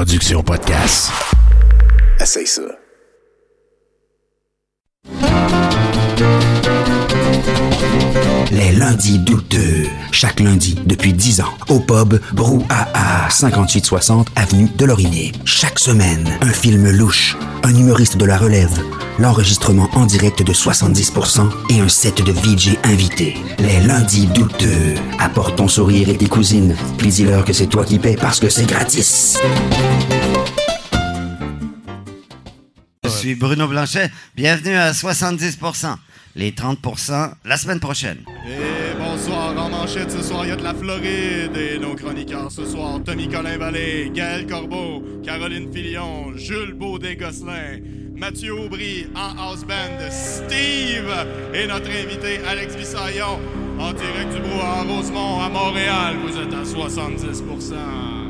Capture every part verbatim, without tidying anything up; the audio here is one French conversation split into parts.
production podcast. Essaye ça. Les lundis douteux. Chaque lundi, depuis dix ans, au pub Brouhaha, cinquante-huit soixante avenue de Laurier. Chaque semaine, un film louche, un humoriste de la relève, l'enregistrement en direct de soixante-dix pour cent et un set de V J invités. Les lundis douteux. Apporte ton sourire et tes cousines, puis dis-leur que c'est toi qui paies parce que c'est gratis. Je suis Bruno Blanchet, bienvenue à soixante-dix pour cent. Les trente pour cent, la semaine prochaine. Et bonsoir, en manchette ce soir, il y a de la Floride. Et nos chroniqueurs ce soir, Tommy Colin-Vallée, Gaël Corbeau, Caroline Filion, Jules Beaudet-Gosselin, Mathieu Aubry en house band, Steve et notre invité Alex Bissaillon en direct du Brouhaha Rosemont à Montréal. Vous êtes à soixante-dix pour cent.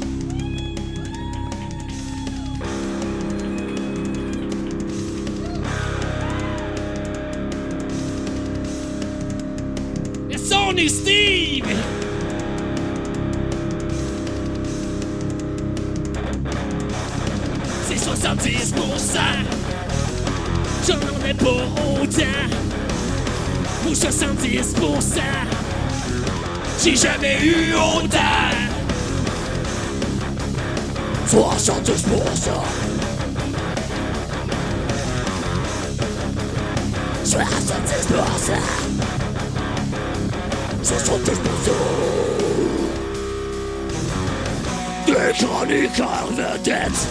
On est Steve! C'est soixante-dix pour cent. J'en ai pas autant. Ou soixante-dix pour cent. J'ai jamais eu autant. soixante-dix pour cent. soixante-dix pour cent. soixante-dix pour cent des chroniqueurs vedettes.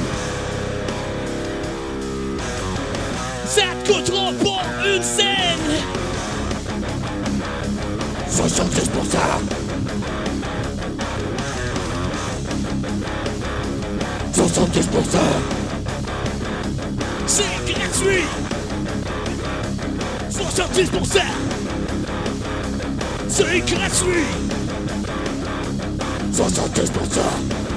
Ça te coûtera pas une scène. soixante-dix pour cent. soixante-dix pour cent. C'est gratuit. soixante-dix pour cent. C'est gratuit! soixante-dix pour cent.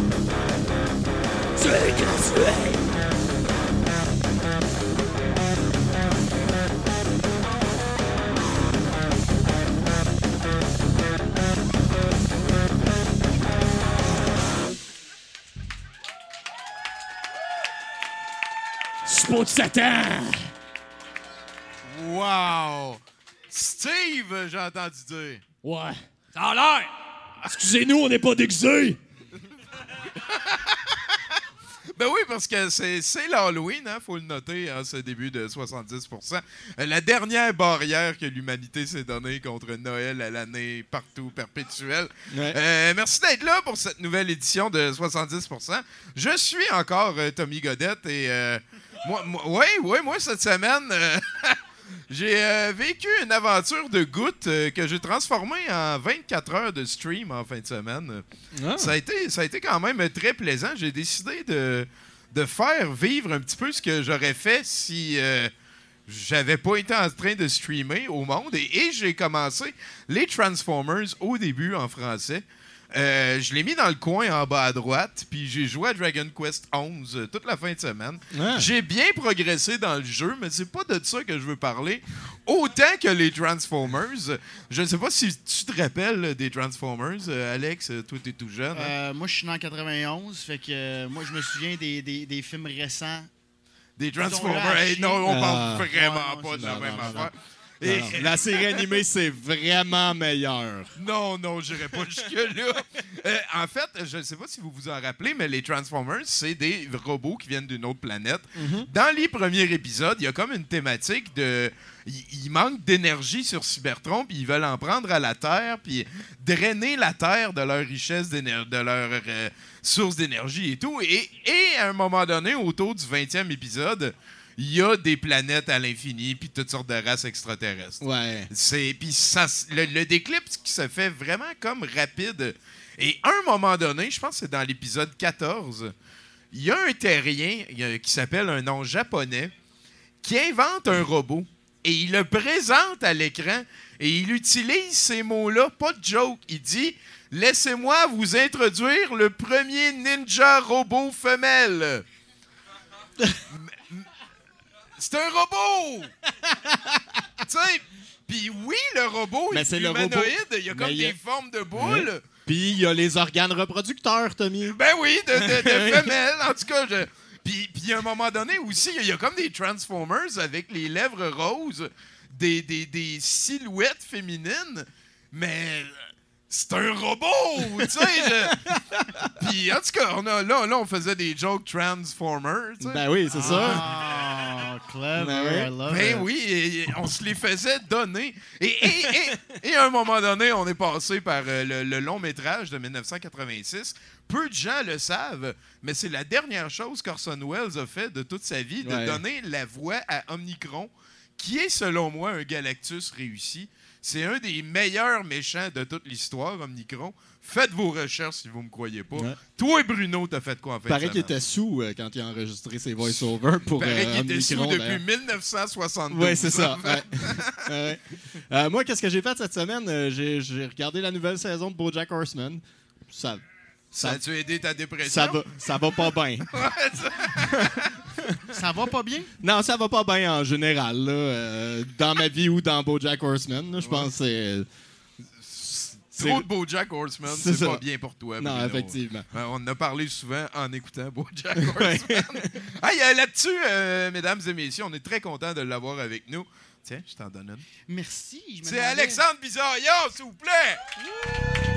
C'est gratuit! Spot de Satan! Wow! Steve, j'ai entendu dire. Ouais. Ça a l'air! Excusez-nous, on n'est pas déguisés! Ben oui, parce que c'est, c'est l'Halloween, hein, faut le noter, hein, ce début de soixante-dix pour cent. Euh, la dernière barrière que l'humanité s'est donnée contre Noël à l'année partout perpétuelle. Ouais. Euh, merci d'être là pour cette nouvelle édition de soixante-dix pour cent. Je suis encore euh, Tommy Godette et... Euh, moi, moi, ouais, ouais, moi, cette semaine... Euh, J'ai euh, vécu une aventure de gouttes euh, que j'ai transformée en vingt-quatre heures de stream en fin de semaine. Ah. Ça a été, ça a été quand même très plaisant. J'ai décidé de, de faire vivre un petit peu ce que j'aurais fait si euh, j'avais pas été en train de streamer au monde. Et, et j'ai commencé les Transformers au début en français. Euh, je l'ai mis dans le coin en bas à droite, puis j'ai joué à Dragon Quest onze euh, toute la fin de semaine. Ah. J'ai bien progressé dans le jeu, mais c'est pas de ça que je veux parler. Autant que les Transformers. Je ne sais pas si tu te rappelles des Transformers, euh, Alex, toi t'es tout jeune. Hein? Euh, moi je suis né en quatre-vingt-onze, fait que euh, moi je me souviens des, des, des films récents. Des Transformers? Hey, non, on parle ah. vraiment non, non, pas de la même affaire. Et non, non. La série animée, c'est vraiment meilleur. Non, non, j'irai pas jusque-là. euh, en fait, je ne sais pas si vous vous en rappelez, mais les Transformers, c'est des robots qui viennent d'une autre planète. Mm-hmm. Dans les premiers épisodes, il y a comme une thématique de... Il manque d'énergie sur Cybertron, puis ils veulent en prendre à la Terre, puis drainer la Terre de leur richesse, de leur euh, source d'énergie et tout. Et, et à un moment donné, autour du vingtième épisode... il y a des planètes à l'infini puis toutes sortes de races extraterrestres. Ouais. C'est puis ça le, le déclip qui se fait vraiment comme rapide. Et à un moment donné, je pense que c'est dans l'épisode quatorze, il y a un terrien qui s'appelle un nom japonais qui invente un robot et il le présente à l'écran et il utilise ces mots-là, pas de joke. Il dit « Laissez-moi vous introduire le premier ninja robot femelle. » C'est un robot! Tu sais, puis oui, le robot, mais il c'est est humanoïde, robot. il y a comme mais des a... formes de boules. Puis il y a les organes reproducteurs, Tommy. Ben oui, de, de, de femelles. En tout cas, je... Puis, puis à un moment donné aussi, il y, y a comme des Transformers avec les lèvres roses, des, des, des silhouettes féminines, mais c'est un robot, tu sais. Je... Puis en tout cas, on a, là, là, on faisait des jokes Transformers, tu sais. Ben oui, c'est ça. Ah, clever, Ben oui. I love Ben it. oui, et, et on se les faisait donner. Et, et, et, et à un moment donné, on est passé par euh, le, le long métrage de dix-neuf cent quatre-vingt-six. Peu de gens le savent, mais c'est la dernière chose qu'Orson Welles a fait de toute sa vie, de Ouais. donner la voix à Omnicron, qui est, selon moi, un Galactus réussi. C'est un des meilleurs méchants de toute l'histoire, Omnicron. Faites vos recherches si vous ne me croyez pas. Ouais. Toi, Bruno, t'as fait quoi en fait? Paraît qu'il était sous euh, quand il a enregistré ses voice-overs pour Paraît euh, qu'il était sous Omnicron, depuis d'ailleurs. dix-neuf cent soixante-douze. Oui, c'est ça. Ouais. Ouais. Euh, moi, qu'est-ce que j'ai fait cette semaine? Euh, j'ai, j'ai regardé la nouvelle saison de BoJack Horseman. Ça, Ça ça, a-tu aidé ta dépression? ça, va, ça va pas bien. Ça va pas bien? Non, ça va pas bien en général, là, euh, dans ma vie ou dans BoJack Horseman. là, Je pense que c'est... c'est- Trop de BoJack Horseman, C'est c'est ça. pas bien pour toi. Non, Bruno. effectivement. Euh, on en a parlé souvent en écoutant BoJack Horseman. Hey, euh, là-dessus, euh, mesdames et messieurs, on est très contents de l'avoir avec nous. Tiens, je t'en donne une. Merci. je me C'est demandais- Alexandre Bizarillon, s'il vous plaît!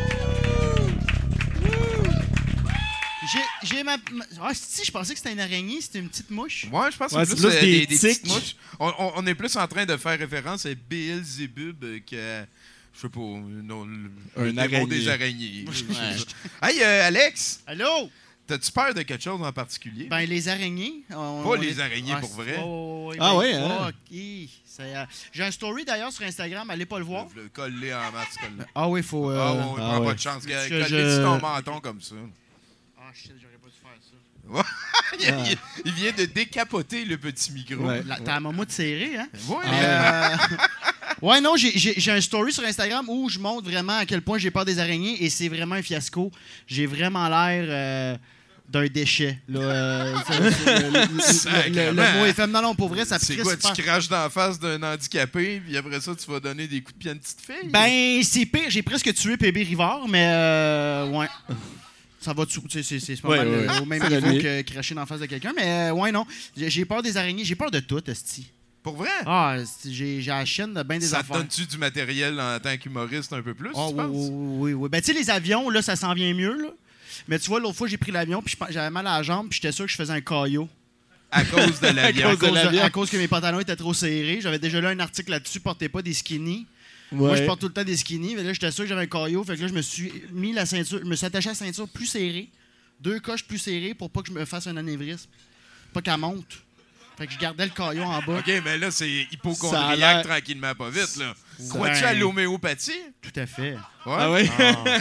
J'ai, j'ai ma. ma- Ah, si, je pensais que c'était une araignée, c'était une petite mouche. Ouais, je pense que Ouais, c'est c'est plus, plus euh, des des, des petites tiques. mouches. On, on- on est plus en train de faire référence à Beelzebub euh, que... Je sais pas, non, le, Un le démon araignée. des araignées. Ouais. Hey, euh, Alex, Allô? t'as-tu peur de quelque chose en particulier? Ben, les araignées. on- Pas on les est- araignées, Ah, pour c'est- vrai? oh, ouais, Ah ben, ouais, hein? ok. C'est, euh, j'ai un story d'ailleurs sur Instagram, allez pas le voir. Le coller en masse, coller. Ah oui, faut. euh, Ah, ouais, on ah prend ouais. pas de chance. Parce que Coller je- sur ton menton comme ça. Ah shit, j'aurais pas dû faire ça. il, il- il vient de décapoter le petit micro. Ouais. La- T'as la mamoute serrée, hein? Ouais, Euh, ouais, non, j'ai, j'ai, j'ai un story sur Instagram où je montre vraiment à quel point j'ai peur des araignées et c'est vraiment un fiasco. J'ai vraiment l'air euh, d'un déchet. Là, euh, c'est- c'est- le, le- le- le- Sacrément. le mot est fait. Non, non, pour vrai, ça c'est crisse quoi, super. tu craches dans la face d'un handicapé, puis après ça, tu vas donner des coups de pied à une petite fille? Ben, c'est pire. J'ai presque tué P B Rivard, mais euh, ouais. Ça va dessous. Tu sais, c'est, c'est pas Ouais, mal ouais, euh, ouais. au même C'est niveau donné. que cracher dans la face de quelqu'un. Mais euh, ouais, non. J'ai, j'ai peur des araignées. J'ai peur de tout, esti. Pour vrai? Ah, esti, j'ai, j'ai la chaîne de bien des ça te affaires. donne-tu du matériel en tant qu'humoriste un peu plus, Ah, tu oui, penses? oui, oui, oui. Ben, tu sais, les avions, là, ça s'en vient mieux, là. Mais tu vois, l'autre fois, j'ai pris l'avion, puis je pen- j'avais mal à la jambe, puis j'étais sûr que je faisais un caillot. À cause de l'avion. À cause de cause, de- l'avion. à cause que mes pantalons étaient trop serrés. J'avais déjà lu un article là-dessus, portez pas des skinny. Ouais. Moi, je porte tout le temps des skinny, mais là, j'étais sûr que j'avais un caillot. Fait que là, je me suis mis la ceinture, je me suis attaché à la ceinture plus serrée, deux coches plus serrées pour pas que je me fasse un anévrisme. Pas qu'elle monte. Fait que je gardais le caillot en bas. OK, mais là, c'est Ça a l'air- hypochondriaque tranquillement, pas vite, là. Crois-tu à Ben- l'homéopathie? Tout à fait. Ouais? Ah oui?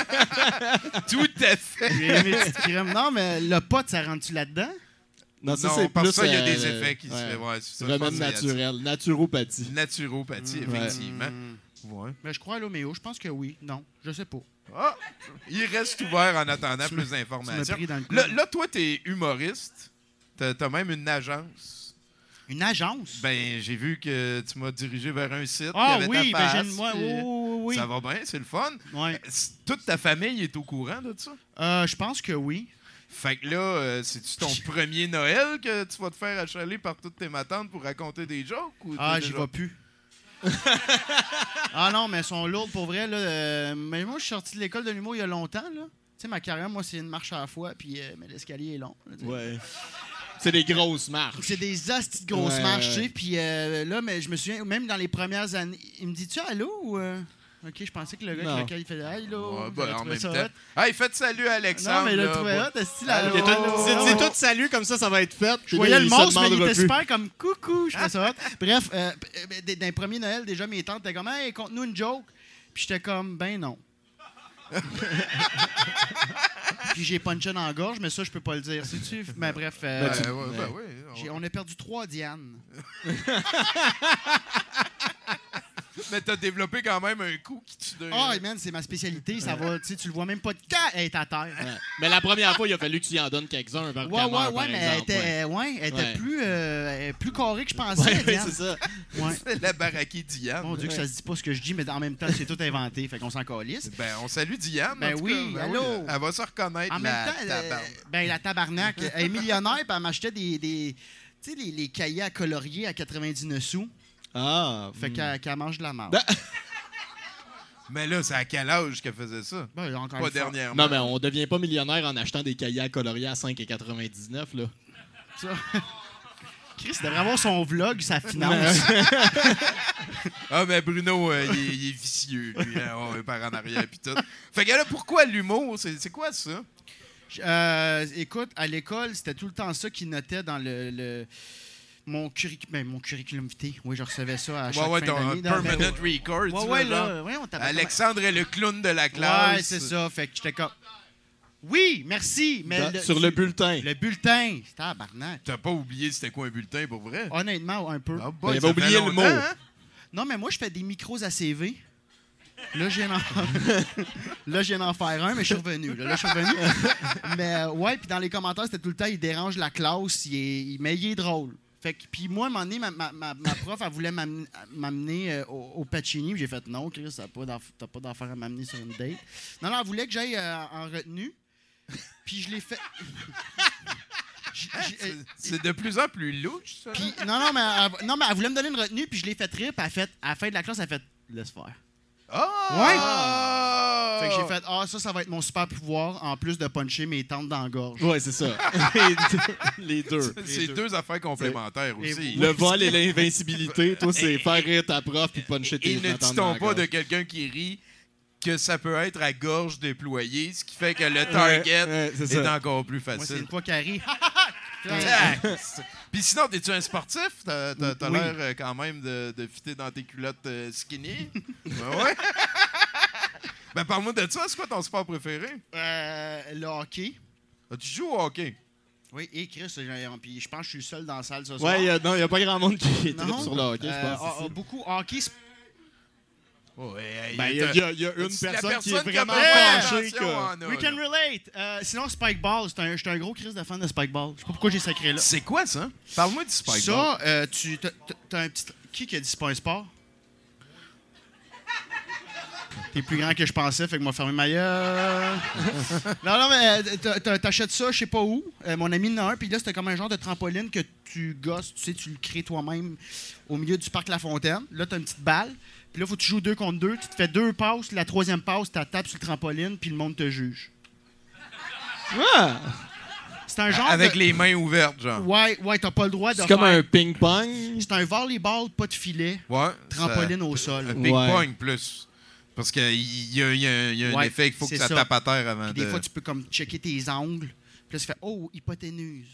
Tout à fait. J'ai mes petites crèmes. Non, mais le pot, ça rentre-tu là-dedans? Non, ça, non, c'est parce plus... que ça, il y a euh, des effets qui ouais. se font. Ouais, c'est ça, je Remède pense que c'est naturel. Naturopathie. Naturopathie, Ouais. effectivement. Hmm. Ouais. Mais je crois à l'homéo. Je pense que oui. Non, je sais pas. Ah, il reste ouvert en attendant Tu plus Tu m'as d'informations. pris dans le Là, cou. là, toi, t'es humoriste. T'as as même une agence. Une agence? Ben, j'ai vu que tu m'as dirigé vers un site. ah il y avait oui, ta ben j'ai face, une... ouais, puis, oui, oui, oui. Ça va bien, c'est le fun. Ouais. C- Toute ta famille est au courant de ça? Euh, je pense que oui. Fait que là, euh, c'est-tu ton premier Noël que tu vas te faire achaler par toutes tes matantes pour raconter des jokes? Ou Ah, t'as j'y déjà- vais plus. ah non, mais elles sont lourdes pour vrai. Là. Euh, mais moi, je suis sorti de l'école de l'humour il y a longtemps. Là. Tu sais, ma carrière, moi, c'est une marche à la fois, puis euh, mais l'escalier est long. Là, tu sais. Ouais. C'est des grosses marches. C'est des astis de grosses Ouais, marches, ouais. tu sais. Puis euh, là, mais je me souviens, même dans les premières années, il me dit-tu allô ou. euh? Ok, je pensais que le gars Non. avec lequel il faisait allô. Ouais, j'avais ben, en trouvé même ça temps. hot. Hey, faites salut à Alexandre. Non, mais là, là, tu trouvais bon. hot, est-ce Allô? là? C'est tout- c'est- c'est tout salut, comme ça, ça va être fait. Je Puis voyais là, le il se monstre, mais il demandera était plus. super comme coucou. Je trouvais ça hot. Bref, euh, p- euh, d- d'un premier Noël, déjà, mes tantes étaient comme, hey, conte-nous une joke. Puis j'étais comme, ben non. Puis j'ai punché dans la gorge, mais ça, je peux pas le dire. C'est-tu? Mais bref, euh, Ben, ouais, ben, ouais, j'ai- on a perdu trois Diane. Mais t'as développé quand même un coup qui tue d'un... Ah, oh, man, c'est ma spécialité. Ça va, tu sais, tu le vois même pas de quand elle est à terre. Ouais. Mais la première fois, il a fallu que tu y en donnes quelques-uns par Ouais, ouais, cameur, ouais, par mais elle exemple, était, ouais. ouais, elle était Ouais. plus, euh, plus carrée que je pensais. Ouais, ouais, Diane. c'est ça. Ouais. C'est la baraquée Diane. Mon Dieu, que ça se dit pas ce que je dis, mais en même temps, c'est tout inventé. Fait qu'on s'en calisse. Ben, on salue Diane. Ben en tout oui, cas. allô. Elle va se reconnaître, En la même temps, euh, tabarnak. ben, la tabarnak. Elle est millionnaire, puis elle m'achetait des, des tu sais, les, les cahiers à colorier à quatre-vingt-dix-neuf sous. Ah. Fait hmm. qu'elle qu'elle mange de la marde. Ben- Mais là, c'est à quel âge qu'elle faisait ça? Ben, encore Pas une fois. dernièrement. Non, mais on devient pas millionnaire en achetant des cahiers à colorier à cinq quatre-vingt-dix-neuf, là. Ça. Chris, il devrait avoir son vlog, sa finance. Ah, mais Bruno, euh, il, est, il est vicieux, lui. Hein? Oh, par en arrière, puis tout. Fait que là, pourquoi l'humour? C'est, c'est quoi ça? Euh, écoute, à l'école, c'était tout le temps ça qu'ils notaient dans le, le- mon, curric- ben, mon curriculum vitae. Oui, je recevais ça à chaque Ouais, ouais, fin ton d'année. permanent Dans- record. Ouais, tu ouais, vois, genre. là. Ouais, on t'appelle Alexandre est le clown de la comment- classe. Ouais, c'est ça. Fait que j'étais comme... Oui, merci, mais... Dans- le- sur le bulletin. Le bulletin. C'était tabarnak. T'as pas oublié c'était quoi un bulletin, pour vrai? Honnêtement, un peu. Ah, Il avait ça oublié fait le longtemps, mot. hein? Non, mais moi, je fais des micros à C V. Là, je viens d'en... là, je viens d'en faire un, mais je suis revenu. Là, là je suis revenu. mais euh, ouais, puis dans les commentaires, c'était tout le temps, il dérange la classe, il est... il... mais il est drôle. Fait que, puis moi, à un moment donné, ma, ma, ma, ma prof, elle voulait m'amener, m'amener euh, au, au Pacini, puis j'ai fait non, Chris, t'as pas, d'aff- t'as pas d'affaire à m'amener sur une date. Non, non, elle voulait que j'aille euh, en retenue, puis je l'ai fait... J- j- euh, C'est, c'est de plus en plus louche, ça. puis, non, non, mais elle, non, mais elle voulait me donner une retenue, puis je l'ai fait rire, puis elle a fait, à la fin de la classe, elle a fait laisse faire. Ah! Fait que j'ai fait, ah, ça, ça va être mon super pouvoir, en plus de puncher mes tantes dans la gorge. Ouais, c'est ça. Les deux. C'est Les deux. deux affaires complémentaires Et- aussi. Le vol et l'invincibilité, toi, c'est faire rire ta prof puis puncher tes Et ne entendre dans dit-on la pas gorge. de quelqu'un qui rit que ça peut être à gorge déployée, ce qui fait que le target Ouais, ouais, c'est est ça. encore plus Moi, c'est facile. une fois qu'elle rit. Tac! Puis sinon, t'es-tu un sportif? T'as, t'as, t'as Oui. l'air euh, quand même de, de fitter dans tes culottes euh, skinny. Ben ouais. Ben parle-moi de ça. C'est quoi ton sport préféré? Euh, le hockey. Ah, tu joues au hockey? Oui, et Chris, j'ai- puis je pense que je suis le seul dans la salle ce soir. Ouais, y a- non, il n'y a pas grand monde qui est Non. sur le hockey, je Euh, pense. ah, ici. ah, beaucoup hockey. c'est- Ouais, Ben, il y, a- y a- y a une la personne qui est personne qui a vraiment pas fait fâchée. attention que- en a, We là. can relate. Euh, sinon, Spikeball. C'est un, j'étais un gros Chris de fan de Spikeball. Je sais pas pourquoi j'ai sacré là. C'est quoi ça? Parle-moi du spike. Ça, euh, tu t'as, t'as- t'as un petit... Qui qui a dit c'est pas un sport? T'es plus grand que je pensais, fait que m'a fermé ma gueule. non, non, mais euh, t'a- t'a- t'achètes ça, je sais pas où. Euh, mon ami en a un, puis là, c'était comme un genre de trampoline que tu gosses, tu sais, tu le crées toi-même au milieu du parc La Fontaine. Là, t'as une petite balle. Puis là, faut que tu joues deux contre deux. Tu te fais deux passes. La troisième passe, tu tapes sur le trampoline, puis le monde te juge. Ah! C'est un genre Avec de... les mains ouvertes, genre. Ouais, ouais, t'as pas le droit de C'est faire... comme un ping-pong. C'est un volleyball, pas de filet, Ouais. trampoline ça- au sol. Un ping-pong plus. Parce qu'il y a, y a- y a un Ouais, effet qu'il faut que c'est ça, ça. tape à terre avant Puis des de... fois, tu peux comme checker tes angles. Puis là, tu fais « Oh, hypoténuse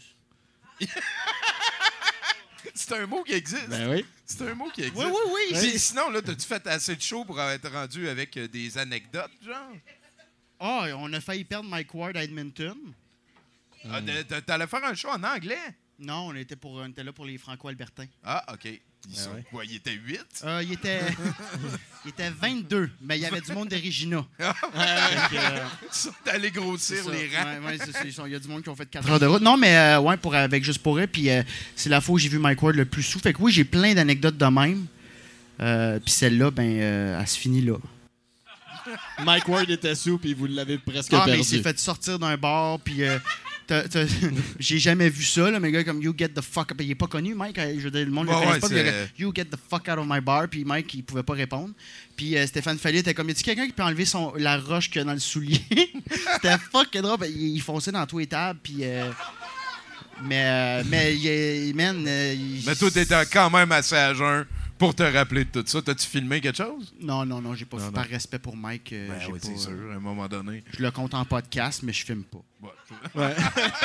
C'est un mot qui existe. Ben oui. C'est un mot qui ». existe. Oui, oui, oui. Puis c'est- sinon, là, t'as-tu fait assez de show pour être rendu avec euh, des anecdotes, genre? Ah, on a failli perdre Mike Ward à Edmonton. Ah, de- de- T'allais faire un show en anglais? Non, on était, pour, on était là pour les Franco-Albertains. Ah, OK. Ils sont ouais. quoi? Il était huit? Euh, il, était, il était vingt-deux, mais il y avait du monde de Regina. Ah, Fait que, euh, Ils sont allés grossir c'est ça. les rangs. Ouais, ouais, c'est ça. Ils sont- Il y a du monde qui ont fait quatre heures de route. Non, mais euh, ouais, pour, avec Juste pour eux. Puis euh, c'est la fois où j'ai vu Mike Ward le plus sous. Fait que oui, j'ai plein d'anecdotes de même. Euh, puis celle-là, ben, euh, elle se finit là. Mike Ward était sous, puis vous l'avez presque Ah, mais perdu. il s'est fait sortir d'un bar, puis euh, t'as- t'as- j'ai jamais vu ça, là, mais gars comme You get the fuck up. Il est pas connu, Mike. euh, Je veux dire, le monde ne Ouais, le connaît ouais, pas. puis il a c'est- dit, You get the fuck out of my bar, puis Mike, il pouvait pas répondre. Puis euh, Stéphane Fallier était comme, y a-t-il quelqu'un qui peut enlever son, la roche qu'il y a dans le soulier? C'était fuck drôle. Ben, Il, il fonçait dans tous les tables, puis. euh, mais, euh, mais, il- man. euh, il- Mais toi, t'étais quand même assez à jeun pour te rappeler de tout ça. T'as-tu filmé quelque chose? Non, non, non, j'ai pas Non, fait. non. Par respect pour Mike, euh, Ben j'ai oui, pas, c'est sûr, euh, à un moment donné. je le compte en podcast, mais je filme pas. Ouais. Ouais.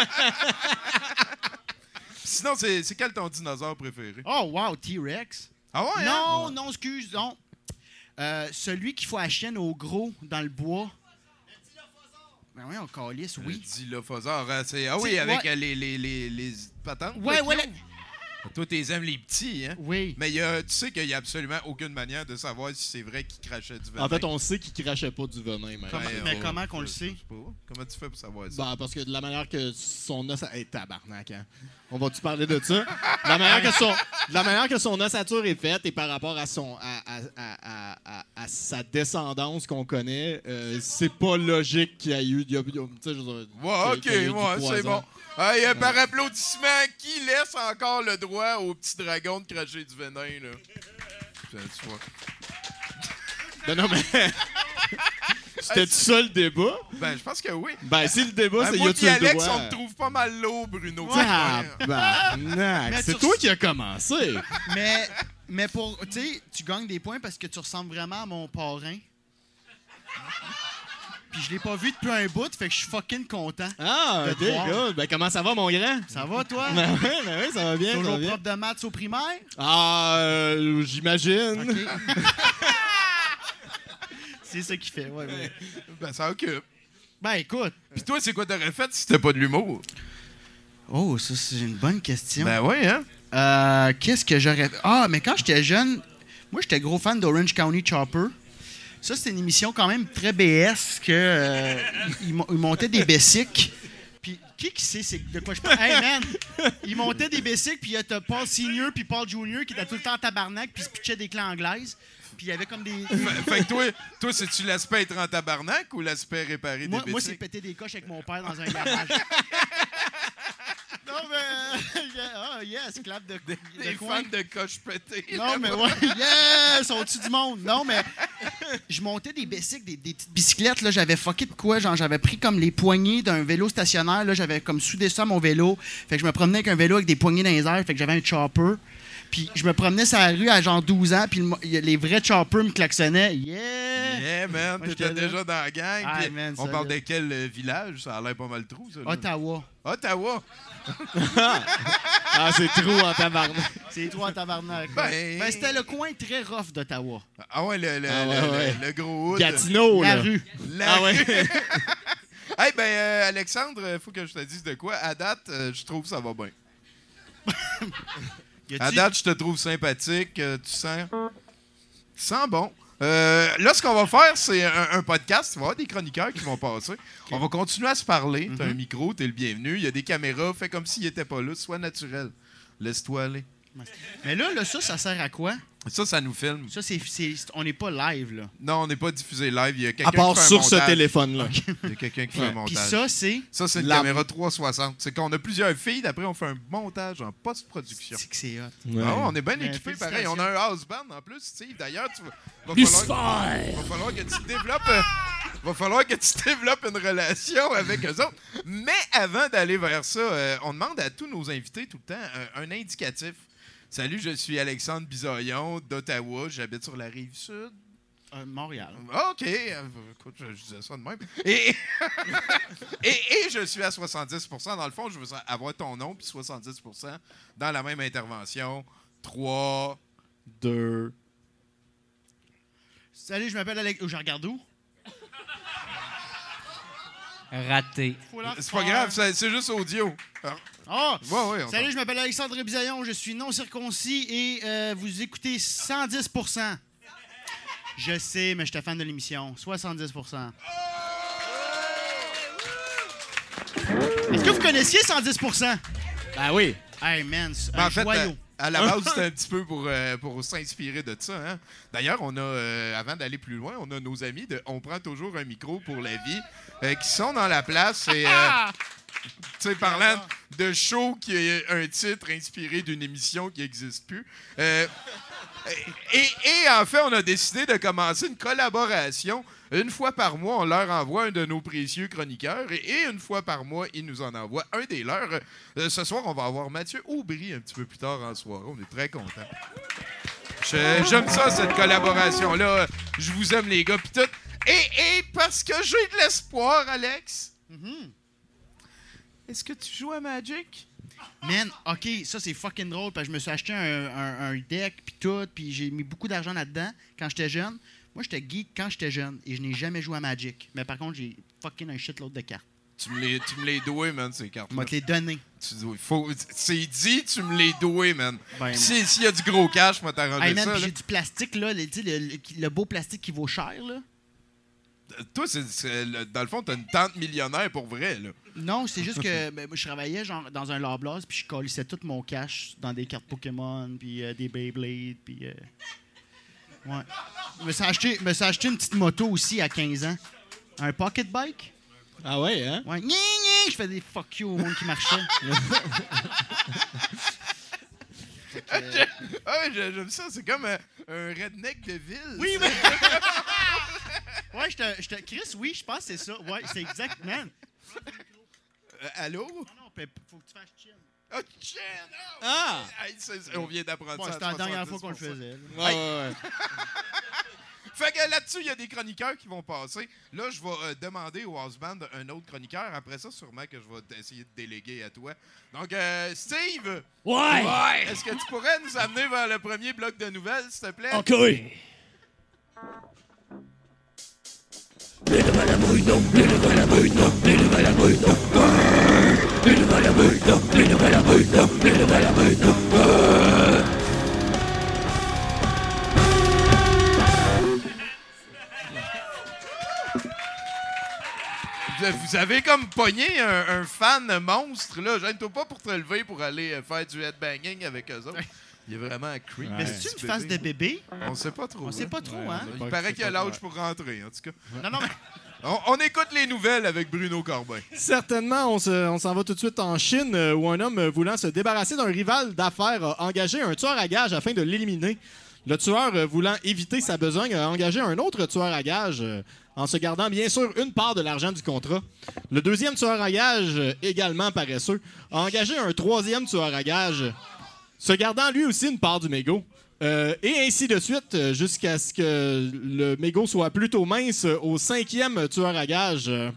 Sinon, c'est, c'est quel ton dinosaure préféré? Oh, wow, T-Rex. Ah ouais? hein? Non, non, excuse, non. Euh, celui qu'il faut à la chienne au gros dans le bois. Ben oui, on calisse, Le oui. dilophosaure. hein, c'est... Ah oui, C'est- avec ouais. euh, les, les, les, les patentes. Ouais, là, ouais, qui la- Toi, tu aimes les petits, hein? Oui. Mais y a, tu sais qu'il n'y a absolument aucune manière de savoir si c'est vrai qu'il crachait du venin. En fait, on sait qu'il crachait pas du venin, même. Comment- Ouais, mais on- comment qu'on le je- sait? je sais pas. Comment tu fais pour savoir ça? Bah, parce que de la manière que son os... Hey, tabarnak, hein? On va-tu parler de ça? De la manière que son, de la manière que son ossature est faite et par rapport à, son, à, à, à, à, à, à sa descendance qu'on connaît, euh, c'est pas logique qu'il y ait eu... il y a- il y a- tu sais, je veux dire, Ouais, qu'il y ait eu ok, du ouais, c'est poison. bon. Hey, euh, par applaudissement, qui laisse encore le droit au petit dragon de cracher du venin, là? Tu vois. Ben non, mais... C'était ça le débat? Ben, je pense que oui. Ben, si le débat, Ben, c'est y moi a-tu et le Alex, droit? on te trouve pas mal lourd, Bruno. Tabarnak! Mais C'est tu toi res- qui as commencé! Mais, mais pour. Tu sais, tu gagnes des points parce que tu ressembles vraiment à mon parrain. Puis je l'ai pas vu depuis un bout, fait que je suis fucking content. Ah, De ok, te voir. good. Ben, comment ça va, mon grand? Ça va, toi? Ben oui, ben oui, ça va bien. ça Toujours va bien. prof de maths au primaire? Ah, euh, j'imagine. OK. C'est ça qu'il fait, ouais, ouais. Ben, ça occupe. Ben, écoute. Pis toi, c'est quoi t'aurais fait si c'était pas de l'humour? Oh, ça, c'est une bonne question. Ben oui, hein? Euh, Qu'est-ce que j'aurais. Ah, mais quand j'étais jeune, moi, j'étais gros fan d'Orange County Chopper. Ça, c'était une émission quand même très B S que euh, il, il montait des bessiques. Puis qui qui sait c'est de quoi je parle? Hey man, il montait des bessiques, puis il y a t'as Paul Senior puis Paul Junior qui étaient tout le temps en tabarnak, puis se pitchaient des clés anglaises. Puis il y avait comme des. Fait, fait que toi, toi c'est-tu l'aspect être en tabarnak ou l'aspect réparer Moi, des moi c'est bicycles? péter des coches avec mon père dans un garage. Non, mais. Ah, yes, clap de, de Des coin. fans de coche pétées. Non, mais ouais, yes, au-dessus du monde. Non, mais je montais des bicycles, des, des petites bicyclettes, là, j'avais fucké de quoi, genre j'avais pris comme les poignées d'un vélo stationnaire, là, j'avais comme soudé ça à mon vélo. Fait que je me promenais avec un vélo avec des poignées dans les airs, fait que j'avais un chopper. Puis je me promenais sur la rue à genre douze ans, puis le- les vrais choppers me klaxonnaient. Yeah! Yeah, man, Moi, t'étais j'étais là. déjà dans la gang. Ah, puis man, on ça, parle là. de quel euh, village? Ça a l'air pas mal trou, ça. là. Ottawa. Ottawa. Ah, c'est trop en tabarnak. C'est toi, tabarnak. Ben- Ben, c'était le coin très rough d'Ottawa. Ah ouais, le, le, Ah ouais, le, ouais. le- le gros hood. Gatineau, La là. rue. La Ah ouais. rue. Hey, ben, euh, Alexandre, il faut que je te dise de quoi. À date, euh, je trouve que ça va bien. Y a-tu- À date, je te trouve sympathique. euh, tu sens. Tu sens bon. Euh, là, ce qu'on va faire, c'est un, un podcast. Il va y avoir des chroniqueurs qui vont passer. On va continuer à se parler. T'as un micro, t'es le bienvenu. Il y a des caméras. Fais comme s'il n'était pas là. Sois naturel. Laisse-toi aller. Mais là, là, ça, ça sert à quoi? Ça, ça nous filme. Ça, c'est, c'est- on n'est pas live, là. Non, on n'est pas diffusé live. Il y a quelqu'un À part qui fait un sur ce montage. téléphone-là. Il y a quelqu'un qui fait un Puis montage. ça, c'est... Ça, c'est une La- caméra trois cent soixante. C'est qu'on a plusieurs feeds. Après, on fait un montage en post-production. C'est que c'est hot. Ouais. Ah ouais, on est bien Mais équipés, félicitations. pareil. On a un house band en plus, Steve. D'ailleurs, tu vas, va, Lucifer! falloir, va falloir que tu développes, euh, va falloir que tu développes une relation avec eux autres. Mais avant d'aller vers ça, euh, on demande à tous nos invités tout le temps un, un indicatif. Salut, je suis Alexandre Bisaillon d'Ottawa. J'habite sur la rive sud. Euh, Montréal. Ah, OK. Euh, écoute, je, je disais ça de même. Et, et, et je suis à soixante-dix pour cent. Dans le fond, je veux avoir ton nom puis soixante-dix pour cent dans la même intervention. trois, Deux. Salut, je m'appelle Alex... Oh, je regarde où? Raté. Faut la C'est pas refaire. grave, c'est c'est juste audio. Ah, Ah! ouais, ouais, on Salut, je m'appelle Alexandre Bisaillon, je suis non circoncis et euh, vous écoutez cent dix pour cent. Je sais, mais j'étais fan de l'émission. soixante-dix pour cent. Est-ce que vous connaissiez cent dix pour cent? Ben oui. Hey, man, c'est Ben, un en fait, joyau. à, à la base, c'était un petit peu pour, euh, pour s'inspirer de ça. Hein? D'ailleurs, on a, euh, avant d'aller plus loin, on a nos amis de On prend toujours un micro pour la vie euh, qui sont dans la place. Et, euh, tu sais, parlant de show qui est un titre inspiré d'une émission qui n'existe plus. Euh, et, et en fait, on a décidé de commencer une collaboration. Une fois par mois, on leur envoie un de nos précieux chroniqueurs et, et une fois par mois, ils nous en envoient un des leurs. Euh, ce soir, on va avoir Mathieu Aubry un petit peu plus tard en soirée. On est très contents. Je- J'aime ça, cette collaboration-là. Je vous aime, les gars, pis tout. Et, et parce que j'ai de l'espoir, Alex, Mhm. est-ce que tu joues à Magic? Man, OK, ça, c'est fucking drôle, parce que je me suis acheté un, un- un deck, puis tout, puis j'ai mis beaucoup d'argent là-dedans quand j'étais jeune. Moi, j'étais geek quand j'étais jeune, et je n'ai jamais joué à Magic. Mais par contre, j'ai fucking un shitload de cartes. Tu me les, tu me les douais, man, ces On cartes-là. va te les donner. Tu dis, faut, c'est dit, tu me les douais, man. Ben, Si- S'il y a du gros cash, moi t'arranger Hey, man, ça. puis là. j'ai du plastique, là, le, tu sais, le, le, le beau plastique qui vaut cher, là. Toi, c'est, c'est- le- dans le fond, t'as une tante millionnaire pour vrai, là. Non, c'est juste que ben, moi, je travaillais genre dans un Loblaws, puis je colissais tout mon cash dans des cartes Pokémon, puis euh, des Beyblade, puis... Euh... Ouais. Je me suis acheté, me suis acheté une petite moto aussi à quinze ans. Un pocket bike. Ah ouais, hein? Ouais. Gna, gna, je fais des fuck you au monde qui marchait. Fait que, euh, Ah ouais, j'ai- j'aime ça. C'est comme un, un redneck de ville. Oui, mais... ouais, je te, je te... Chris, oui, je pense que c'est ça. Ouais, c'est exact, man. Euh, allô? Non, non, puis faut que tu fasses chill. Oh, tiens, non! Ah! Hey, c'est- c'est- on vient d'apprendre Ouais, ça. c'était à la dernière fois soixante-dix qu'on le pour cent. faisait. là. Ouais, ouais, ouais. Fait que là-dessus, il y a des chroniqueurs qui vont passer. Là, je vais euh, demander au house band un autre chroniqueur. Après ça, sûrement que je vais t- essayer de déléguer à toi. Donc, euh, Steve, Ouais! est-ce que tu pourrais nous amener vers le premier bloc de nouvelles, s'il te plaît? OK. Vous- Vous avez comme pogné un, un fan monstre, là. Gêne-toi pas pour te lever pour aller euh, faire du headbanging avec eux autres. Il est vraiment creepy. Mais c'est-tu une face de bébé? On sait pas trop. On sait hein. pas trop, Ouais, hein? Il paraît qu'il a l'âge pour rentrer, en tout cas. Non, non, mais... On, on écoute les nouvelles avec Bruno Corbin. Certainement, on, se- on s'en va tout de suite en Chine, euh, où un homme euh, voulant se débarrasser d'un rival d'affaires a engagé un tueur à gages afin de l'éliminer. Le tueur, euh, voulant éviter sa besogne, a engagé un autre tueur à gages euh, en se gardant bien sûr une part de l'argent du contrat. Le deuxième tueur à gages, euh, également paresseux, a engagé un troisième tueur à gages, se gardant lui aussi une part du mégot. Euh, et ainsi de suite, euh, jusqu'à ce que le mégot soit plutôt mince euh, au cinquième tueur à gages. euh,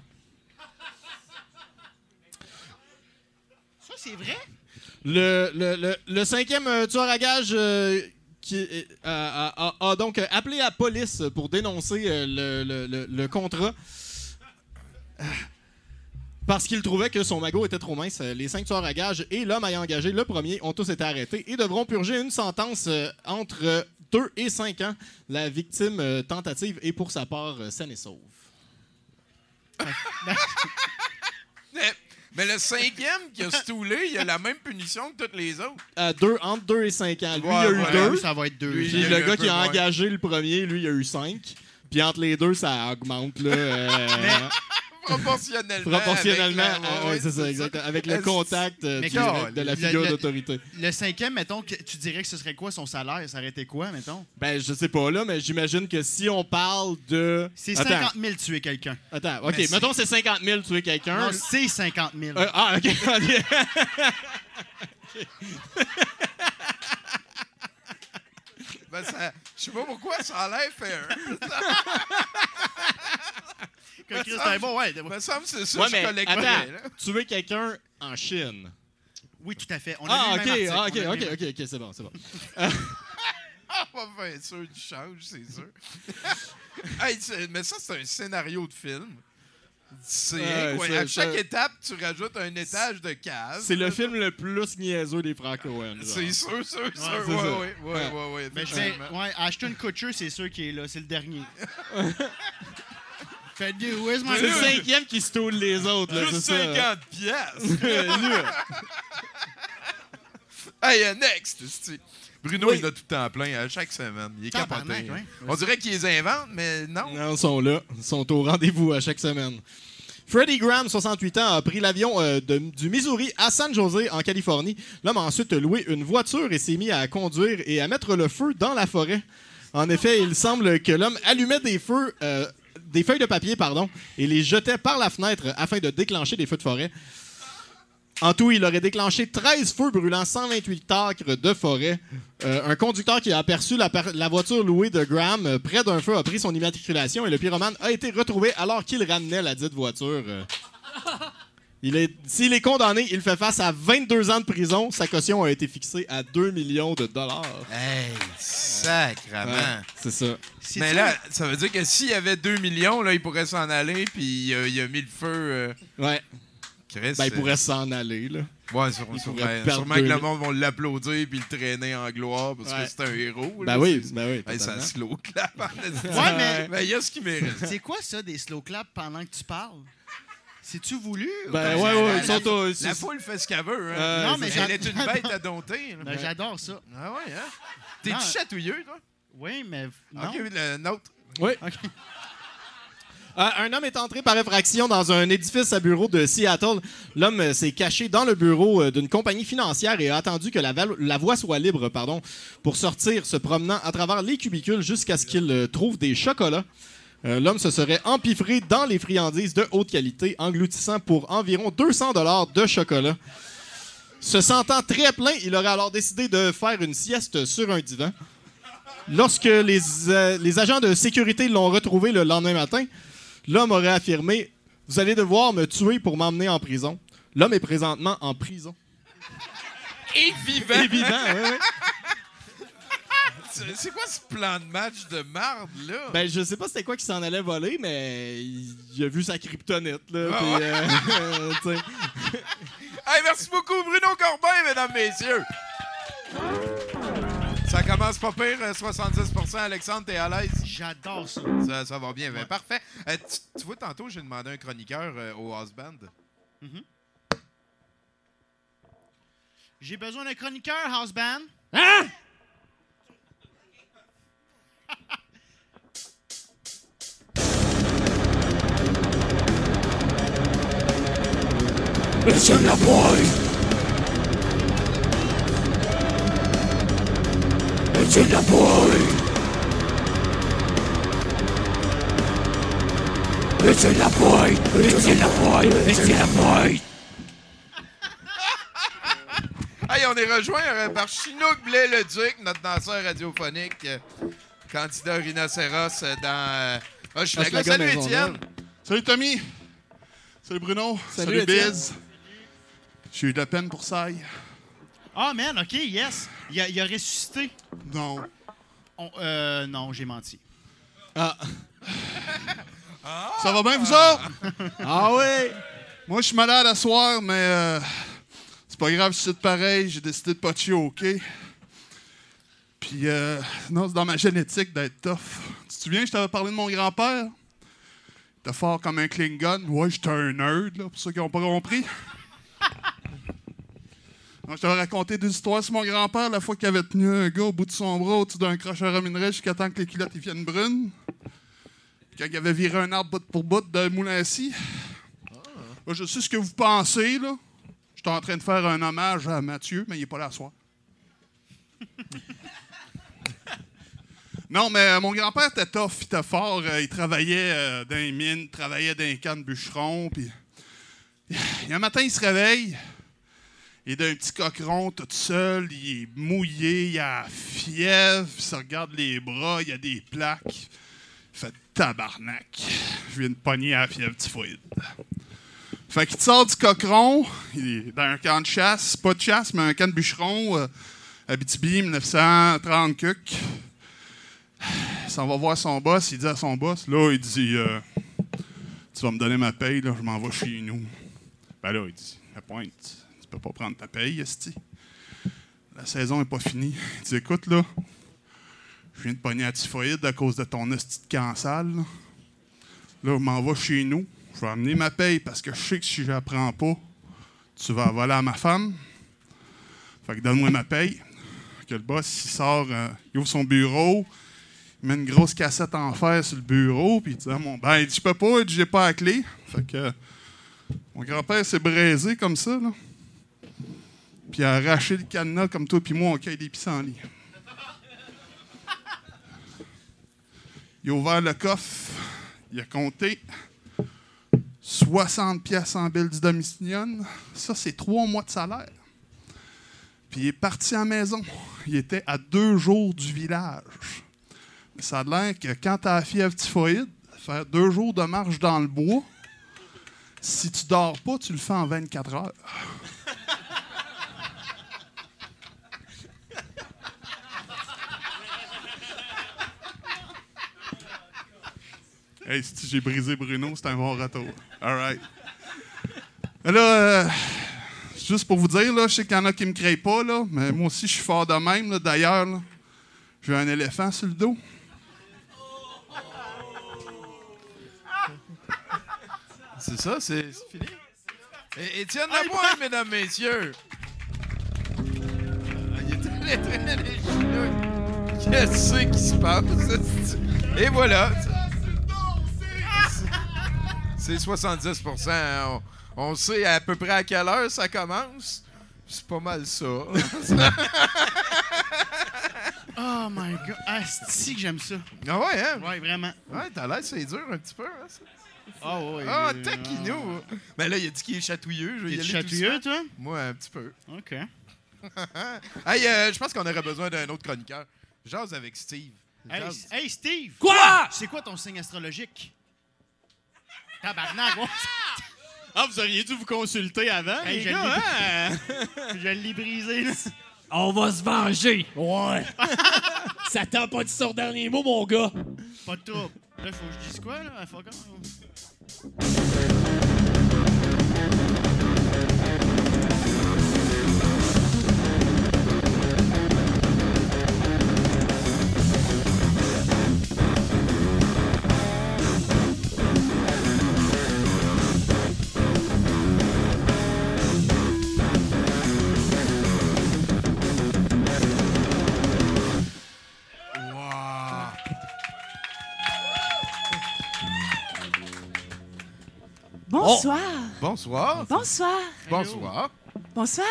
Ça, c'est vrai? Le, le, le, le cinquième euh, tueur à gages euh, qui, euh, a, a- a donc euh, appelé la police pour dénoncer euh, le, le- le- le contrat euh, parce qu'il trouvait que son magot était trop mince. Les cinq tueurs à gages et l'homme ayant engagé le premier ont tous été arrêtés et devront purger une sentence euh, entre deux et cinq ans. La victime euh, tentative est pour sa part euh, saine et sauve. Mais, mais le cinquième qui a stoulé, il a la même punition que toutes les autres. À deux, entre deux et cinq ans. Lui, Ouais, il a eu ouais. deux. Lui, ça va être deux. Lui, Puis il y a le eu un gars peu qui a moins. engagé le premier, lui, il a eu cinq. Puis entre les deux, ça augmente, là. euh, Proportionnellement. proportionnellement. avec la- ah, ouais, ouais, c'est ça, exactement. Avec le Est-ce- contact euh, Mais du- quand- de la le- figure le- d'autorité. Le cinquième, mettons, que tu dirais que ce serait quoi son salaire? Ça aurait été quoi, mettons? Ben, je sais pas, là, mais j'imagine que si on parle de. C'est Attends, cinquante mille tuer quelqu'un. Attends, OK. Mais c'est- Mettons, c'est cinquante mille tuer quelqu'un. Non, c'est cinquante mille. Euh, ah, OK. Ben, ça- je sais pas pourquoi ça a l'air fair. Que Chris, c'était bon, ouais. Il me semble que c'est ça ouais, que je mais collecterais, attends, là. tuer quelqu'un en Chine. Oui, tout à fait. On a Ah, lu OK, le même ah, article, OK, on a OK, lu le OK, OK, c'est bon, c'est bon. Ah, on va faire sûr du change, c'est sûr. Hey, c'est- mais ça, c'est un scénario de film. C'est Ouais, incroyable. ça- À chaque ça- étape, tu rajoutes un étage de cave. C'est le film le plus niaiseux des franco-cohen. C'est sûr, sûr, sûr. c'est Ouais, ça. ouais, ouais, ouais, ouais, ouais, Mais je fais, effectivement. ouais, Ashton Kutcher, c'est sûr qu'il est là. C'est le dernier. Fait du where's my C'est le food? cinquième qui stoule les autres, là, c'est Juste ça. cinquante piastres. Lui, Hey, uh, next! c'est-tu. Bruno, Oui. il a tout le temps plein à chaque semaine. Il est Tabarnak, capoté. ouais. On dirait qu'il les invente, mais non. Non, ils sont là. Ils sont au rendez-vous à chaque semaine. Freddie Graham, soixante-huit ans, a pris l'avion euh, de- du Missouri à San Jose, en Californie. L'homme a ensuite loué une voiture et s'est mis à conduire et à mettre le feu dans la forêt. En effet, il semble que l'homme allumait des feux, euh, des feuilles de papier, pardon, et les jetait par la fenêtre afin de déclencher des feux de forêt. En tout, il aurait déclenché treize feux brûlant cent vingt-huit acres de forêt. Euh, un conducteur qui a aperçu la, par- la voiture louée de Graham euh, près d'un feu a pris son immatriculation et le pyromane a été retrouvé alors qu'il ramenait la dite voiture. Euh, Il est, s'il est condamné, il fait face à vingt-deux ans de prison. Sa caution a été fixée à deux millions de dollars. Hey, sacrement. Ouais, c'est ça. C'est Mais ça. là, ça veut dire que s'il y avait deux millions, là, il pourrait s'en aller, puis il, a- il a mis le feu. Euh, Ouais. Chris, Ben, il euh, pourrait s'en aller, là. Ouais, sur, il sur- pourrait ben, perdre sûrement que deux le li- monde va l'applaudir puis le traîner en gloire parce Ouais. que c'est un héros. Ben là, oui, c'est- ben oui. Hey, ça totalement. slow clap. Ouais, mais Ben, il y a ce qui mérite. c'est quoi ça, des slow claps pendant que tu parles? C'est-tu voulu? ou Ben pas? ouais, ouais, La- ils sont au- La c'est- foule fait ce qu'elle veut. Hein. Euh, Non, mais Elle est j'adore- une bête à dompter. là. Ben, j'adore ça. Ah ouais, hein? T'es-tu Non. chatouilleux, toi? Oui, mais non. Ok, le nôtre. Oui. Ok. Euh, un homme est entré par effraction dans un édifice à bureau de Seattle. L'homme euh, s'est caché dans le bureau euh, d'une compagnie financière et a attendu que la, val- la voie soit libre pardon, pour sortir, se promenant à travers les cubicules jusqu'à ce qu'il euh, trouve des chocolats. Euh, L'homme se serait empiffré dans les friandises de haute qualité, engloutissant pour environ deux cents dollars de chocolat. Se sentant très plein, il aurait alors décidé de faire une sieste sur un divan. Lorsque les, euh, les agents de sécurité l'ont retrouvé le lendemain matin, l'homme aurait affirmé « Vous allez devoir me tuer pour m'emmener en prison. » L'homme est présentement en prison. Et vivant. Et vivant, oui, oui. C'est c'est quoi ce plan de match de marde, là? Ben, je sais pas c'était quoi qui s'en allait voler, mais il, il a vu sa kryptonite, là. Ah puis, ouais. euh, tu sais. Hey, merci beaucoup, Bruno Corbin, mesdames, messieurs. Ça commence pas pire, euh, soixante-dix pour cent. Alexandre, t'es à l'aise? J'adore ça. Ça, ça va bien, ben, parfait. Euh, tu, tu vois, tantôt, j'ai demandé un chroniqueur euh, au House Band. J'ai besoin d'un chroniqueur, House Band. Hein? It's in the boy. It's in the boy. It's in the boy. It's in the boy. It's in the boy. Hey, on est rejoint euh, par Chinook Blais-le-Duc, notre danseur radiophonique, euh, candidat au rhinocéros euh, dans... Euh... Ah, je suis là. Hochelaga Salut, Maisonneuve. Étienne. Salut Tommy. Salut Bruno. Salut, Étienne. Biz. J'ai eu de la peine pour ça. Ah, man, OK, yes. Il a, il a ressuscité. Non. On- euh, non, j'ai menti. Ah, Ça va bien, vous autres? ah oui! Moi, je suis malade à soir, mais euh, c'est pas grave, je suis pareil. J'ai décidé de pas te chier, OK? Puis, euh, non, c'est dans ma génétique d'être tough. Tu te souviens, je t'avais parlé de mon grand-père? Il était fort comme un Klingon. Ouais, j'étais un nerd, là, pour ceux qui n'ont pas compris. Non, je t'avais raconté des histoires sur mon grand-père, la fois qu'il avait tenu un gars au bout de son bras au-dessus d'un croche à minerai jusqu'à temps que les culottes ils viennent brunes. Quand il avait viré un arbre bout pour bout d'un moulin à scie. Là, je sais ce que vous pensez, là. Je suis en train de faire un hommage à Mathieu, mais il n'est pas là à soir. Non, mais euh, mon grand-père était tough, il était fort. euh, il travaillait euh, dans les mines, il travaillait dans les camps de bûcherons. Puis... Et un matin, il se réveille. Il est d'un petit coqueron tout seul, il est mouillé, il a la fièvre, il se regarde les bras, il y a des plaques. Il fait tabarnak. Je viens de pogner à la fièvre typhoïde. Fait qu'il te sort du coqueron, il est dans un camp de chasse, pas de chasse, mais un camp de bûcheron, euh, Abitibi, dix-neuf cent trente cuc. Il s'en va voir son boss, il dit à son boss, là, il dit euh, tu vas me donner ma paye, là, je m'en vais chez nous. Ben là, il dit, la pointe, tu peux pas prendre ta paye, esti. La saison n'est pas finie. Il dit, écoute, là, je viens de pogner la typhoïde à cause de ton esti de cancer, là. Là, je m'en vais chez nous. Je vais amener ma paye parce que je sais que si je la prends pas, tu vas voler à ma femme. Fait que donne-moi ma paye. Fait que le boss, il sort, euh, il ouvre son bureau, il met une grosse cassette en fer sur le bureau, puis il dit, ah, mon, ben, il dit, je peux pas, il dit, j'ai pas la clé. Fait que euh, mon grand-père s'est braisé comme ça, là. Puis il a arraché le cadenas comme toi, puis moi, on cueille des pissenlits. Il a ouvert le coffre, il a compté soixante pièces en bill du domicilium. Ça, c'est trois mois de salaire. Puis il est parti à la maison. Il était à deux jours du village. Mais ça a l'air que quand tu as la fièvre typhoïde, faire deux jours de marche dans le bois, Si tu dors pas, tu le fais en vingt-quatre heures. Hey, si j'ai brisé Bruno, c'est un bon retour. All right. Là, euh, juste pour vous dire, là, je sais qu'il y en a qui me créent pas, là, mais moi aussi, je suis fort de même. Là. D'ailleurs, là, j'ai un éléphant sur le dos. C'est ça, c'est c'est fini. Et, Étienne Lapointe, mesdames, messieurs. Ah, il est très, très léger. Qu'est-ce qui se passe? Et voilà. C'est soixante-dix pour cent. On, on sait à peu près à quelle heure ça commence. C'est pas mal ça. Oh my God. Ah, c'est que j'aime ça. Ah ouais, hein? Ouais, vraiment. Ouais, t'as l'air, c'est dur un petit peu. Hein, ça. Ah ouais. Ah, euh, taquinou! Mais là, il a dit qu'il est chatouilleux. Je vais y T'es aller chatouilleux, doucement. toi? Moi, un petit peu. OK. Hey, euh, je pense qu'on aurait besoin d'un autre chroniqueur. Jase avec Steve. Hey, Jase. hey, Steve! Quoi? C'est quoi ton signe astrologique? Tabarnak, ouais. Ah, vous auriez dû vous consulter avant, Hey, les je gars, hein? Je l'ai brisé, là. On va se venger. Ouais. Ça t'a pas dit son dernier mot, mon gars. Pas de trouble. Là, faut que je dise quoi, là? Faut quand- Bonsoir. Bonsoir. Bonsoir. Bonsoir. Bonsoir.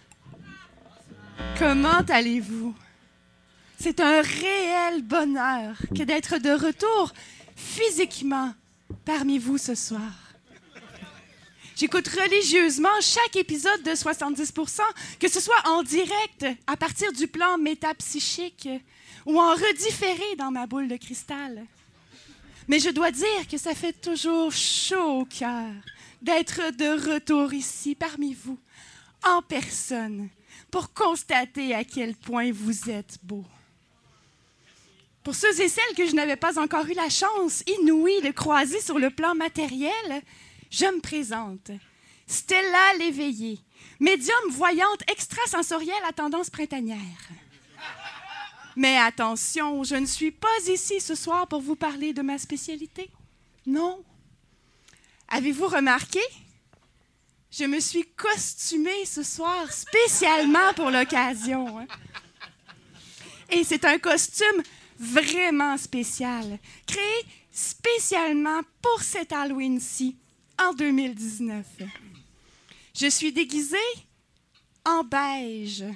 Comment allez-vous? C'est un réel bonheur que d'être de retour physiquement parmi vous ce soir. J'écoute religieusement chaque épisode de soixante-dix pour cent, que ce soit en direct, à partir du plan métapsychique, ou en redifféré dans ma boule de cristal. Mais je dois dire que ça fait toujours chaud au cœur d'être de retour ici parmi vous, en personne, pour constater à quel point vous êtes beaux. Pour ceux et celles que je n'avais pas encore eu la chance inouïe de croiser sur le plan matériel, je me présente. Stella l'éveillée, médium voyante extrasensorielle à tendance printanière. Mais attention, je ne suis pas ici ce soir pour vous parler de ma spécialité. Non. Avez-vous remarqué? Je me suis costumée ce soir spécialement pour l'occasion. Hein? Et c'est un costume vraiment spécial, créé spécialement pour cet Halloween-ci, en deux mille dix-neuf. Je suis déguisée en beige.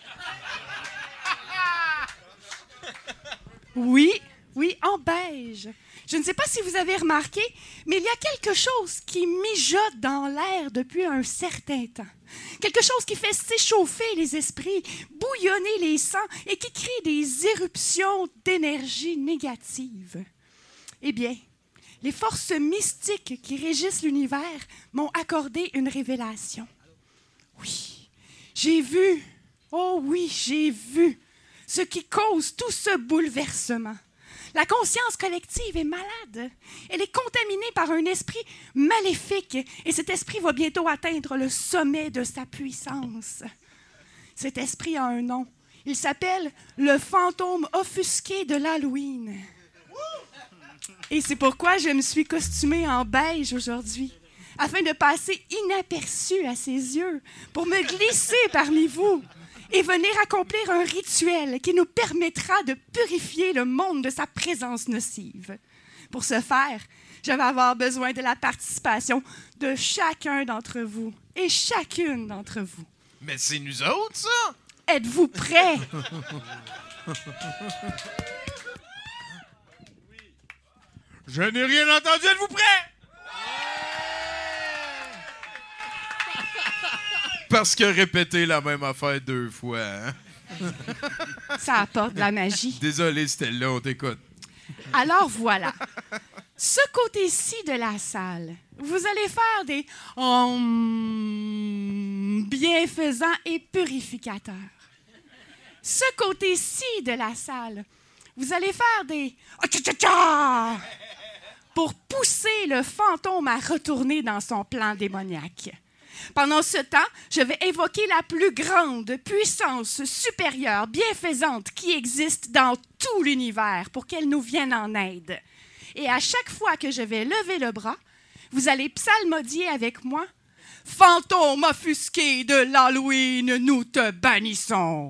Oui, oui, en beige. Je ne sais pas si vous avez remarqué, mais il y a quelque chose qui mijote dans l'air depuis un certain temps. Quelque chose qui fait s'échauffer les esprits, bouillonner les sangs et qui crée des éruptions d'énergie négative. Eh bien, les forces mystiques qui régissent l'univers m'ont accordé une révélation. Oui, j'ai vu, oh oui, j'ai vu ce qui cause tout ce bouleversement. La conscience collective est malade. Elle est contaminée par un esprit maléfique et cet esprit va bientôt atteindre le sommet de sa puissance. Cet esprit a un nom. Il s'appelle le fantôme offusqué de l'Halloween. Et c'est pourquoi je me suis costumée en beige aujourd'hui, afin de passer inaperçue à ses yeux, pour me glisser parmi vous et venir accomplir un rituel qui nous permettra de purifier le monde de sa présence nocive. Pour ce faire, je vais avoir besoin de la participation de chacun d'entre vous et chacune d'entre vous. Mais c'est nous autres, ça? Êtes-vous prêts? Je n'ai rien entendu, êtes-vous prêts? Parce que répéter la même affaire deux fois, hein? Ça apporte de la magie. Désolé, Stella, on t'écoute. Alors voilà. Ce côté-ci de la salle, vous allez faire des hum, bienfaisants et purificateurs. Ce côté-ci de la salle, vous allez faire des ah, pour pousser le fantôme à retourner dans son plan démoniaque. Pendant ce temps, je vais évoquer la plus grande puissance supérieure, bienfaisante qui existe dans tout l'univers pour qu'elle nous vienne en aide. Et à chaque fois que je vais lever le bras, vous allez psalmodier avec moi « Fantôme offusqué de l'Halloween, nous te bannissons ».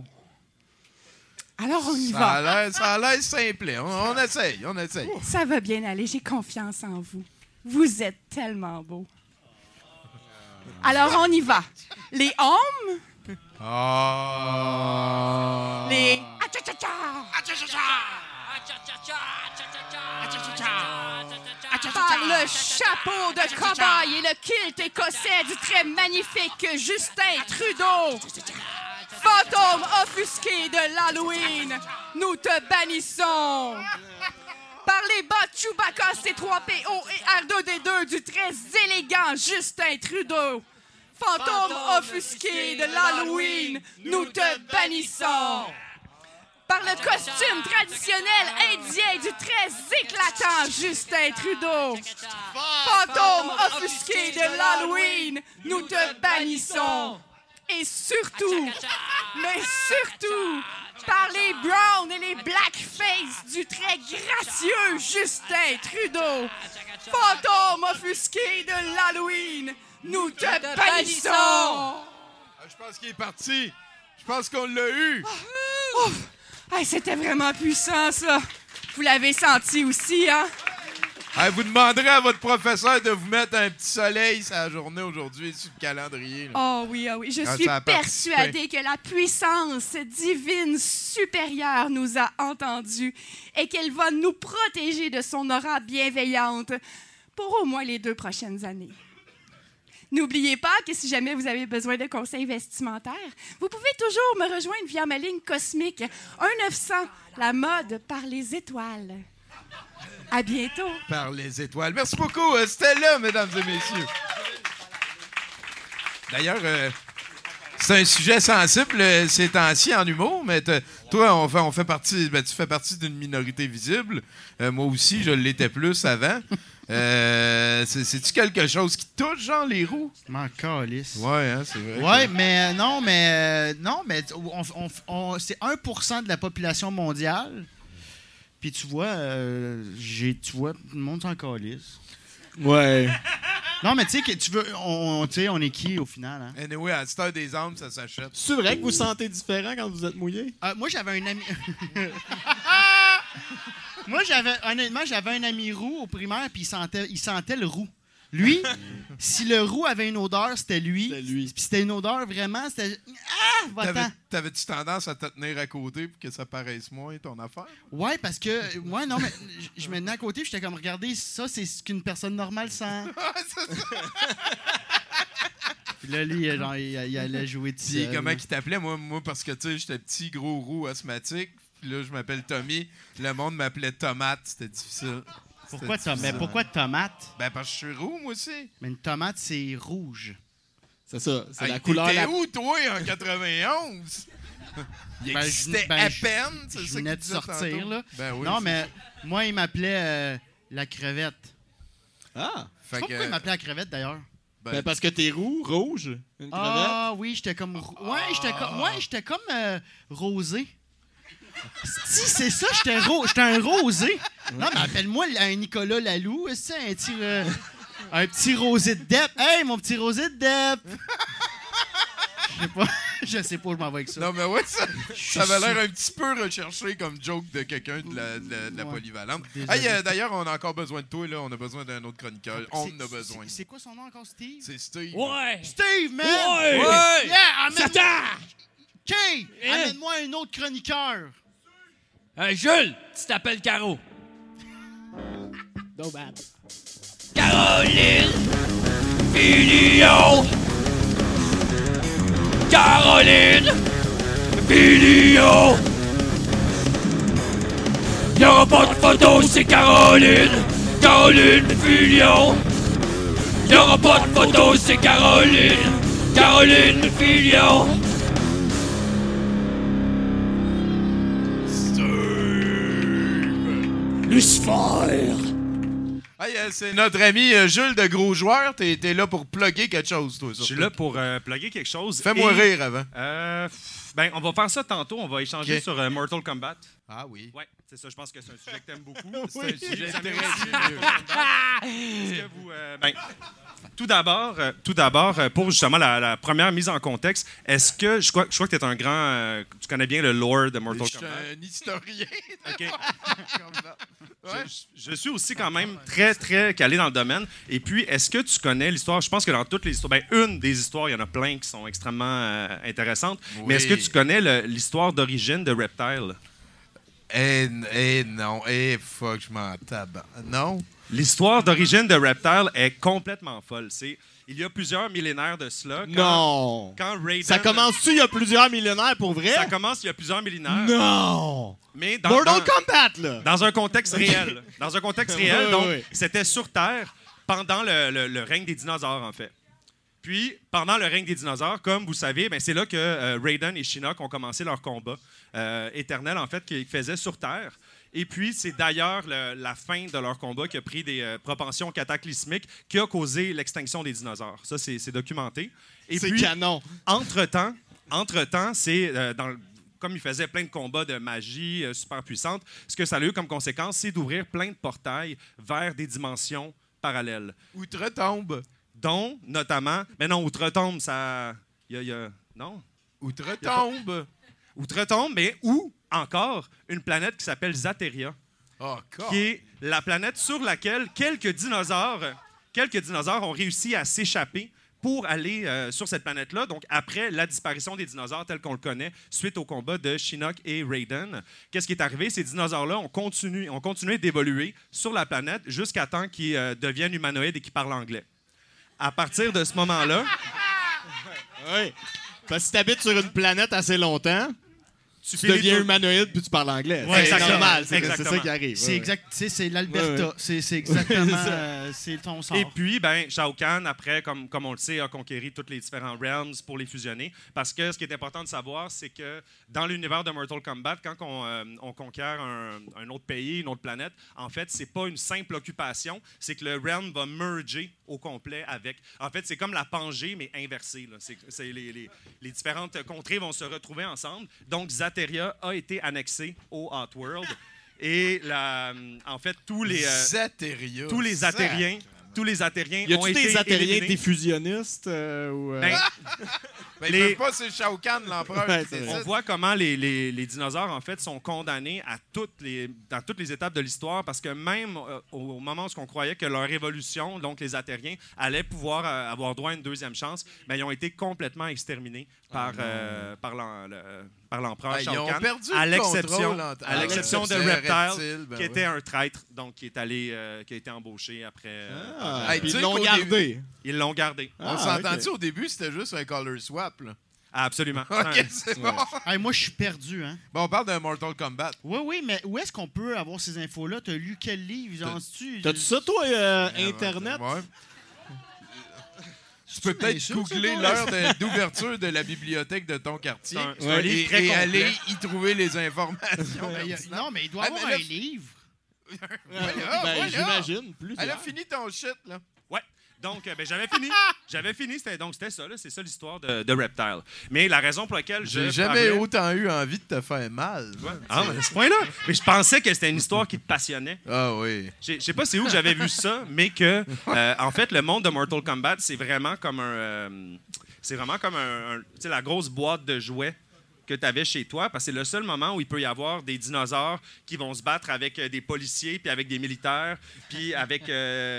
Alors, on y ça va. A l'air, ça a l'air simple. On, on essaye, on essaye. Ça va bien aller, j'ai confiance en vous. Vous êtes tellement beaux. Alors, on y va. Les hommes. Oh. Les... Par le chapeau de cow-boy et le kilt écossais du très magnifique Justin Trudeau. Fantôme offusqué de l'Halloween, nous te bannissons. Par les bas Chewbacca C trois P O et R deux D deux du très élégant Justin Trudeau. Fantôme offusqué de l'Halloween, nous te bannissons. Par le costume traditionnel indien du très éclatant Justin Trudeau. Fantôme offusqué de l'Halloween, nous te bannissons. Et surtout, mais surtout, par les browns et les blackface du très gracieux Justin Trudeau. Fantôme offusqué de l'Halloween, nous te bannissons. Ah, je pense qu'il est parti. Je pense qu'on l'a eu. Oh, hey, c'était vraiment puissant, ça. Vous l'avez senti aussi, hein? Hey, vous demanderez à votre professeur de vous mettre un petit soleil sur la journée aujourd'hui sur le calendrier. Là. Oh oui, oh oui. Je Quand suis ça a participé. persuadée que la puissance divine supérieure nous a entendus et qu'elle va nous protéger de son aura bienveillante pour au moins les deux prochaines années. N'oubliez pas que si jamais vous avez besoin de conseils vestimentaires, vous pouvez toujours me rejoindre via ma ligne cosmique un neuf cents, la mode par les étoiles. À bientôt. Par les étoiles. Merci beaucoup. Euh, C'était là, mesdames et messieurs. D'ailleurs, euh, c'est un sujet sensible euh, ces temps-ci en humour, mais toi, on fait, on fait partie, ben, tu fais partie d'une minorité visible. Euh, moi aussi, je l'étais plus avant. Euh, c'est, c'est-tu quelque chose qui touche, genre, les roues? M'en calisse. Ouais, hein, c'est vrai. Ouais, que... mais euh, non, mais euh, non, mais on, on, on, c'est un pour cent de la population mondiale. Puis tu vois, euh, j'ai, tu vois, le monde s'en calisse. Ouais. Non, mais tu sais, que tu veux, on, tu sais, on est qui au final, hein? Anyway, à cette heure des âmes, ça s'achète. C'est vrai que vous sentez différent quand vous êtes mouillé? Euh, moi, j'avais un ami. Moi, j'avais, honnêtement, j'avais un ami roux au primaire, puis il sentait, il sentait le roux. Lui, si le roux avait une odeur, c'était lui. C'était lui. Puis c'était une odeur vraiment, c'était. Ah, va-t'en. T'avais, t'avais-tu tendance à te tenir à côté pour que ça paraisse moins ton affaire? Ouais, parce que. Ouais, non, mais je- je me tenais à côté, puis j'étais comme, regardez, ça, c'est ce qu'une personne normale sent. Puis là, lui, genre, il, il allait jouer tout Puis seul. comment il t'appelait? Moi, moi parce que, tu sais, j'étais petit, gros, roux, asthmatique. Puis là, je m'appelle Tommy. Le monde m'appelait Tomate. C'était difficile. Pourquoi, C'était tom- mais difficile. pourquoi tomate? Ben, parce que je suis roux, moi aussi. Mais une tomate, c'est rouge. C'est ça. C'est Hey, la couleur. T'étais La... où, toi, en quatre-vingt-onze? Il Ben, je- existait ben, à je- peine, c'est Je ça venais qu'il de disait sortir, tantôt. là. Ben oui, non, c'est mais ça. moi, il m'appelait euh, la crevette. Ah! Je sais Fait pas que, pourquoi il m'appelait la crevette, d'ailleurs. ben, Ben, parce que t'es roux, rouge, une crevette. Ah oui, j'étais comme... rou- Ouais, j'étais comme, ouais, j'étais comme euh, rosé. Si, c'est ça, j'étais ro- j'étais un rosé. Non, mais appelle-moi un Nicolas Lalou, c'est un petit... euh, un petit rosé de Depp. Hey, mon petit rosé de Depp! Je sais pas, je sais pas où je m'en vais avec ça. Non, mais ouais, ça, suis ça avait l'air sûr. un petit peu recherché comme joke de quelqu'un de la, de la- de la Ouais. polyvalente. Désolé. Hey, euh, d'ailleurs, on a encore besoin de toi, là. On a besoin d'un autre chroniqueur. On C'est- en a besoin. c'est- C'est quoi son nom encore, Steve? C'est Steve. Ouais! Steve, man! Ouais! Ouais! Yeah, amène... Satan! OK, Hein? amène-moi un autre chroniqueur. Euh, Jules, tu t'appelles Caro. No bad. Caroline Filion. Caroline Filion. Y'aura pas de photo, c'est Caroline. Caroline Filion. Y'aura pas de photo, c'est Caroline. Caroline Filion. Lucifer. Hey, euh, c'est notre ami euh, Jules de Gros Joueur. T'es, t'es là pour plugger quelque chose, toi. Je suis là pour euh, plugger quelque chose. Fais-moi Et, rire avant. Euh, ben, on va faire ça tantôt. On va échanger Okay. sur euh, Mortal Kombat. Ah oui. Ouais, c'est ça. Je pense que c'est un sujet que t'aimes beaucoup. C'est un sujet Les amis très aussi, sérieux. Mortal Kombat. Est-ce que vous, euh, ben, tout d'abord, euh, tout d'abord, euh, pour justement la, la première mise en contexte, est-ce que je crois, je crois que tu es un grand, euh, tu connais bien le lore de Mortal Je suis Kombat. un historien. Ok. Ouais. Je, je suis aussi quand même très, très calé dans le domaine. Et puis, est-ce que tu connais l'histoire? Je pense que dans toutes les histoires, ben, une des histoires, il y en a plein qui sont extrêmement euh, intéressantes. Oui. Mais est-ce que tu connais le- l'histoire d'origine de Reptile? Eh, eh non, eh fuck, je m'en tabac. Non? L'histoire d'origine de Reptile est complètement folle. C'est, il y a plusieurs millénaires de cela. Quand, Non! Quand Raiden, Ça commence-tu il y a plusieurs millénaires pour vrai? Ça commence il y a plusieurs millénaires. Non! Mais dans, Mortal dans- Kombat, là! Dans un contexte réel. Dans un contexte réel, Oui, donc, oui. c'était sur Terre pendant le, le- le règne des dinosaures, en fait. Puis, pendant le règne des dinosaures, comme vous savez, ben, c'est là que euh, Raiden et Shinnok ont commencé leur combat euh, éternel, en fait, qu'ils faisaient sur Terre. Et puis, c'est d'ailleurs le- la fin de leur combat qui a pris des euh, propensions cataclysmiques qui a causé l'extinction des dinosaures. Ça, c'est c'est documenté. Et C'est puis, canon. Entre-temps, entre-temps, c'est euh, dans le- comme ils faisaient plein de combats de magie euh, super puissantes, ce que ça a eu comme conséquence, c'est d'ouvrir plein de portails vers des dimensions parallèles. Outre-tombe. Dont, notamment... Mais non, Outre-tombe, ça... Y a, y a- non? Outre-tombe. Outre-tombe, mais où, encore, une planète qui s'appelle Zateria, Oh, qui est la planète sur laquelle quelques dinosaures, quelques dinosaures ont réussi à s'échapper pour aller euh, sur cette planète-là, donc après la disparition des dinosaures tels qu'on le connaît, suite au combat de Shinnok et Raiden. Qu'est-ce qui est arrivé? Ces dinosaures-là ont continué, ont continué d'évoluer sur la planète jusqu'à temps qu'ils euh, deviennent humanoïdes et qu'ils parlent anglais. À partir de ce moment-là... Oui. Parce que si t'habites sur une planète assez longtemps, tu, finis deviens tout- humanoïde puis tu parles anglais. Ouais, c'est exactement. normal, c'est c'est Exactement. ça qui arrive. C'est ouais. exact, tu sais, c'est l'Alberta. Ouais, ouais. C'est c'est exactement, C'est ça. euh, c'est ton sort. Et puis, ben, Shao Kahn, après, comme, comme on le sait, a conquéri tous les différents realms pour les fusionner. Parce que ce qui est important de savoir, c'est que dans l'univers de Mortal Kombat, quand on, euh, on conquiert un, un autre pays, une autre planète, en fait, c'est pas une simple occupation, c'est que le realm va merger au complet avec... En fait, c'est comme la Pangée, mais inversée. Là. C'est, c'est les, les, les différentes contrées vont se retrouver ensemble. Donc, Zateria a été annexé au Outworld. Et la, en fait, tous les... euh, Zateria. tous les Atériens, tous les Atériens Y ont a-tu été des atériens éliminés. diffusionnistes euh, ou, euh, Ben, Ben, Les- ils peuvent pas, c'est Shao Kahn, l'empereur. Ouais, c'est c'est ça. on voit comment les, les- les dinosaures, en fait, sont condamnés à toutes les, dans toutes les étapes de l'histoire parce que même euh, au, au moment où on croyait que leur évolution, donc les Atériens, allaient pouvoir euh, avoir droit à une deuxième chance, ben, ils ont été complètement exterminés par, euh, par, l'en- le- par l'empereur Ah, ils Shao ont Kahn, perdu à le l'exception, contrôle entre- à l'exception de Ah, Reptile, Reptile, ben qui oui. était un traître, donc qui est allé, euh, qui a été embauché après. euh, Ah, par- Hey, puis tu ils sais l'ont qu'au gardé. Ils l'ont gardé. On Ah, s'entend-tu ok. au début, c'était juste un color swap, là? Absolument. OK, c'est bon. Hey, moi, je suis perdu, hein. Bon, on parle de Mortal Kombat. Oui, oui, mais où est-ce qu'on peut avoir ces infos-là? T'as lu quel livre? Genre, tu T'as-tu ça, toi, euh, Internet? Ouais. Tu peux peut-être sûr, googler ça, l'heure de- d'ouverture de la bibliothèque de ton quartier C'est un- c'est un et, livre très et complet. aller y trouver les informations. Ben, y a- non, mais il doit y Ah, avoir mais là, un livre. Voilà, ben, voilà. j'imagine. Plus. Elle a fini ton shit, là. Ouais. Donc, euh, ben, j'avais fini. J'avais fini. C'était, donc, c'était ça. Là, c'est ça l'histoire de, de Reptile. Mais la raison pour laquelle je J'ai jamais parlais- autant eu envie de te faire mal. Ah, mais à ce point-là. Mais je pensais que c'était une histoire qui te passionnait. Ah oui. Je sais pas c'est où que j'avais vu ça, mais que, euh, en fait, le monde de Mortal Kombat, c'est vraiment comme un... euh, c'est vraiment comme un... un- tu sais, la grosse boîte de jouets que tu avais chez toi, parce que c'est le seul moment où il peut y avoir des dinosaures qui vont se battre avec euh, des policiers, puis avec des militaires, puis avec, euh,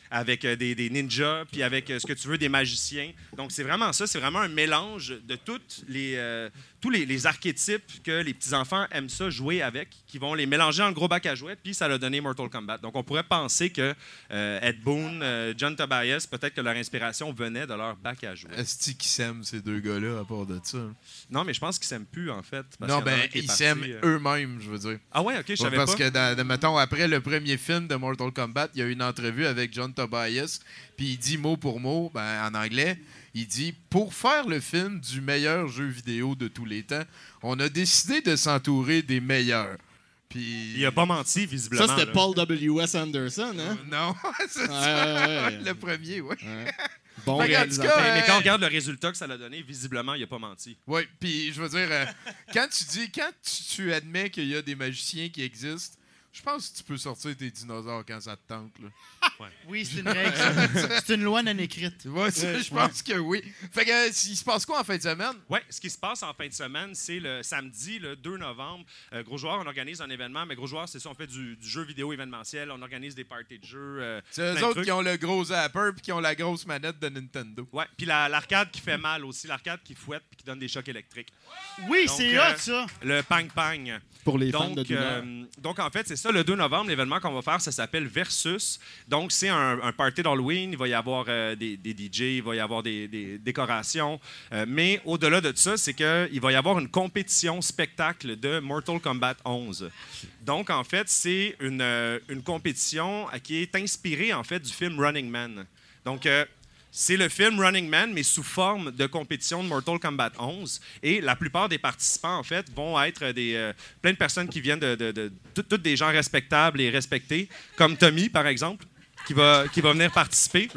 avec euh, des, des ninjas, puis avec euh, ce que tu veux, des magiciens. Donc, c'est vraiment ça. C'est vraiment un mélange de toutes les, euh, tous les, les archétypes que les petits-enfants aiment ça jouer avec, qui vont les mélanger en gros bac à jouets, puis ça a donné Mortal Kombat. Donc, on pourrait penser que euh, Ed Boon, euh, John Tobias, peut-être que leur inspiration venait de leur bac à jouets. Est-ce qu'ils s'aiment, ces deux gars-là, à part de ça? Non, mais je pense qu'ils s'aiment plus, en fait. parce Non, qu'il y en a ben, un qui est ils parti, s'aiment euh. eux-mêmes, je veux dire. Ah ouais, ok, je savais Parce pas. que, dans, de- mettons, après le premier film de Mortal Kombat, il y a eu une entrevue avec John Tobias, puis il dit mot pour mot, ben, en anglais, il dit « Pour faire le film du meilleur jeu vidéo de tous les temps, on a décidé de s'entourer des meilleurs. » Puis... Il a pas menti, visiblement. Ça, c'était là. Paul W S. Anderson, hein? Non, c'est Ouais, ça. ouais, ouais. Le premier, oui. Ouais. Bon Fait qu'en tout réalisateur. cas, Mais, mais euh, quand on regarde le résultat que ça a donné, visiblement, il a pas menti. Oui, puis je veux dire, euh, quand tu dis, quand tu, tu admets qu'il y a des magiciens qui existent, je pense que tu peux sortir tes dinosaures quand ça te tente. Là. Oui, c'est une règle. ça. C'est une loi non écrite. Ouais, ça, je pense que oui. Fait que, euh, il se passe quoi en fin de semaine? Oui, ce qui se passe en fin de semaine, c'est le samedi, le deux novembre. Euh, Gros Joueur, on organise un événement, mais Gros Joueur, c'est ça, on fait du, du jeu vidéo événementiel, on organise des parties de jeux. Euh, C'est plein eux de autres trucs. qui ont le gros zapper puis qui ont la grosse manette de Nintendo. Ouais, puis la- l'arcade qui fait mal aussi, l'arcade qui fouette puis qui donne des chocs électriques. Oui, Donc, c'est euh, hot, ça. Le pang-pang. Pour les fans Donc, de douleur. euh, donc, en fait, c'est ça, le deux novembre, l'événement qu'on va faire, ça s'appelle Versus. Donc, c'est un, un party d'Halloween. Il va y avoir euh, des, des D J, il va y avoir des, des décorations. Euh, mais au-delà de ça, c'est qu'il va y avoir une compétition spectacle de Mortal Kombat onze. Donc, en fait, c'est une, euh, une compétition qui est inspirée, en fait, du film Running Man. Donc, euh, c'est le film Running Man, mais sous forme de compétition de Mortal Kombat onze. Et la plupart des participants, en fait, vont être des, euh, plein de personnes qui viennent de, de, de, de toutes des gens respectables et respectés, comme Tommy, par exemple, qui va, qui va venir participer.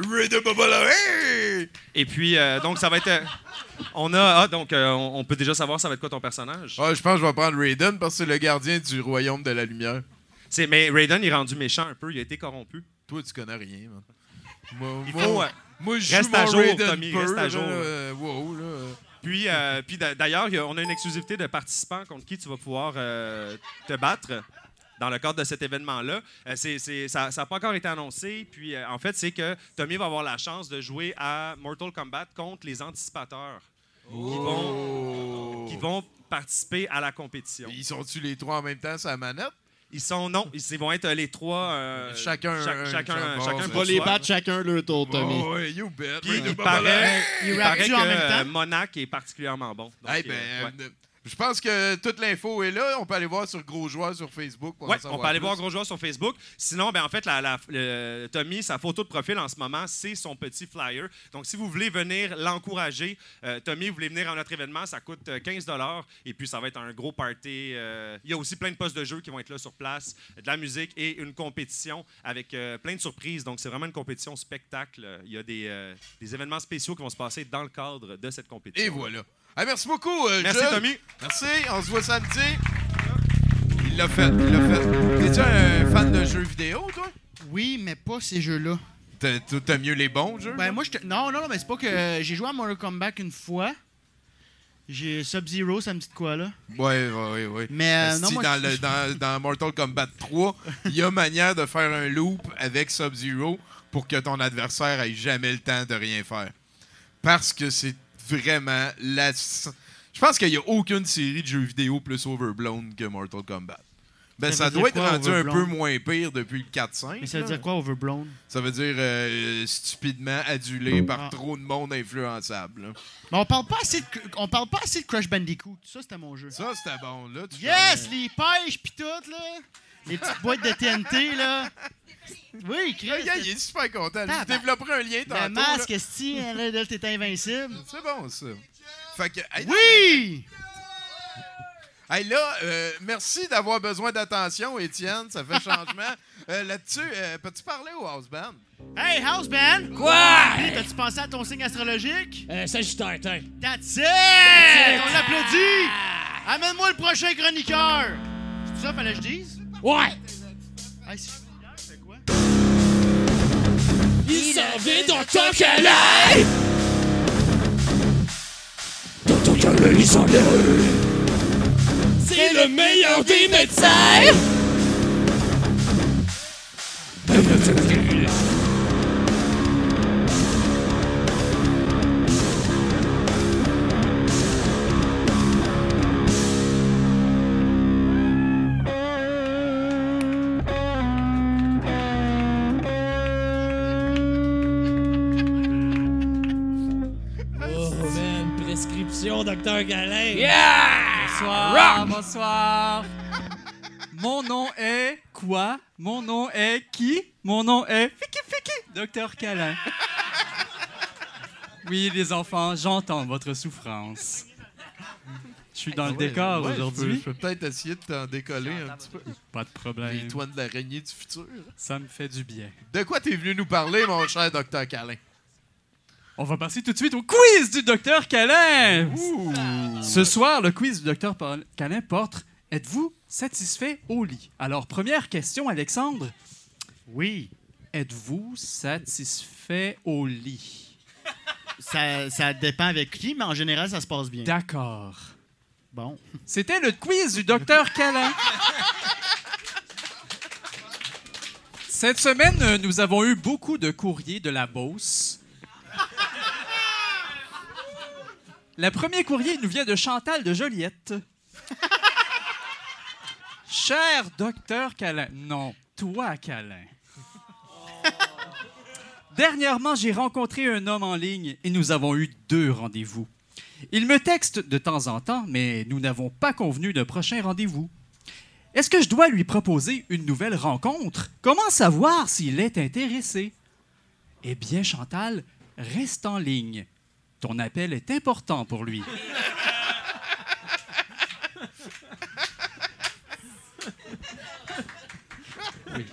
Et puis, euh, donc, ça va être... euh, on a... Ah, donc, euh, on, on peut déjà savoir ça va être quoi ton personnage. Ah, je pense que je vais prendre Raiden parce que c'est le gardien du royaume de la lumière. C'est, mais Raiden, il est rendu méchant un peu. Il a été corrompu. Toi, tu connais rien, man. Moi, Il moi- faut... euh, moi, je reste joue à mon jour, Raiden Tommy, peu, reste à là, jour. euh, wow, là. Puis, euh, puis d'a- d'ailleurs, il y a- on a une exclusivité de participants contre qui tu vas pouvoir euh, te battre dans le cadre de cet événement-là. Euh, c'est, c'est- ça n'a pas encore été annoncé. Puis, euh, en fait, c'est que Tommy va avoir la chance de jouer à Mortal Kombat contre les anticipateurs qui, vont, qui vont participer à la compétition. Ils sont-tu les trois en même temps sur la manette? Ils sont, non, ils, ils vont être les trois... euh, Chacun chaque- un- chacun, un- chacun bon, un On pour va les soi. battre chacun leur tour, Tommy. Oh, ouais, you bet. Puis, Raiden il Babala. paraît, Ils il rappent-tu paraît en que même temps? euh, Monac est particulièrement bon. Donc, Hey, ben, euh, ouais. euh, je pense que toute l'info est là. On peut aller voir sur Gros Joueur sur Facebook pour Oui, en savoir on peut aller plus. voir Gros Joueur sur Facebook. Sinon, ben, en fait, la, la- le- Tommy, sa photo de profil en ce moment, c'est son petit flyer. Donc, si vous voulez venir l'encourager, euh, Tommy, vous voulez venir à notre événement, ça coûte euh, quinze dollars. Et puis, ça va être un gros party. euh, il y a aussi plein de postes de jeu qui vont être là sur place, de la musique et une compétition avec euh, plein de surprises. Donc, c'est vraiment une compétition spectacle. Il y a des, euh, des événements spéciaux qui vont se passer dans le cadre de cette compétition. Et voilà. Ah, merci beaucoup, euh, Merci, Jules. Tommy. Merci. On se voit samedi. Il l'a fait. Il l'a fait. T'es-tu un fan de jeux vidéo, toi? Oui, mais pas ces jeux-là. T'as- toi, T'as mieux les bons jeux? Ben, moi, je te- Non, non, non, mais c'est pas que. J'ai joué à Mortal Kombat une fois. J'ai Sub-Zero, ça me dit de quoi, là? Ouais, ouais, ouais. Mais, euh, Asti, non, moi, dans, je- le- dans, dans Mortal Kombat trois, il y a manière de faire un loop avec Sub-Zero pour que ton adversaire ait jamais le temps de rien faire. Parce que c'est vraiment la... Je pense qu'il n'y a aucune série de jeux vidéo plus overblown que Mortal Kombat. Ben, Ça ça veut doit dire être quoi, rendu un peu overblown? moins pire depuis le quatre cinq. Mais ça veut là. dire quoi, overblown? Ça veut dire euh, stupidement adulé par Ah. trop de monde influençable. là. Mais on parle pas assez de, on parle pas assez de Crash Bandicoot. Ça, c'était mon jeu. Ça, c'était bon. Là, tu Yes! fais- Les pêches pis tout, là! Les petites boîtes de T N T, là! Oui, Chris! Le gars, il est super content. Je Tabarnak. développerai un lien tantôt. Le masque, là. esti, hein, là, là, t'es invincible. C'est bon, ça. Fait que, hey, non, Oui! Hey, là, euh, merci d'avoir besoin d'attention, Étienne. Ça fait changement. Euh, Là-dessus, euh, peux-tu parler au house band? Hey, House Band! Quoi? Hey, t'as-tu pensé à ton signe astrologique? Euh, Sagittaire, tiens. That's it! On l'applaudit! Amène-moi le prochain chroniqueur! C'est ça, fallait que je dise? Ouais! Hey, c'est c'est quoi? Il s'en vient dans ton canal! Dans ton calais, il s'en vient. C'est le meilleur des médecins! Elle ne fait plus. docteur Câlin. Yeah! Bonsoir, Rock! bonsoir. Mon nom est quoi? Mon nom est qui? Mon nom est Fiki Fiki, docteur Câlin. Oui, les enfants, j'entends votre souffrance. Je suis dans le Ouais, décor ouais, aujourd'hui. Je peux, je peux peut-être essayer de t'en décoller un petit peu. Pas de problème. Les toits de l'araignée du futur. Ça me fait du bien. De quoi t'es venu nous parler, mon cher docteur Câlin? On va passer tout de suite au quiz du docteur Câlin. Ce soir, le quiz du docteur Câlin porte « Êtes-vous satisfait au lit? » Alors, première question, Alexandre. Oui. Êtes-vous satisfait au lit? Ça, ça dépend avec qui, mais en général, ça se passe bien. D'accord. Bon. C'était le quiz du docteur Câlin. Cette semaine, nous avons eu beaucoup de courriers de la Beauce. Le premier courrier nous vient de Chantal de Joliette. Cher docteur Câlin. Non, toi, Câlin. Dernièrement, j'ai rencontré un homme en ligne et nous avons eu deux rendez-vous. Il me texte de temps en temps, mais nous n'avons pas convenu d'un prochain rendez-vous. Est-ce que je dois lui proposer une nouvelle rencontre? Comment savoir s'il est intéressé? Eh bien, Chantal, reste en ligne. Ton appel est important pour lui. Oui.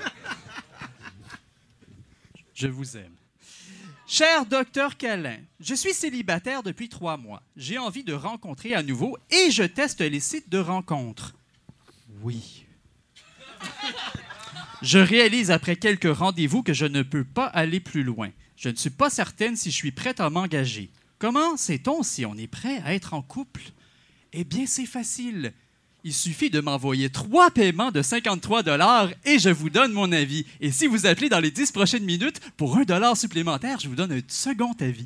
Je vous aime. Cher docteur Câlin, je suis célibataire depuis trois mois. J'ai envie de rencontrer à nouveau et je teste les sites de rencontres. Oui. Je réalise après quelques rendez-vous que je ne peux pas aller plus loin. Je ne suis pas certaine si je suis prête à m'engager. Comment sait-on si on est prêt à être en couple? Eh bien, c'est facile. Il suffit de m'envoyer trois paiements de cinquante-trois dollars et je vous donne mon avis. Et si vous appelez dans les dix prochaines minutes, pour un dollar supplémentaire, je vous donne un second avis.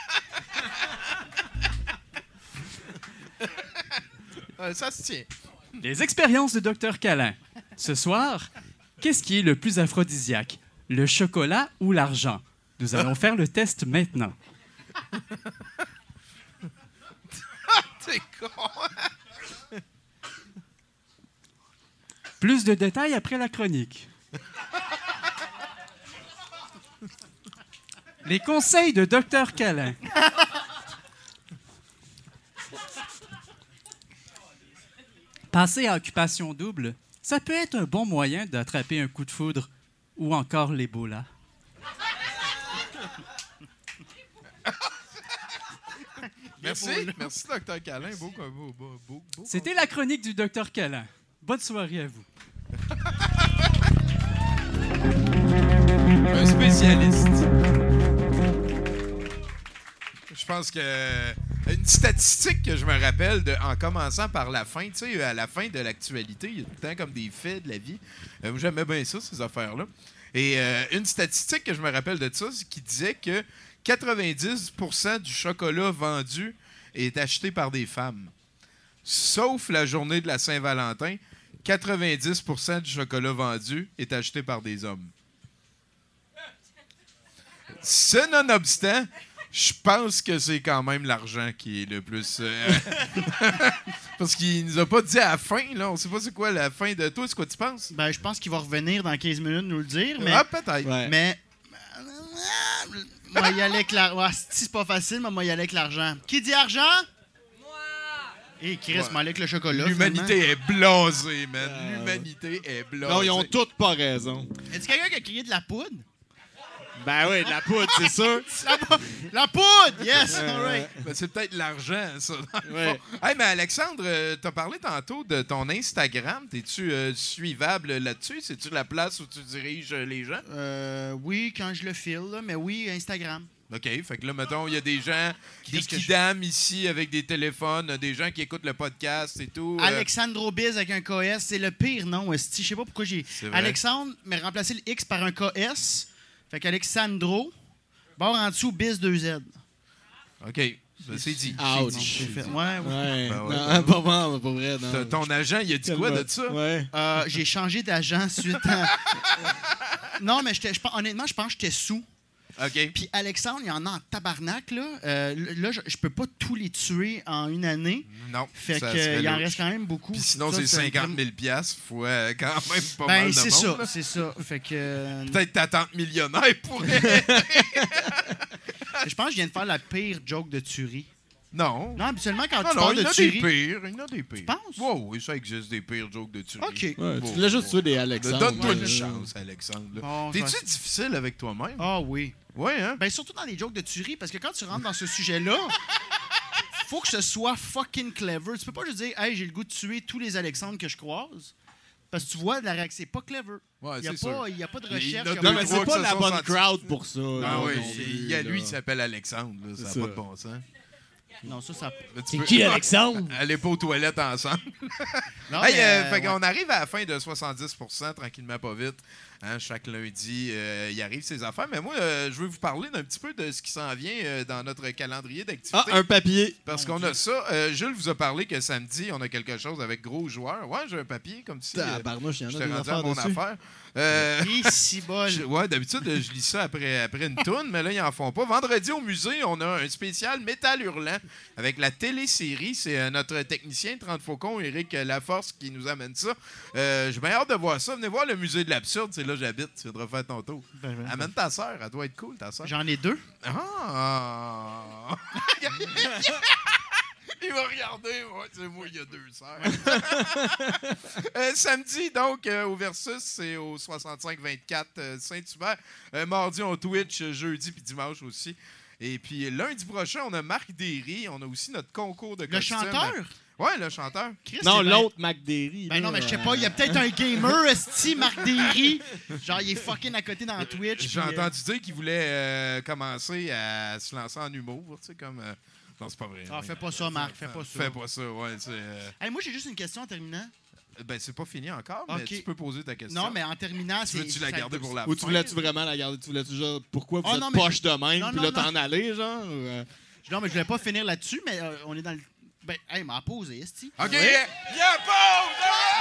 Ça se tient. Les expériences de docteur Câlin. Ce soir, qu'est-ce qui est le plus aphrodisiaque? Le chocolat ou l'argent? Nous allons faire le test maintenant. T'es con. Plus de détails après la chronique. Les conseils de docteur Câlin. Passer à occupation double, ça peut être un bon moyen d'attraper un coup de foudre ou encore l'Ebola. Merci, merci docteur Câlin. Beau, beau, beau, beau, beau. C'était la chronique du docteur Câlin. Bonne soirée à vous. Un spécialiste. Je pense que une statistique que je me rappelle de, en commençant par la fin, tu sais, à la fin de l'actualité, il y a tout le temps comme des faits de la vie. Euh, moi, j'aimais bien ça, ces affaires-là. Et euh, une statistique que je me rappelle de ça, c'est qui disait que quatre-vingt-dix pour cent du chocolat vendu est acheté par des femmes. Sauf la journée de la Saint-Valentin, quatre-vingt-dix pour cent du chocolat vendu est acheté par des hommes. Ce nonobstant, je pense que c'est quand même l'argent qui est le plus... Euh... Parce qu'il nous a pas dit à la fin, là. On sait pas c'est quoi la fin de... Toi, c'est quoi tu penses? Ben, je pense qu'il va revenir dans quinze minutes nous le dire, mais... Ah, peut-être. Ouais. Mais... Moi, y aller avec l'argent. Ouais, c'est pas facile, mais moi, y aller avec l'argent. Qui dit argent? Moi! Et Chris, Ouais. moi, aller avec le chocolat. L'humanité est blasée, man. Euh, L'humanité est blasée. Non, ils ont toutes pas raison. Y a-t-il quelqu'un qui a crié de la poudre? Ben oui, de la poudre, c'est sûr. La, pou- la poudre! Yes! All right. Ben, c'est peut-être l'argent, ça, dans le Ouais. fond. Hey, mais Alexandre, euh, t'as parlé tantôt de ton Instagram. T'es-tu euh, suivable là-dessus? C'est-tu la place où tu diriges euh, les gens? Euh, oui, quand je le file, là, mais oui, Instagram. OK, fait que là, mettons, il y a des gens, des Qu'est-ce que je- kidams ici avec des téléphones, des gens qui écoutent le podcast et tout. euh, Alexandro Biz avec un K S, c'est le pire nom. esti. Je sais pas pourquoi j'ai. C'est vrai. Alexandre, mais remplacer le X par un K S. Fait qu'Alexandro, barre en dessous, Biz deux Z. OK, ben, c'est dit. Ouch. J'ai fait. Ouais, ouais. Ouais. Ben ouais. Non, pas vraiment, pas vrai. Non. T- Ton agent, il a dit quoi de ça? Ouais. Euh, j'ai changé d'agent suite à. Non, mais j'étais- je pense- honnêtement, je pense que j'étais sous. OK. Puis Alexandre, il y en a en tabarnak, là. Euh, là, je, je peux pas tous les tuer en une année. Non. Fait ça que serait euh, il en louche. reste quand même beaucoup. Puis sinon, Ça, c'est cinquante mille piastres. Faut euh, quand même pas Ben, mal de c'est ça, monde. là. c'est ça. Fait que... euh, Peut-être ta tante millionnaire pourrait... je pense que je viens de faire la pire joke de tuerie. Non. Non, habituellement, quand Non, tu non, parles il y de en a des tuerie... pires. Il y en a des pires. Tu penses? Wow, oui, ça existe des pires jokes de tuerie. OK. Ouais, Bon, tu voulais juste bon. tuer des Alexandre. Donne-toi Ouais, une là. chance, Alexandre. là. Bon, je T'es-tu vais- difficile avec toi-même? Ah oui. Oui, hein? Ben, surtout dans les jokes de tuerie, parce que quand tu rentres dans ce sujet-là, faut que ce soit fucking clever. Tu peux pas juste dire « Hey, j'ai le goût de tuer tous les Alexandres que je croise. » Parce que tu vois, la réaction, c'est pas clever. Ouais, Il n'y a, c'est sûr. pas- il y a pas de Il y en recherche. a il y a deux, Non, pas- mais trois c'est que pas se la sont bonne sentis- crowd pour ça. Ah là, oui, non c'est- plus, il y a lui là. qui s'appelle Alexandre. là, Ça C'est n'a ça. pas de bon sens. Non, ça, ça... Mais tu C'est peux- qui, Alexandre? Allez pas aux toilettes ensemble. Non, Hey, mais, euh, euh, fait ouais. qu'on arrive à la fin de soixante-dix pour cent, tranquillement, pas vite. Hein, chaque lundi, euh, il arrive ses affaires. Mais moi, euh, je veux vous parler d'un petit peu de ce qui s'en vient euh, dans notre calendrier d'activité. Ah, un papier. Parce qu'on a ça. Euh, Jules vous a parlé que samedi, on a quelque chose avec gros joueurs. Ouais, j'ai un papier, comme tu sais. euh, Tabarnouche, il y en a J'étais des rendu à affaires mon dessus. affaire. Euh, Ici, bol. je- ouais, d'habitude, je lis ça après, après une toune, mais là, ils en font pas. Vendredi, au musée, on a un spécial Métal Hurlant avec la télésérie. C'est euh, notre technicien, trente Faucon, Éric Laforce, qui nous amène ça. Euh, J'ai bien hâte de voir ça. Venez voir le musée de l'absurde, c'est là que j'habite. Tu viendras faire ton tour. Ben, ben, Amène ta sœur, elle doit être cool, ta sœur. J'en ai deux. Ah! Il va regarder, ouais, c'est moi, il y a deux sœurs. Euh, samedi, donc, euh, au Versus, c'est au soixante-cinq vingt-quatre euh, Saint-Hubert. Euh, mardi, on Twitch, euh, jeudi puis dimanche aussi. Et puis lundi prochain, on a Marc Derry. On a aussi notre concours de Le costumes. chanteur? Ouais, le chanteur. Chris, Non, c'est ben- l'autre, McDerry. Ben non, mais je sais pas, il y a peut-être un gamer, esti, Marc Derry. Genre, il est fucking à côté dans Twitch. J'ai puis, euh, entendu dire qu'il voulait euh, commencer à se lancer en humour, tu sais, comme... euh, Non, c'est pas vrai. Ah, fais pas ça, Marc, fais pas ça. Fais pas ça, ouais. c'est, Euh... Hey, moi, j'ai juste une question en terminant. Ben, c'est pas fini encore, mais Ok. tu peux poser ta question. Non, mais en terminant, Tu c'est... veux-tu la ça- garder pour la Ou fin? tu voulais-tu vraiment la garder? Tu voulais-tu genre, pourquoi vous Oh, êtes non, mais poche je- de même, Non, puis non, là, non. t'en aller, genre? ou, euh? Non, mais je voulais pas finir là-dessus, mais euh, on est dans le... Ben, hey, m'a posé, esti. OK, il y a pause!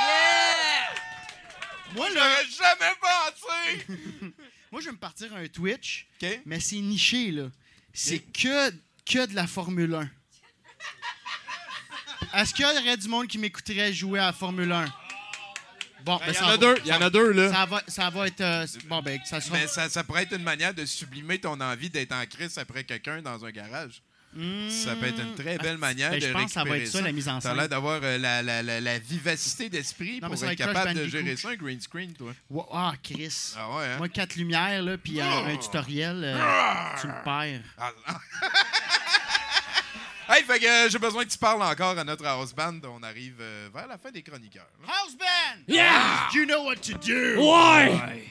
Moi, Je là, l'aurais jamais pensé! moi, je vais me partir un Twitch, OK? mais c'est niché, là. C'est que, que de la Formule un. Est-ce qu'il y aurait du monde qui m'écouterait jouer à la Formule un? Bon, ben, Il y ça en a va- deux, il y en a deux, là. Ça va, ça va être... euh, bon, ben, ça sera... Mais ça, ça pourrait être une manière de sublimer ton envie d'être en crise après quelqu'un dans un garage. Ça peut être une très belle manière Ben, de je pense que ça va récupérer être ça, la mise en T'as scène. l'air d'avoir euh, la, la, la, la vivacité d'esprit Non, pour mais ça va être être Crash capable de Bandicoot. gérer ça, un green screen, toi. Wa- Ah, Chris. Ah ouais, hein? Moi, quatre lumières, là, puis un, un tutoriel, euh, tu me perds. Ah, ah. Hey, fait que euh, j'ai besoin que tu parles encore à notre house band. On arrive euh, vers la fin des chroniqueurs. là. House band! Yeah! You know what to do! Ouais!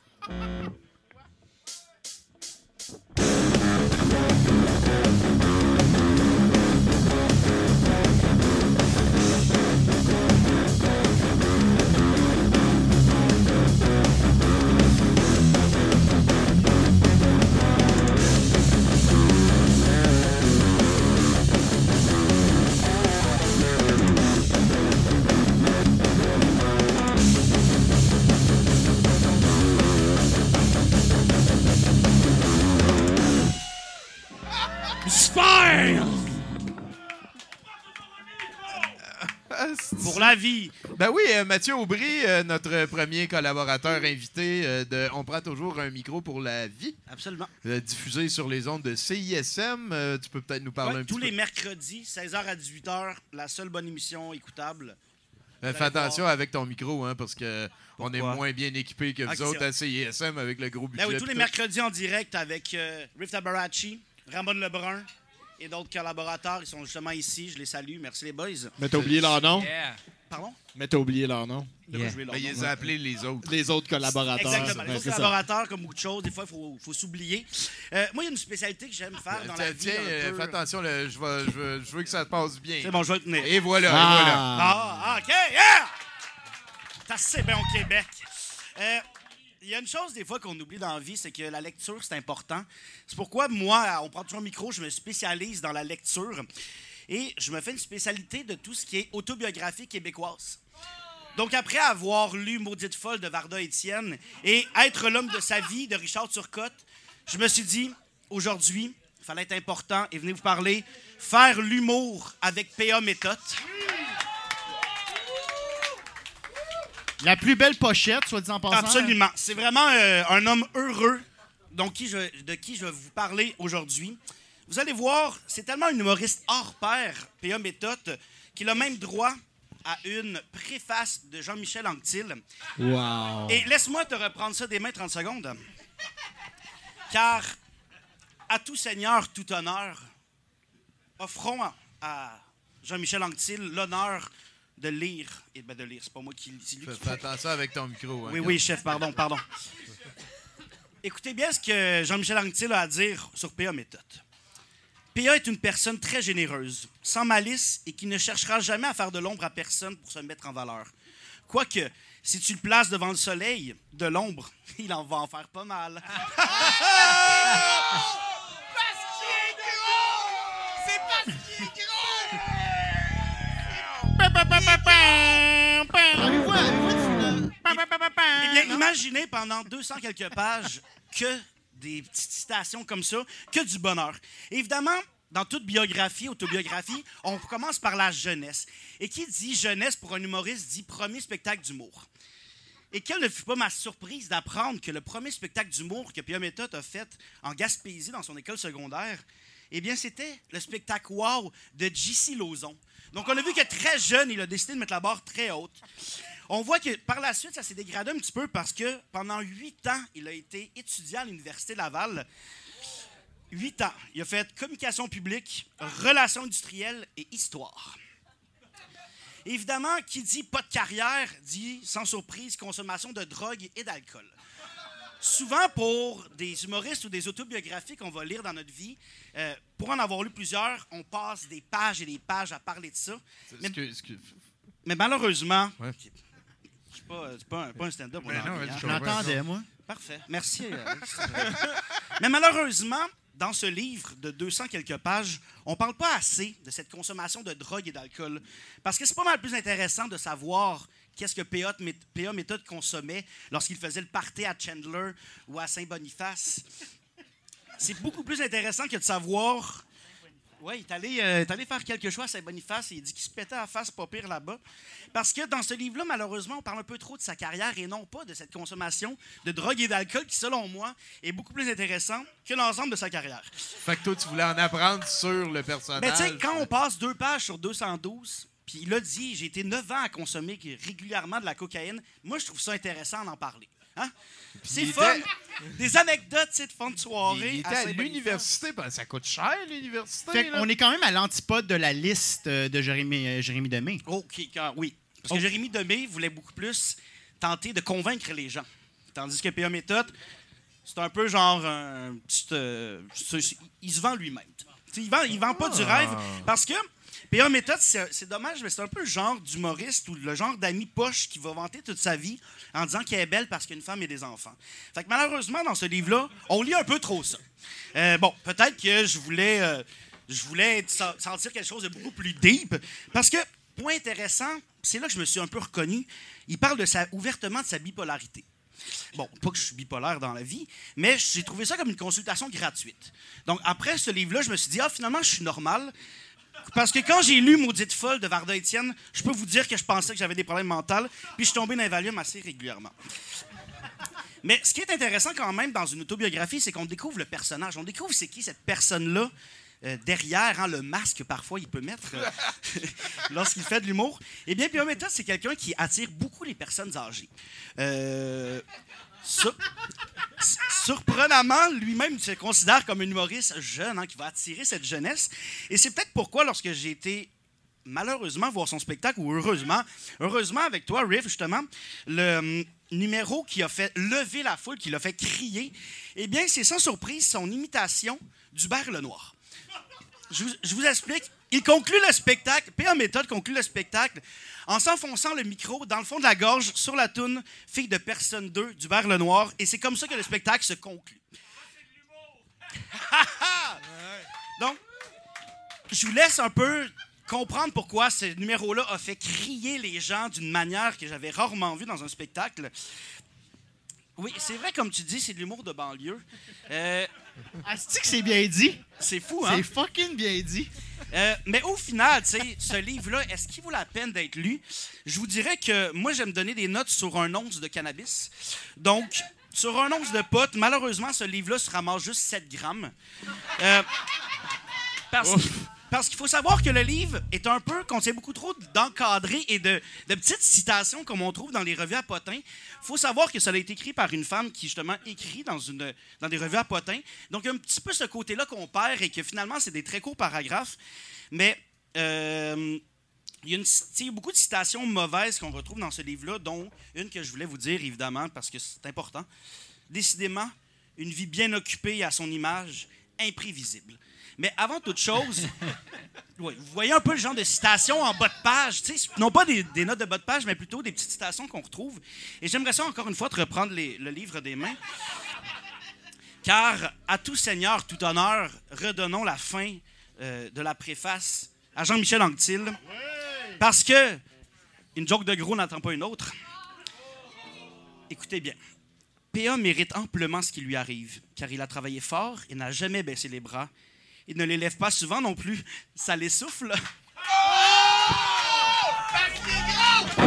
Super! Pour la vie. Ben oui, euh, Mathieu Aubry, euh, notre premier collaborateur invité, euh, de On prend toujours un micro pour la vie, Absolument. euh, diffusé sur les ondes de C I S M. Euh, tu peux peut-être nous parler Ouais, un petit tous peu. les mercredis, seize heures à dix-huit heures, la seule bonne émission écoutable. Euh, fais attention avec ton micro, hein, parce que on est Pourquoi? moins bien équipés que Ah, vous c'est autres vrai. à C I S M avec le gros budget. Ben oui, tous les pis tout. mercredis en direct avec euh, Riff Tabarachi, Ramon Lebrun et d'autres collaborateurs. Ils sont justement ici. Je les salue. Merci les boys. Mais t'as oublié leur nom? Pardon? Mais t'as oublié leur nom. De quoi je vais leur Ben, ils nom? les ont appelés les autres. Les autres collaborateurs. Exactement. Ouais, Les autres c'est ça. collaborateurs, comme beaucoup de choses, des fois, il faut, faut s'oublier. Euh, moi, il y a une spécialité que j'aime faire dans Tiens, la vie. tiens, un euh, peu. fais attention, le- je, vais- je veux, je veux que ça te passe bien. C'est bon, je vais le tenir. Et voilà, et Ah. voilà. Ah, ah, OK, yeah! C'est assez bien au Québec. Euh, Il y a une chose, des fois, qu'on oublie dans la vie, c'est que la lecture, c'est important. C'est pourquoi, moi, on prend toujours un micro, je me spécialise dans la lecture. Et je me fais une spécialité de tout ce qui est autobiographie québécoise. Donc, après avoir lu Maudite folle de Varda Étienne et Être l'homme de sa vie de Richard Turcotte, je me suis dit, aujourd'hui, il fallait être important et venez vous parler, faire l'humour avec P A Méthode. La plus belle pochette, soit dit en passant. Absolument. C'est vraiment euh, un homme heureux donc qui je, de qui je vais vous parler aujourd'hui. Vous allez voir, c'est tellement un humoriste hors pair, P A Méthode, qu'il a même droit à une préface de Jean-Michel Anctil. Wow. Et laisse-moi te reprendre ça des mains trente secondes. Car à tout seigneur, tout honneur, offrons à Jean-Michel Anctil l'honneur de lire. Et ben de lire, c'est pas moi qui c'est lui Fais, qui fais attention avec ton micro. Hein, Oui, quand... oui, chef, pardon, pardon. Écoutez bien ce que Jean-Michel Anctil a à dire sur P A Méthode. P A est une personne très généreuse, sans malice et qui ne cherchera jamais à faire de l'ombre à personne pour se mettre en valeur. Quoique, si tu le places devant le soleil, de l'ombre, il en va en faire pas mal. Parce qu'il est gros! C'est parce qu'il est Eh bien, imaginez pendant deux cents quelques pages que des petites citations comme ça, que du bonheur. Et évidemment, dans toute biographie, autobiographie, on commence par la jeunesse. Et qui dit jeunesse pour un humoriste dit premier spectacle d'humour. Et quelle ne fut pas ma surprise d'apprendre que le premier spectacle d'humour que P A Méthode a fait en Gaspésie dans son école secondaire, eh bien, c'était le spectacle Wow de J C Lauzon. Donc, on a vu que très jeune, il a décidé de mettre la barre très haute. On voit que par la suite, ça s'est dégradé un petit peu parce que pendant huit ans, il a été étudiant à l'Université Laval. Huit ans. Il a fait communication publique, relations industrielles et histoire. Évidemment, qui dit pas de carrière, dit sans surprise consommation de drogue et d'alcool. Souvent, pour des humoristes ou des autobiographies qu'on va lire dans notre vie, euh, pour en avoir lu plusieurs, on passe des pages et des pages à parler de ça. Mais, mais malheureusement, ouais. c'est pas, c'est pas, un, pas un stand-up. Ben non, je l'entendais, moi. Parfait. Merci. Mais malheureusement, dans ce livre de deux cents quelques pages, on ne parle pas assez de cette consommation de drogue et d'alcool. Parce que c'est pas mal plus intéressant de savoir qu'est-ce que P A Méthode consommait lorsqu'il faisait le party à Chandler ou à Saint-Boniface. C'est beaucoup plus intéressant que de savoir... Oui, il est allé, euh, est allé faire quelque chose à Saint-Boniface et il dit qu'il se pétait à la face pas pire là-bas. Parce que dans ce livre-là, malheureusement, on parle un peu trop de sa carrière et non pas de cette consommation de drogue et d'alcool qui, selon moi, est beaucoup plus intéressant que l'ensemble de sa carrière. Fait que toi, tu voulais en apprendre sur le personnage. Mais tu sais, quand on passe deux pages sur deux cent douze, puis il a dit, j'ai été neuf ans à consommer régulièrement de la cocaïne, moi, je trouve ça intéressant d'en parler. Hein? C'est fun. Était... Des anecdotes, c'est de fun de soirée. Il était à, à l'université. Ben, ça coûte cher, l'université. Fait qu'on est quand même à l'antipode de la liste de Jérémy, euh, Jérémy Demé. OK, quand, oui. Parce que okay. Jérémy Demé voulait beaucoup plus tenter de convaincre les gens. Tandis que P A Méthode, c'est un peu genre un petit... Euh, il se vend lui-même. Il vend, il vend pas ah. du rêve. Parce que P A Méthode, c'est dommage, mais c'est un peu le genre d'humoriste ou le genre d'ami poche qui va vanter toute sa vie en disant qu'elle est belle parce qu'une femme et des enfants. Fait que malheureusement, dans ce livre-là, on lit un peu trop ça. Euh, bon, peut-être que je voulais, euh, je voulais sentir quelque chose de beaucoup plus deep. Parce que, point intéressant, c'est là que je me suis un peu reconnu, il parle de sa, ouvertement de sa bipolarité. Bon, pas que je suis bipolaire dans la vie, mais j'ai trouvé ça comme une consultation gratuite. Donc, après ce livre-là, je me suis dit, ah, finalement, je suis normal. Parce que quand j'ai lu Maudite folle de Varda Étienne, je peux vous dire que je pensais que j'avais des problèmes mentaux, puis je suis tombé dans les Valium assez régulièrement. Mais ce qui est intéressant quand même dans une autobiographie, c'est qu'on découvre le personnage. On découvre c'est qui cette personne-là euh, derrière, hein, le masque parfois il peut mettre euh, lorsqu'il fait de l'humour. Eh bien, P A Méthode, c'est quelqu'un qui attire beaucoup les personnes âgées. Euh... Sur... Surprenamment, lui-même se considère comme un humoriste jeune hein, qui va attirer cette jeunesse. Et c'est peut-être pourquoi, lorsque j'ai été malheureusement voir son spectacle, ou heureusement, heureusement avec toi, Riff, justement, le hum, numéro qui a fait lever la foule, qui l'a fait crier, eh bien, c'est sans surprise son imitation d'Hubert Lenoir. Je vous, je vous explique. Il conclut le spectacle, P A Méthode conclut le spectacle en s'enfonçant le micro dans le fond de la gorge sur la toune « Fille de personne deux » d'Hubert Lenoir. Et c'est comme ça que le spectacle se conclut. Donc, je vous laisse un peu comprendre pourquoi ce numéro-là a fait crier les gens d'une manière que j'avais rarement vue dans un spectacle. Oui, c'est vrai, comme tu dis, c'est de l'humour de banlieue. Euh, Asti que c'est bien dit. c'est fou, hein? C'est fucking bien dit. Euh, mais au final, tu sais, ce livre-là, est-ce qu'il vaut la peine d'être lu? Je vous dirais que moi, j'aime donner des notes sur un once de cannabis. Donc, sur un once de pot, malheureusement, ce livre-là se ramasse juste sept grammes. Euh, parce parce qu'il faut savoir que le livre est un peu, contient beaucoup trop d'encadrés et de, de petites citations comme on trouve dans les revues à potins. Il faut savoir que ça a été écrit par une femme qui, justement, écrit dans, une, dans des revues à potins. Donc, il y a un petit peu ce côté-là qu'on perd et que, finalement, c'est des très courts paragraphes. Mais euh, il y a une, beaucoup de citations mauvaises qu'on retrouve dans ce livre-là, dont une que je voulais vous dire, évidemment, parce que c'est important. Décidément, une vie bien occupée à son image, imprévisible. Mais avant toute chose, ouais, vous voyez un peu le genre de citations en bas de page, non pas des, des notes de bas de page, mais plutôt des petites citations qu'on retrouve. Et j'aimerais ça, encore une fois, te reprendre les, le livre des mains. Car à tout seigneur, tout honneur, redonnons la fin euh, de la préface à Jean-Michel Anctil. Parce que une joke de gros n'attend pas une autre. Écoutez bien. P A mérite amplement ce qui lui arrive, car il a travaillé fort et n'a jamais baissé les bras. Il ne les lève pas souvent non plus. Ça l'essouffle. Oh! Parce qu'il est gros!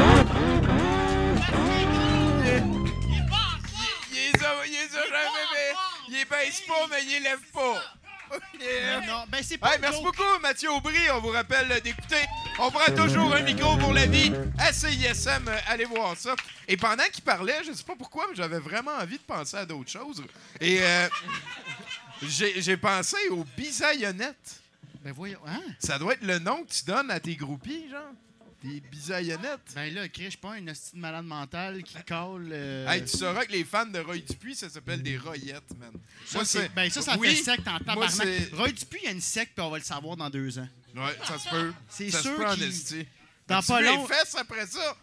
Il les a, il les a jamais, mais il les baisse pas, mais il les lève pas. Yeah. Non, ben c'est pas hey, merci beaucoup, Mathieu Aubry. On vous rappelle d'écouter. On prend toujours un micro pour la vie. À C I S M, allez voir ça. Et pendant qu'il parlait, je sais pas pourquoi, mais j'avais vraiment envie de penser à d'autres choses. Et euh, j'ai, j'ai pensé aux bisaïonnettes. Ben voyons, hein? Ça doit être le nom que tu donnes à tes groupies, genre. Des bisaïonnettes. Ben là, Chris, je suis pas une hostie de malade mentale qui colle. Euh... Hey, tu sauras que les fans de Roy Dupuis, ça s'appelle des Royettes, man. Ça, moi, c'est... Ben ça, ça oui, fait secte en tabarnak. c'est... Roy Dupuis, il y a une secte, puis on va le savoir dans deux ans. Ouais, ça se peut. C'est ça sûr se peut en qu'il... esti. Dans tu pas veux long... les fesses après ça?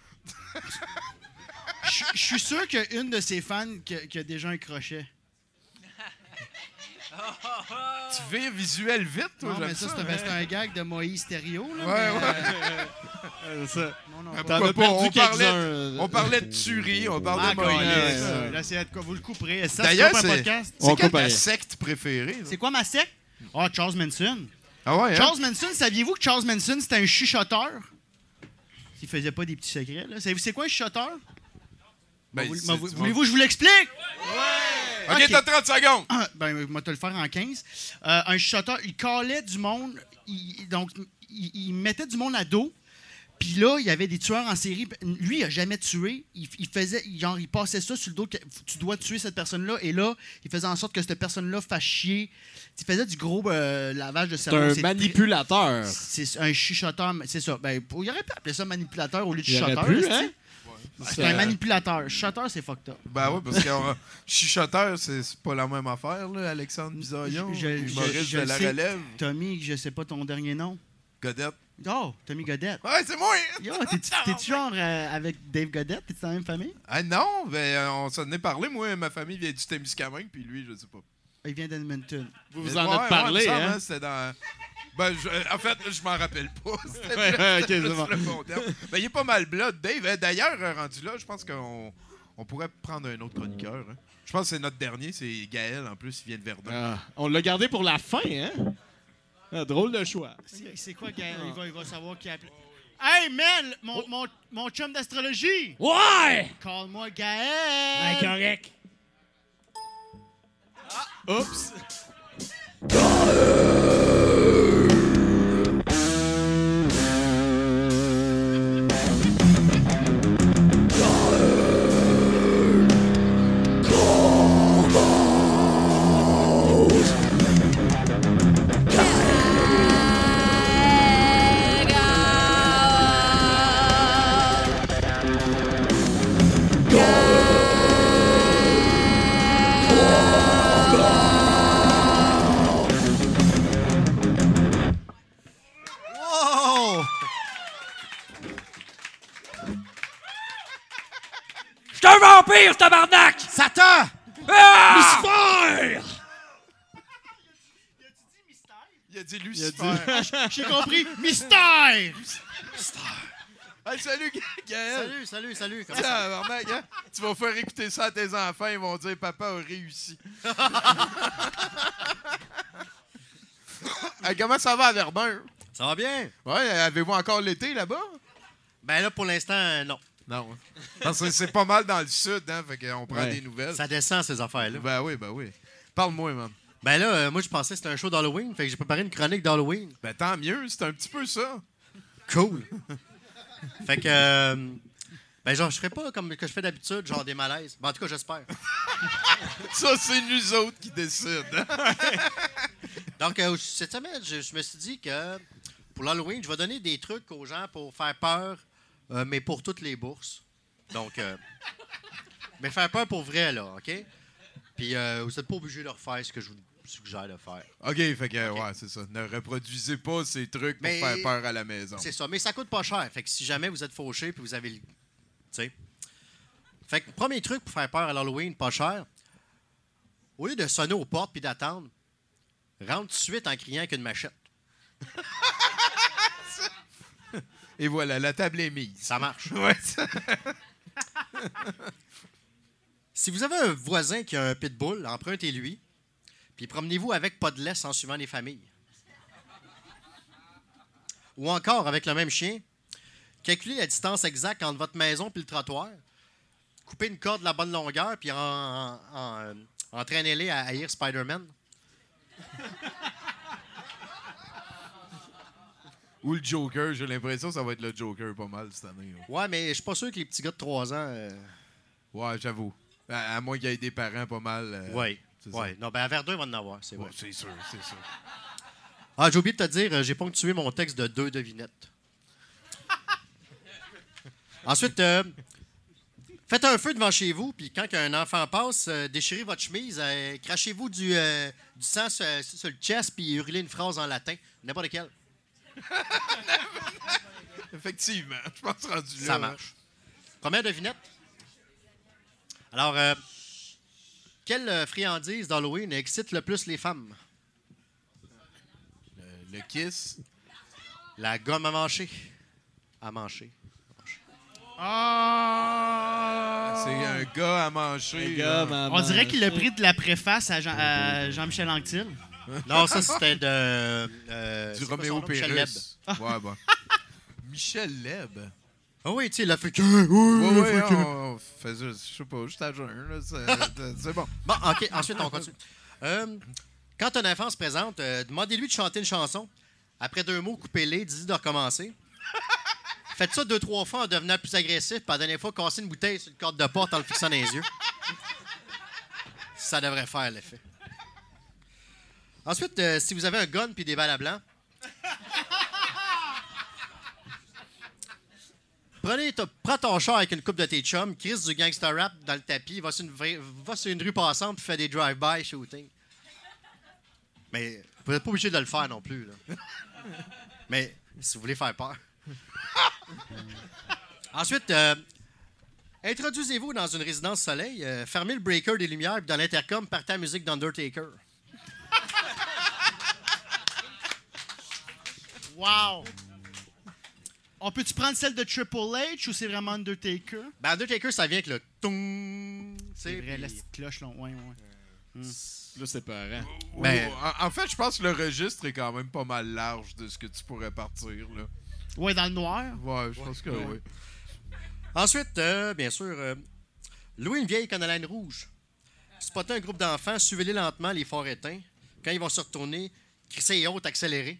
Je suis sûr qu'il y a une de ses fans qui a, qui a déjà un crochet. Tu vires visuel vite, toi, non, mais ça, ça c'est, ben, c'est un gag de Moïse Stéréo. Là, ouais, mais, ouais. Euh, c'est ça. Non, non, ah, pas. pas, on, parlait, euh... on parlait de tuerie, on parlait ah, de Moïse. Euh, là, c'est quoi, vous le couperez. Ça, d'ailleurs, c'est, c'est, podcast. c'est quelle ta secte préférée? Là? C'est quoi ma secte? Ah, oh, Charles Manson. Ah ouais, hein? Charles Manson, saviez-vous que Charles Manson, c'était un chuchoteur? Il faisait pas des petits secrets. Là. Savez-vous c'est quoi un chuchoteur? Ben, vous, vous, voulez-vous que je vous l'explique? Ouais! OK, okay. T'as trente secondes. Ah, ben, je vais te le faire en quinze. Euh, un chuchoteur, il calait du monde. Il, donc, il, il mettait du monde à dos. Puis là, il y avait des tueurs en série. Lui, il n'a jamais tué. Il, il faisait, genre, il passait ça sur le dos. Que tu dois tuer cette personne-là. Et là, il faisait en sorte que cette personne-là fasse chier. Il faisait du gros euh, lavage de cerveau. C'est un c'est manipulateur. Très, c'est un chuchoteur. C'est ça. Ben, il aurait pu appeler ça manipulateur au lieu de il chuchoteur. Pu, hein? C'est euh... un manipulateur. Chuchoteur, c'est fucked up. Ben oui, parce que euh, chuchoteur, c'est, c'est pas la même affaire, là, Alexandre Bisaillon, humoriste de la sais, relève. Tommy, je sais pas ton dernier nom. Godette. Oh, Tommy Godette. Ouais, c'est moi! Yo, t'es-tu, t'es-tu genre euh, avec Dave Godette? T'es-tu dans la même famille? Ah non, ben on s'en est parlé. Moi, ma famille vient du Témiscamingue, puis lui, je sais pas. Il vient d'Edmonton. Vous vous en ouais, êtes parlé, ouais, hein? Semble, c'était dans... Ben, je, en fait, je m'en rappelle pas. C'était ouais, plus, ouais, c'était okay, plus le bon terme. Ben, il est pas mal blood, Dave. D'ailleurs, rendu là, je pense qu'on on pourrait prendre un autre chroniqueur. Hein. Je pense que c'est notre dernier, c'est Gaël, en plus, il vient de Verdun. Ah, on l'a gardé pour la fin, hein? Ah, drôle de choix. C'est, c'est quoi, Gaël? Ah. Il, va, il va savoir qui a appelé. Hey, man! Mon, oh. mon, mon chum d'astrologie! Ouais! Call-moi Gaël! Ouais, correct. Ah. Oups! C'est un vampire, tabarnak! Satan! Ah! Mystère! Il a dit Lucifer. J'ai compris. Mystère! Mystère. Hey, salut, Gaël! Salut, salut, salut. Comment Tiens, ça alors, mec, hein, tu vas faire écouter ça à tes enfants, ils vont dire « Papa a réussi ». Hey, comment ça va à Verdun? Ça va bien? Ouais, avez-vous encore l'été là-bas? Ben là, pour l'instant, euh, non. Non. Parce que c'est pas mal dans le sud, hein, fait qu'on prend Ouais. des nouvelles. Ça descend, ces affaires-là. Ben oui, ben oui. Parle-moi, man. Ben là, euh, moi, je pensais que c'était un show d'Halloween, fait que j'ai préparé une chronique d'Halloween. Ben tant mieux, c'est un petit peu ça. Cool. Fait que... euh, ben genre, je ferais pas comme que je fais d'habitude, genre des malaises. Ben, en tout cas, j'espère. Ça, c'est nous autres qui décident. Donc, euh, cette semaine, je, je me suis dit que pour l'Halloween, je vais donner des trucs aux gens pour faire peur, euh, mais pour toutes les bourses. Donc, euh, mais faire peur pour vrai, là, OK? Puis, euh, vous n'êtes pas obligé de refaire ce que je vous suggère de faire. OK, fait que, okay. ouais, c'est ça. Ne reproduisez pas ces trucs pour Mais faire peur à la maison. C'est ça, mais ça coûte pas cher. Fait que si jamais vous êtes fauché puis vous avez le... Tu sais. Fait que, premier truc pour faire peur à l'Halloween, pas cher, au lieu de sonner aux portes puis d'attendre, rentre tout de suite en criant qu'une machette. Et voilà, la table est mise. Ça marche. Ouais. Si vous avez un voisin qui a un pitbull, empruntez-lui, puis promenez-vous avec pas de laisse en suivant les familles. Ou encore, avec le même chien, calculez la distance exacte entre votre maison et le trottoir, coupez une corde de la bonne longueur, puis en, en, en, euh, entraînez-les à haïr Spider-Man. Ou le Joker, j'ai l'impression que ça va être le Joker pas mal cette année. Là. Ouais, mais je suis pas sûr que les petits gars de trois ans... Euh... Ouais, j'avoue. À, à moins qu'il y ait des parents pas mal... Euh, oui, ouais. Non, ben à Verdun, il va en avoir, c'est ouais, vrai. C'est sûr, c'est sûr. Ah, j'ai oublié de te dire, euh, j'ai ponctué mon texte de deux devinettes. Ensuite, euh, faites un feu devant chez vous, puis quand un enfant passe, euh, déchirez votre chemise, euh, crachez-vous du, euh, du sang sur, sur le chest, puis hurlez une phrase en latin, n'importe quelle. Effectivement, je pense rendu là. Ça marche. Première devinette. Alors, euh, quelle friandise d'Halloween excite le plus les femmes? Le, le kiss. La gomme à mâcher. À mâcher. Ah! C'est un gars à manger. Gars, On dirait qu'il a pris de la préface à, Jean, à Jean-Michel Anctil. Non, ça, c'était de... Euh, du Roméo Roméo Pérus. Pérus. Ouais, bon. Michel Leb. Ah oui, tu sais, il a fait que... Oui, oui, on faisait, je sais pas, juste à jeun, là, c'est, c'est bon. Bon, OK, ensuite, on continue. Euh, quand un enfant se présente, euh, demandez-lui de chanter une chanson. Après deux mots, coupez-les, dites-lui de recommencer. Faites ça deux, trois fois en devenant plus agressif, puis la dernière fois, cassez une bouteille sur une corde de porte en le fixant dans les yeux. Ça devrait faire l'effet. Ensuite, euh, si vous avez un gun puis des balles à blanc, prenez t- prends ton char avec une coupe de tes chums, crisse du gangster rap dans le tapis, va sur une, vraie- va sur une rue passante puis fait des drive-by shooting. Mais vous n'êtes pas obligé de le faire non plus. Là. Mais si vous voulez faire peur. Ensuite, euh, introduisez-vous dans une résidence soleil, euh, fermez le breaker des lumières puis dans l'intercom, partez la musique d'Undertaker. Wow! On peut-tu prendre celle de Triple H ou c'est vraiment Undertaker? Ben, Undertaker, ça vient avec le toum. C'est vrai, puis... la petite cloche, là. Ouais, ouais. Hmm. Là, c'est peurant. Ben, en, en fait, je pense que le registre est quand même pas mal large de ce que tu pourrais partir, là. Ouais, dans le noir? Ouais, je pense que ouais. oui. Ensuite, euh, bien sûr, euh, louez une vieille canalaine rouge. Spottez un groupe d'enfants, suivez-les lentement, les forts éteints. Quand ils vont se retourner, crissez haute, accélérez.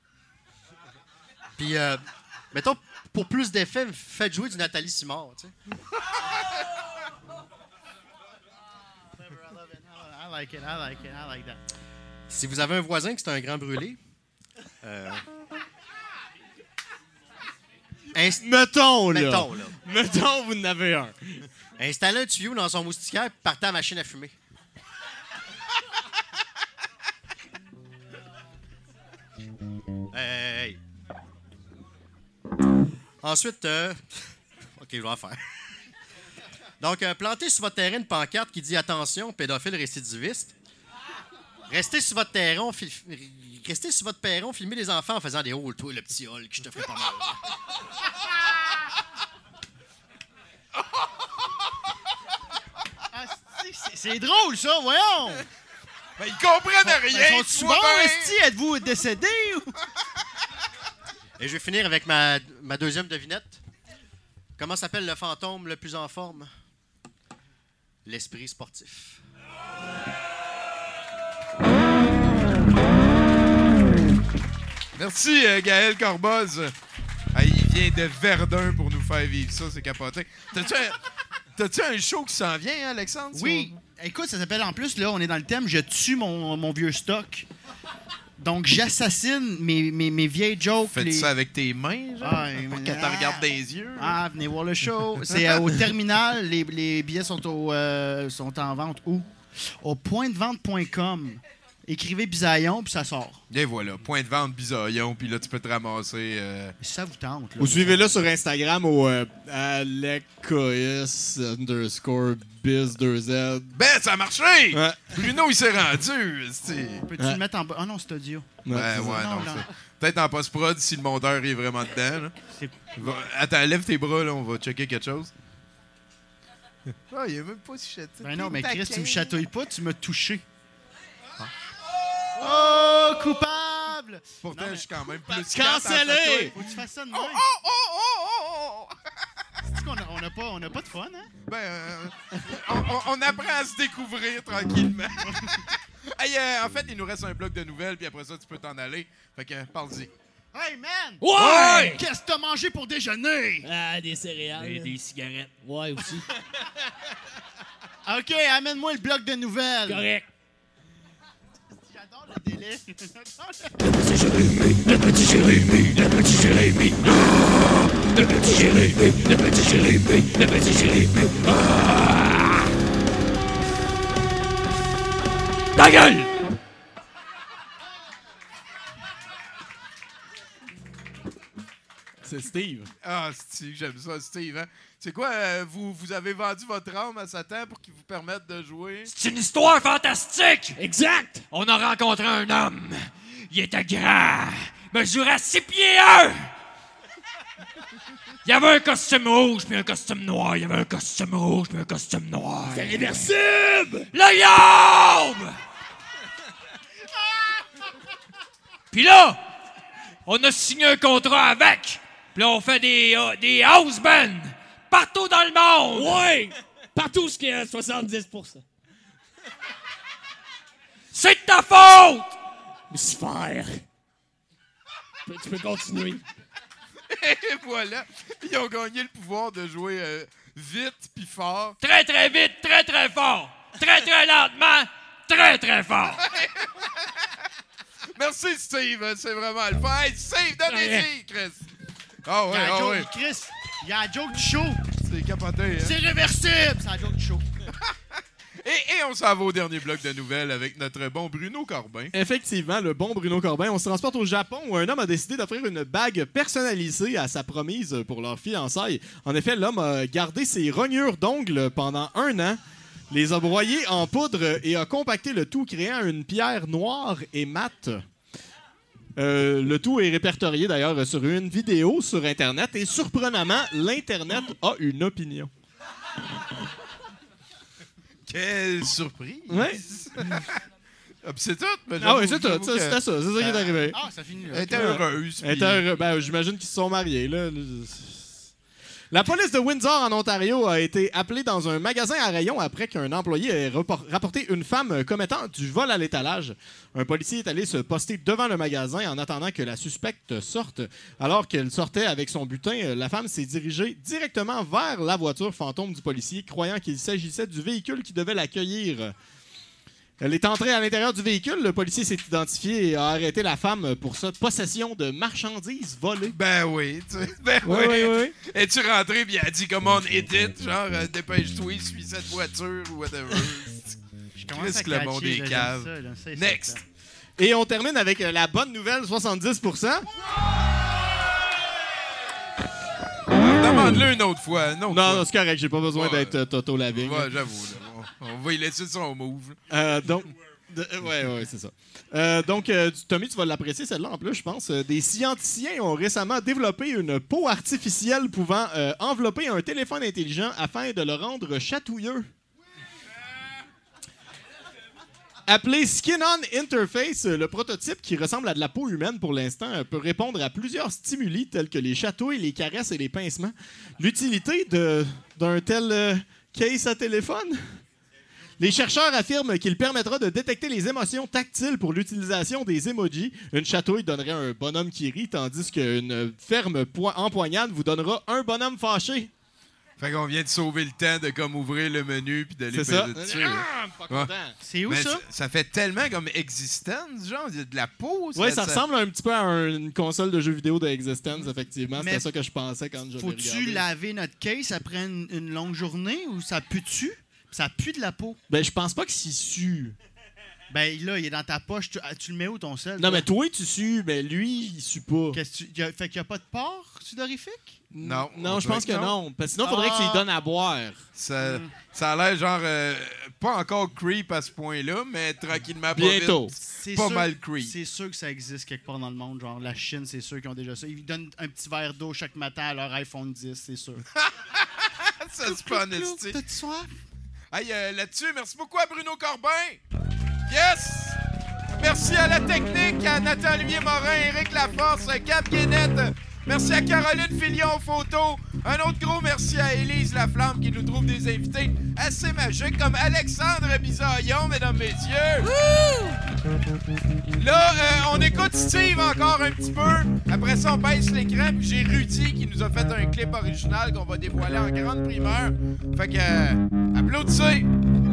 Puis, euh, mettons, pour plus d'effet, faites jouer du Nathalie Simard, tu sais. I like it, I like it, I like that. Si vous avez un voisin qui c'est un grand brûlé, euh, inst- Mettons, là. mettons, là. Mettons, vous en avez un. Installez un tuyau dans son moustiquaire puis partez à la machine à fumer. Hey! Ensuite, euh... OK, je vais en faire. Donc, euh, plantez sur votre terrain une pancarte qui dit « Attention, pédophile récidiviste ». Restez sur votre terrain, fil... Restez sur votre perron, filmez les enfants en faisant des « Oh, toi, le petit Hulk, je te ferai pas mal. » C'est drôle, ça, voyons! Ben, ils comprennent rien! Ben, sont-tu moi, bons, ben. esti? Êtes-vous décédé? Ou... Et je vais finir avec ma, ma deuxième devinette. Comment s'appelle le fantôme le plus en forme? L'esprit sportif. Merci, euh, Gaël Corboz. Ah, il vient de Verdun pour nous faire vivre ça, c'est capoté. T'as-tu un, t'as-tu un show qui s'en vient, hein, Alexandre? Oui. Écoute, ça s'appelle en plus, là, on est dans le thème, je tue mon, mon vieux stock. Donc, j'assassine mes, mes, mes vieilles jokes. Fais-tu les... ça avec tes mains, genre? Ah, pour mais- qu'elle te regarde dans les yeux? Ah, venez voir le show. C'est euh, au terminal. Les, les billets sont, au, euh, sont en vente où? Au point de vente point com. Écrivez Bisaillon, puis ça sort. Et voilà, point de vente Bisaillon, puis là, tu peux te ramasser... Euh... Si ça vous tente. Là, Vous suivez-le sur Instagram au euh, Alecois underscore biz deux Z. Ben, ça a marché! Ouais. Bruno, il s'est rendu. c'est- Peux-tu Ouais. le mettre en bas? Ah non, c'est audio. Ouais, ouais, Non, non. non. c'est- Peut-être en post-prod si le monteur est vraiment dedans. Là. C'est- Va- Attends, lève tes bras, là, on va checker quelque chose. Ah, il est même pas si chatté. Ben non, mais Chris, tu me chatouilles pas, tu m'as touché. Oh, coupable! Pourtant, Non, mais- je suis quand même plus... Cancellé! Faut que tu fasses ça de même. Oh, oh, oh, oh, oh! C'est qu'on a, on a pas, on a pas de fun, hein? Ben, euh, on, on- on apprend à se découvrir tranquillement. Hey, euh, en fait, il nous reste un bloc de nouvelles, puis après ça, tu peux t'en aller. Fait que, parle-y. Hey, man! Ouais! Qu'est-ce que t'as mangé pour déjeuner? Ah, des céréales. Et là. des cigarettes. Ouais, aussi. OK, amène-moi le bloc de nouvelles. Correct. J'adore le délai. Le petit Jérémy, le petit Jérémy, le petit Jérémy. Ah, le petit Jérémy, le petit Jérémy, le petit Jérémy. Ah. Ta gueule! C'est Steve. Ah, Steve, j'aime ça, Steve. Hein? C'est quoi, euh, vous, vous avez vendu votre âme à Satan pour qu'il vous permette de jouer? C'est une histoire fantastique! Exact! On a rencontré un homme. Il était grand, mesurait six pieds un. Il y avait un costume rouge puis un costume noir. Il y avait un costume rouge puis un costume noir. C'est réversible! Le yaube! Puis là, on a signé un contrat avec. Puis là, on fait des, euh, des house bands partout dans le monde. Ouais! Partout ce qui est à soixante-dix pour cent. C'est de ta faute! Lucifer. Tu peux- Tu peux continuer. Et voilà, ils ont gagné le pouvoir de jouer euh, vite puis fort. Très, très vite, très, très fort. Très, très lentement, très, très fort. Merci, Steve, c'est vraiment le fun. Hey, Steve, donnez-y, Chris. Ah Il ouais, y a la ah joke, ouais. Chris, il y a la joke du show. C'est capoté, hein? C'est réversible, c'est la joke du show. Et, et on s'en va au dernier bloc de nouvelles avec notre bon Bruno Corbin. Effectivement, le bon Bruno Corbin. On se transporte au Japon où un homme a décidé d'offrir une bague personnalisée à sa promise pour leur fiançailles. En effet, l'homme a gardé ses rognures d'ongles pendant un an, les a broyées en poudre et a compacté le tout, créant une pierre noire et mate. Euh, le tout est répertorié d'ailleurs sur une vidéo sur Internet et surprenamment, l'Internet a une opinion. Quelle surprise! Ouais. Ah, puis c'est tout. mais Ah oui, j'avoue- c'est tout. j'avoue Ça, que- C'était ça. C'est ça qui est arrivé. Ah, ça finit là. Elle était heureuse. Elle puis- était heureux- ben, j'imagine qu'ils se sont mariés. Là. La police de Windsor, en Ontario, a été appelée dans un magasin à rayons après qu'un employé ait repor- rapporté une femme commettant du vol à l'étalage. Un policier est allé se poster devant le magasin en attendant que la suspecte sorte. Alors qu'elle sortait avec son butin, la femme s'est dirigée directement vers la voiture fantôme du policier, croyant qu'il s'agissait du véhicule qui devait l'accueillir. Elle est entrée à l'intérieur du véhicule. Le policier s'est identifié et a arrêté la femme pour sa possession de marchandises volées. Ben oui, tu sais. Ben Oui, oui. oui, oui. Es-tu rentré puis elle a dit comment on edit, genre euh, dépêche-toi, suis cette voiture ou whatever. Je commence Qu'est-ce à que le monde catcher, est là, cave. j'aime ça, là, ça, c'est Next. ça. Et on termine avec euh, la bonne nouvelle, soixante-dix pour cent. Demande-le une autre fois. Non, Non, non, c'est correct, j'ai pas besoin Ouais. d'être euh, Toto Lavigne. Ouais, j'avoue. là. On, on va y laisser son move. là. Euh, donc, de- euh, ouais, ouais, c'est ça. Euh, donc, euh, Tommy, tu vas l'apprécier celle-là en plus, je pense. Euh, des scientifiens ont récemment développé une peau artificielle pouvant euh, envelopper un téléphone intelligent afin de le rendre chatouilleux. Appelé Skin-On Interface, le prototype qui ressemble à de la peau humaine pour l'instant peut répondre à plusieurs stimuli tels que les chatouilles, les caresses et les pincements. L'utilité de, d'un tel euh, case à téléphone? Les chercheurs affirment qu'il permettra de détecter les émotions tactiles pour l'utilisation des emojis. Une chatouille donnerait un bonhomme qui rit, tandis qu'une ferme po- empoignade vous donnera un bonhomme fâché. Fait qu'on vient de sauver le temps de comme ouvrir le menu puis d'aller C'est ça. peser dessus. Ah, pas content. Ouais. C'est où, Mais ça? Ça fait tellement comme Existence, genre, il y a de la peau. Oui, ça, ressemble un petit peu à un- une console de jeux vidéo d'Existence, effectivement. Mais C'était ça que je pensais quand je l'ai regardé. Faut-tu laver notre case après une, une longue journée ou ça pue-tu? Ça pue de la peau. Ben, je pense pas que c'est su. Ben là, il est dans ta poche. Tu, tu le mets où ton sel? Non, toi? mais toi, tu sues, mais lui, il sue pas. Qu'est-ce que tu, y a- fait qu'il n'y a pas de porc sudorifique? Non. Non, on je pense que dirait non. Parce que sinon, il faudrait que tu lui donnes à boire. Ça, ça a l'air genre euh, pas encore creep à ce point-là, mais tranquillement pas Bientôt. vite, C'est pas sûr- mal creep. C'est sûr que ça existe quelque part dans le monde. Genre, la Chine, c'est sûr qu'ils ont déjà ça. Ils donnent un petit verre d'eau chaque matin à leur iPhone dix, c'est sûr. Ça, c'est pas honesty. T'as-tu soif? Hey, euh, là-dessus, merci beaucoup à Bruno Corbin. Yes! Merci à la technique, à Nathan-Olivier Morin, Éric Laforce, Gab Guénette. Merci à Caroline Filion Photo. Un autre gros merci à Élise Laflamme qui nous trouve des invités assez magiques comme Alexandre Bisaillon, mesdames, messieurs. Là, euh, on écoute Steve encore un petit peu. Après ça, on baisse l'écran. Puis j'ai Rudy qui nous a fait un clip original qu'on va dévoiler en grande primeur. Fait que, euh, applaudissez.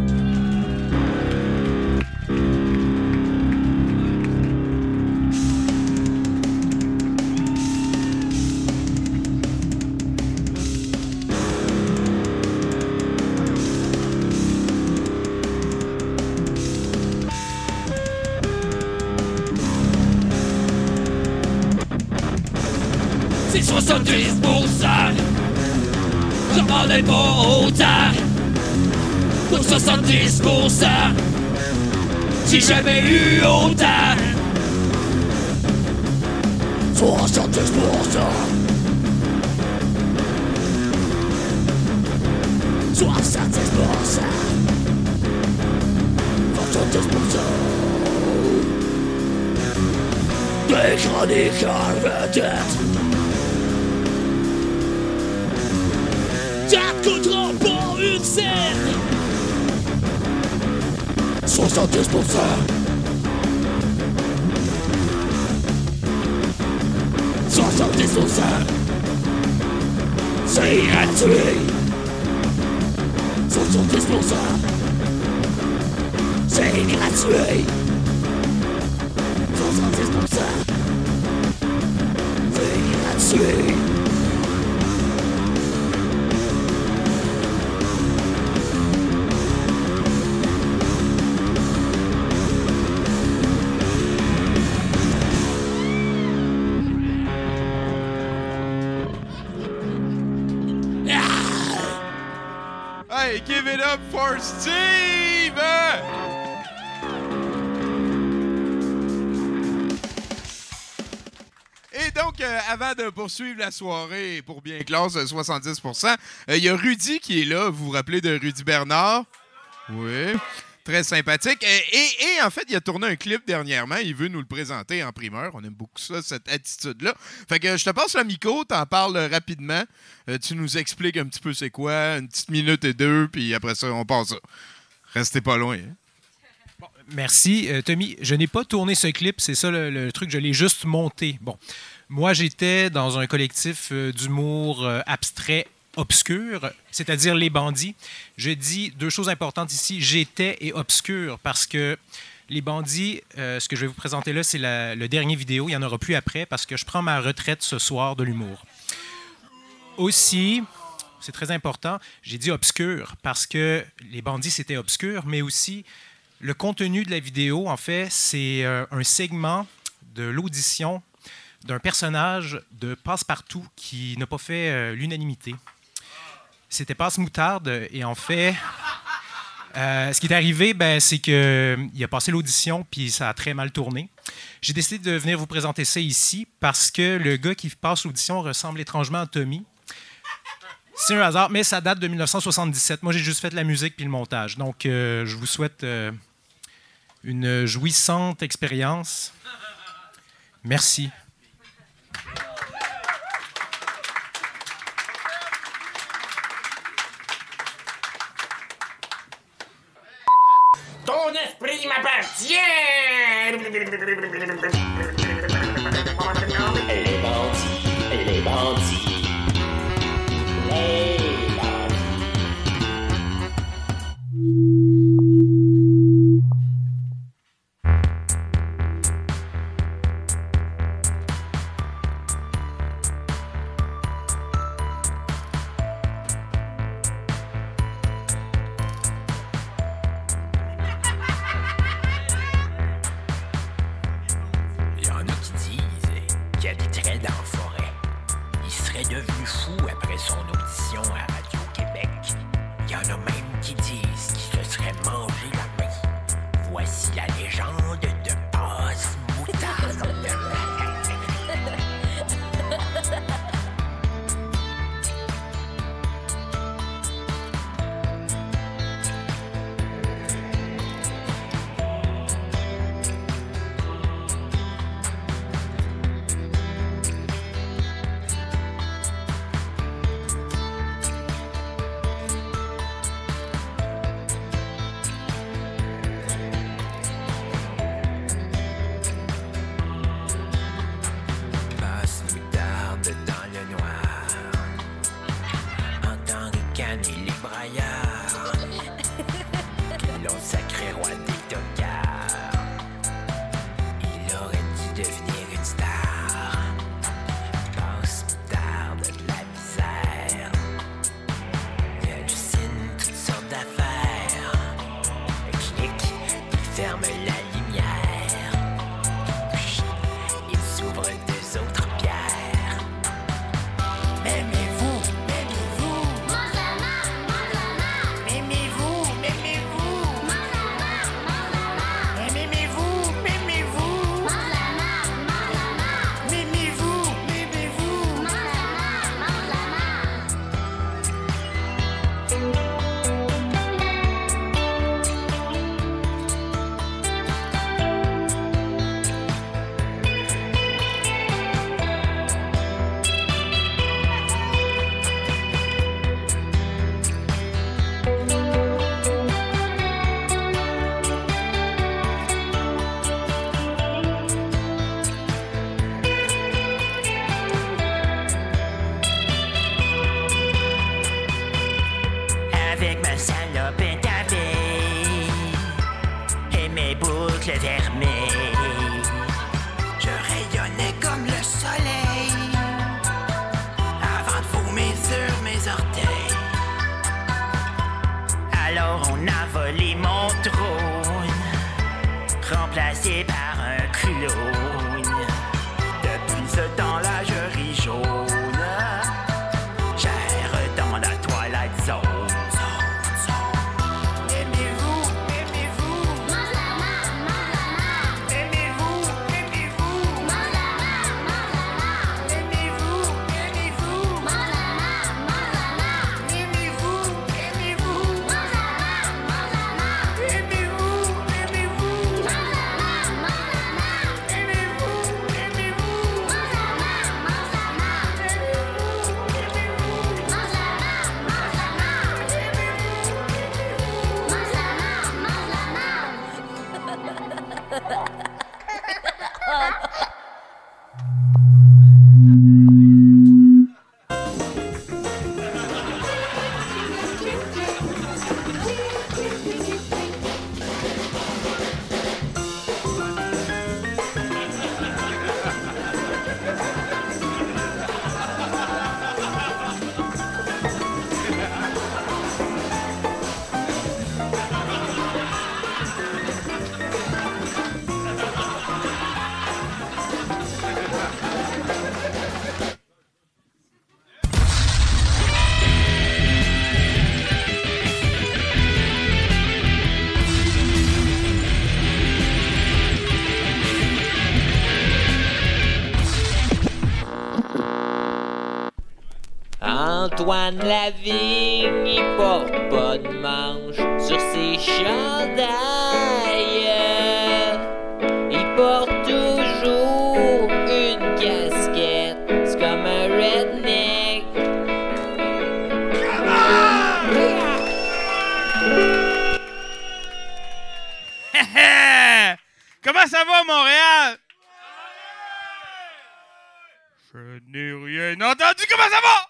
C'est soixante-dix pour cent. J'en demandais pas autant. Pour soixante-dix pour cent, j'ai jamais eu autant. soixante-dix pour cent. soixante-dix pour cent. soixante-dix pour cent. Des chroniques en vedette. Ça te coûtera pas une scène. soixante-dix pour cent. soixante-dix pour cent. C'est gratuit. soixante-dix pour cent. C'est gratuit. soixante-dix pour cent. C'est gratuit. Hey, give it up for Steve! Et donc, euh, avant de poursuivre la soirée pour bien classe euh, soixante-dix pour cent, il euh, y a Rudy qui est là. Vous vous rappelez de Rudy Bernard? Oui. Très sympathique. Et, et, et en fait, il a tourné un clip dernièrement. Il veut nous le présenter en primeur. On aime beaucoup ça, cette attitude-là. Fait que je te passe le micro, t'en parles rapidement. Euh, tu nous expliques un petit peu c'est quoi, une petite minute et deux, puis après ça, on passe ça. Restez pas loin. Hein? Bon, merci. Euh, Tommy, je n'ai pas tourné ce clip. C'est ça le, le truc. Je l'ai juste monté. Bon. Moi, j'étais dans un collectif euh, d'humour euh, abstrait obscur, c'est-à-dire les bandits. Je dis deux choses importantes ici, j'étais et obscur, parce que les bandits, euh, ce que je vais vous présenter là, c'est la, le dernier vidéo, il n'y en aura plus après, parce que je prends ma retraite ce soir de l'humour. Aussi, c'est très important, j'ai dit obscur, parce que les bandits, c'était obscur, mais aussi le contenu de la vidéo, en fait, c'est euh, un segment de l'audition d'un personnage de Passe-Partout qui n'a pas fait euh, l'unanimité. C'était Passe-Moutarde, et en fait, euh, ce qui est arrivé, ben, c'est qu'il a passé l'audition, puis ça a très mal tourné. J'ai décidé de venir vous présenter ça ici, parce que le gars qui passe l'audition ressemble étrangement à Tommy. C'est un hasard, mais ça date de mille neuf cent soixante-dix-sept. Moi, j'ai juste fait la musique puis le montage. Donc, euh, je vous souhaite euh, une jouissante expérience. Merci. Ton esprit m'appartient! Les bandits, les bandits, les bandits. Il y en a qui disent qu'il habiterait dans la forêt. Il serait devenu fou après son audition à Radio-Québec. Il y en a même qui disent qu'il se serait mangé la main. Voici la légende de Passe Moutarde. Passe Moutarde dans le noir. Entend ricaner les braillards qui l'ont sacré roi des tocards. Il aurait dû devenir une star. Passe Moutarde de la misère. Il hallucine toutes sortes d'affaires. Clique, il ferme la lumière. Il s'ouvre deux autres pierres. M'aimez-vous, m'aimez-vous, m'aimez-vous, m'aimez-vous, m'aimez-vous, m'aimez-vous, m'aimez-vous, m'aimez-vous. Avec ma salope établie et mes boucles fermées, je rayonnais comme le soleil avant de vomir sur mes orteils. Alors on a volé mon trône, remplacé par un clown. Depuis ce temps-là, je ris jaune. J'erre dans la Twilight Zone. Aimez-vous, aimez-vous, aimez-vous, aimez-vous, aimez-vous, aimez-vous, aimez-vous, aimez-vous, Antoine Lavigne, il porte pas de manche sur ses chandails. ça va, Montréal? Je n'ai rien entendu. Comment ça va?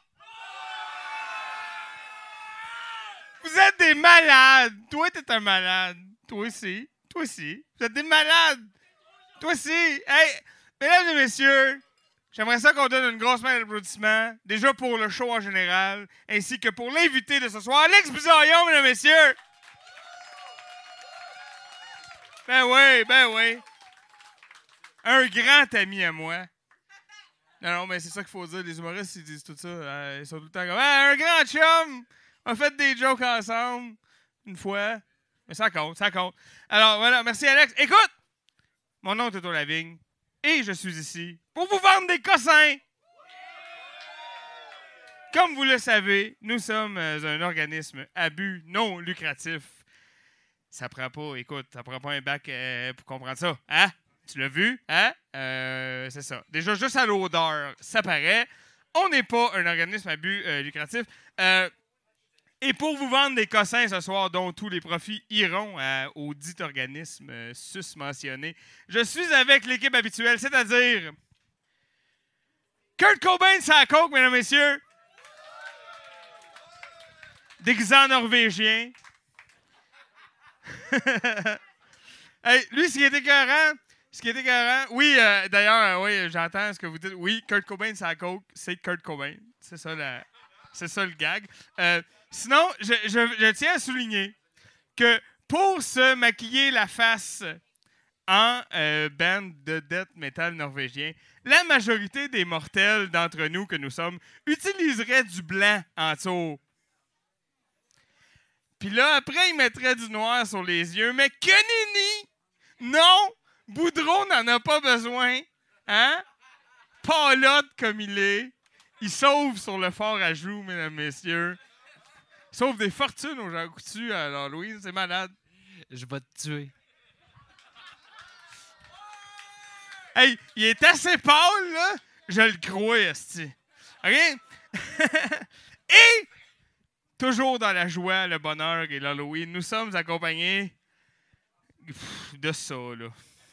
Vous êtes des malades. Toi, t'es un malade. Toi aussi. Toi aussi. Vous êtes des malades. Toi aussi. Hey, mesdames et messieurs, j'aimerais ça qu'on donne une grosse main d'applaudissements, déjà pour le show en général, ainsi que pour l'invité de ce soir, Alex Bizarion, mesdames et messieurs. Ben oui, ben oui. Un grand ami à moi. Non, non, mais c'est ça qu'il faut dire. Les humoristes, ils disent tout ça. Euh, ils sont tout le temps comme ah, un grand chum! On a fait des jokes ensemble. Une fois. Mais ça compte, ça compte. Alors, voilà. Merci, Alex. Écoute! Mon nom est Toto Lavigne. Et je suis ici pour vous vendre des cossins! Comme vous le savez, nous sommes un organisme à but non lucratif. Ça prend pas, écoute, ça prend pas un bac euh, pour comprendre ça. Hein? Tu l'as vu? Hein? Euh, c'est ça. Déjà, juste à l'odeur, ça paraît. On n'est pas un organisme à but euh, lucratif. Euh, et pour vous vendre des cossins ce soir, dont tous les profits iront à, au dit organisme euh, sus-mentionné, je suis avec l'équipe habituelle, c'est-à-dire Kurt Cobain, ça coke, mesdames et messieurs. Déguisé en norvégien. Hey, lui, ce qui est écœurant, ce qui est écœurant, oui, euh, d'ailleurs, euh, oui, j'entends ce que vous dites. Oui, Kurt Cobain, ça coke, c'est Kurt Cobain. C'est ça, la, c'est ça le gag. Euh, sinon, je, je, je tiens à souligner que pour se maquiller la face en euh, band de death metal norvégien, la majorité des mortels d'entre nous que nous sommes utiliseraient du blanc en dessous. Puis là, après, ils mettraient du noir sur les yeux. Mais que nenni! Non! Boudreau n'en a pas besoin. Hein? Palotte comme il est. Il sauve sur le fort à joues, mesdames, messieurs. Il sauve des fortunes aux gens coutus à l'Halloween. C'est malade. Je vais te tuer. Hey, il est assez pâle, là. Je le crois, esti. OK? Et... toujours dans la joie, le bonheur et l'Halloween, nous sommes accompagnés pff, de ça, là.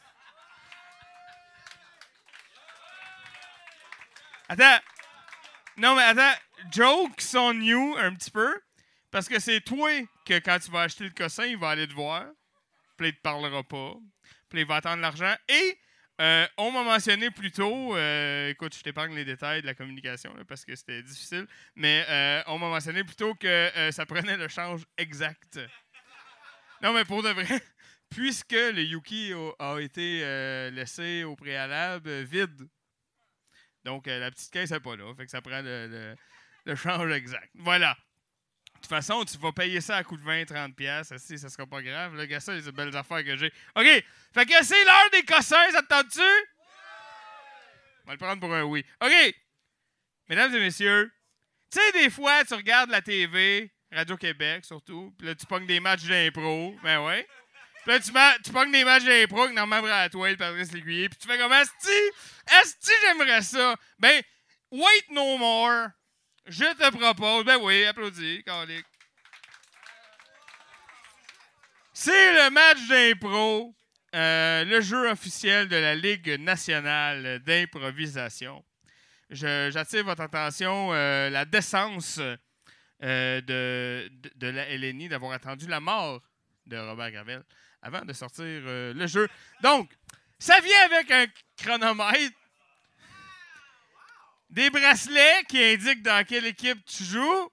Attends. Non, mais attends. Jokes sont new un petit peu, parce que c'est toi que quand tu vas acheter le cossin, il va aller te voir, puis il te parlera pas, puis il va attendre l'argent. Et euh, on m'a mentionné plus tôt, euh, écoute, je t'épargne les détails de la communication là, parce que c'était difficile, mais euh, on m'a mentionné plus tôt que euh, ça prenait le change exact. Non, mais pour de vrai, puisque le Yuki a, a été euh, laissé au préalable euh, vide, donc euh, la petite caisse n'est pas là, fait que ça prend le, le, le change exact. Voilà. De toute façon, tu vas payer ça à coup de vingt à trente piastres. Ça, ça sera pas grave. Là, gars, ça, c'est des belles affaires que j'ai. OK. Fait que c'est l'heure des cossins. Ça te tente-tu? On va le prendre pour un oui. OK. Mesdames et messieurs, tu sais, des fois, tu regardes la T V, Radio-Québec surtout, puis là, tu pognes des matchs d'impro. Ben ouais. Puis là, tu, ma- tu pognes des matchs d'impro avec Normand Bratoil, Patrice Lécuyer, puis tu fais comme Asti, Asti, j'aimerais ça. Ben, wait no more. Je te propose, ben oui, applaudis, calique. C'est le match d'impro, euh, le jeu officiel de la Ligue nationale d'improvisation. Je, j'attire votre attention, euh, la décence euh, de, de, de la L N I d'avoir attendu la mort de Robert Gravel avant de sortir euh, le jeu. Donc, ça vient avec un chronomètre, des bracelets qui indiquent dans quelle équipe tu joues.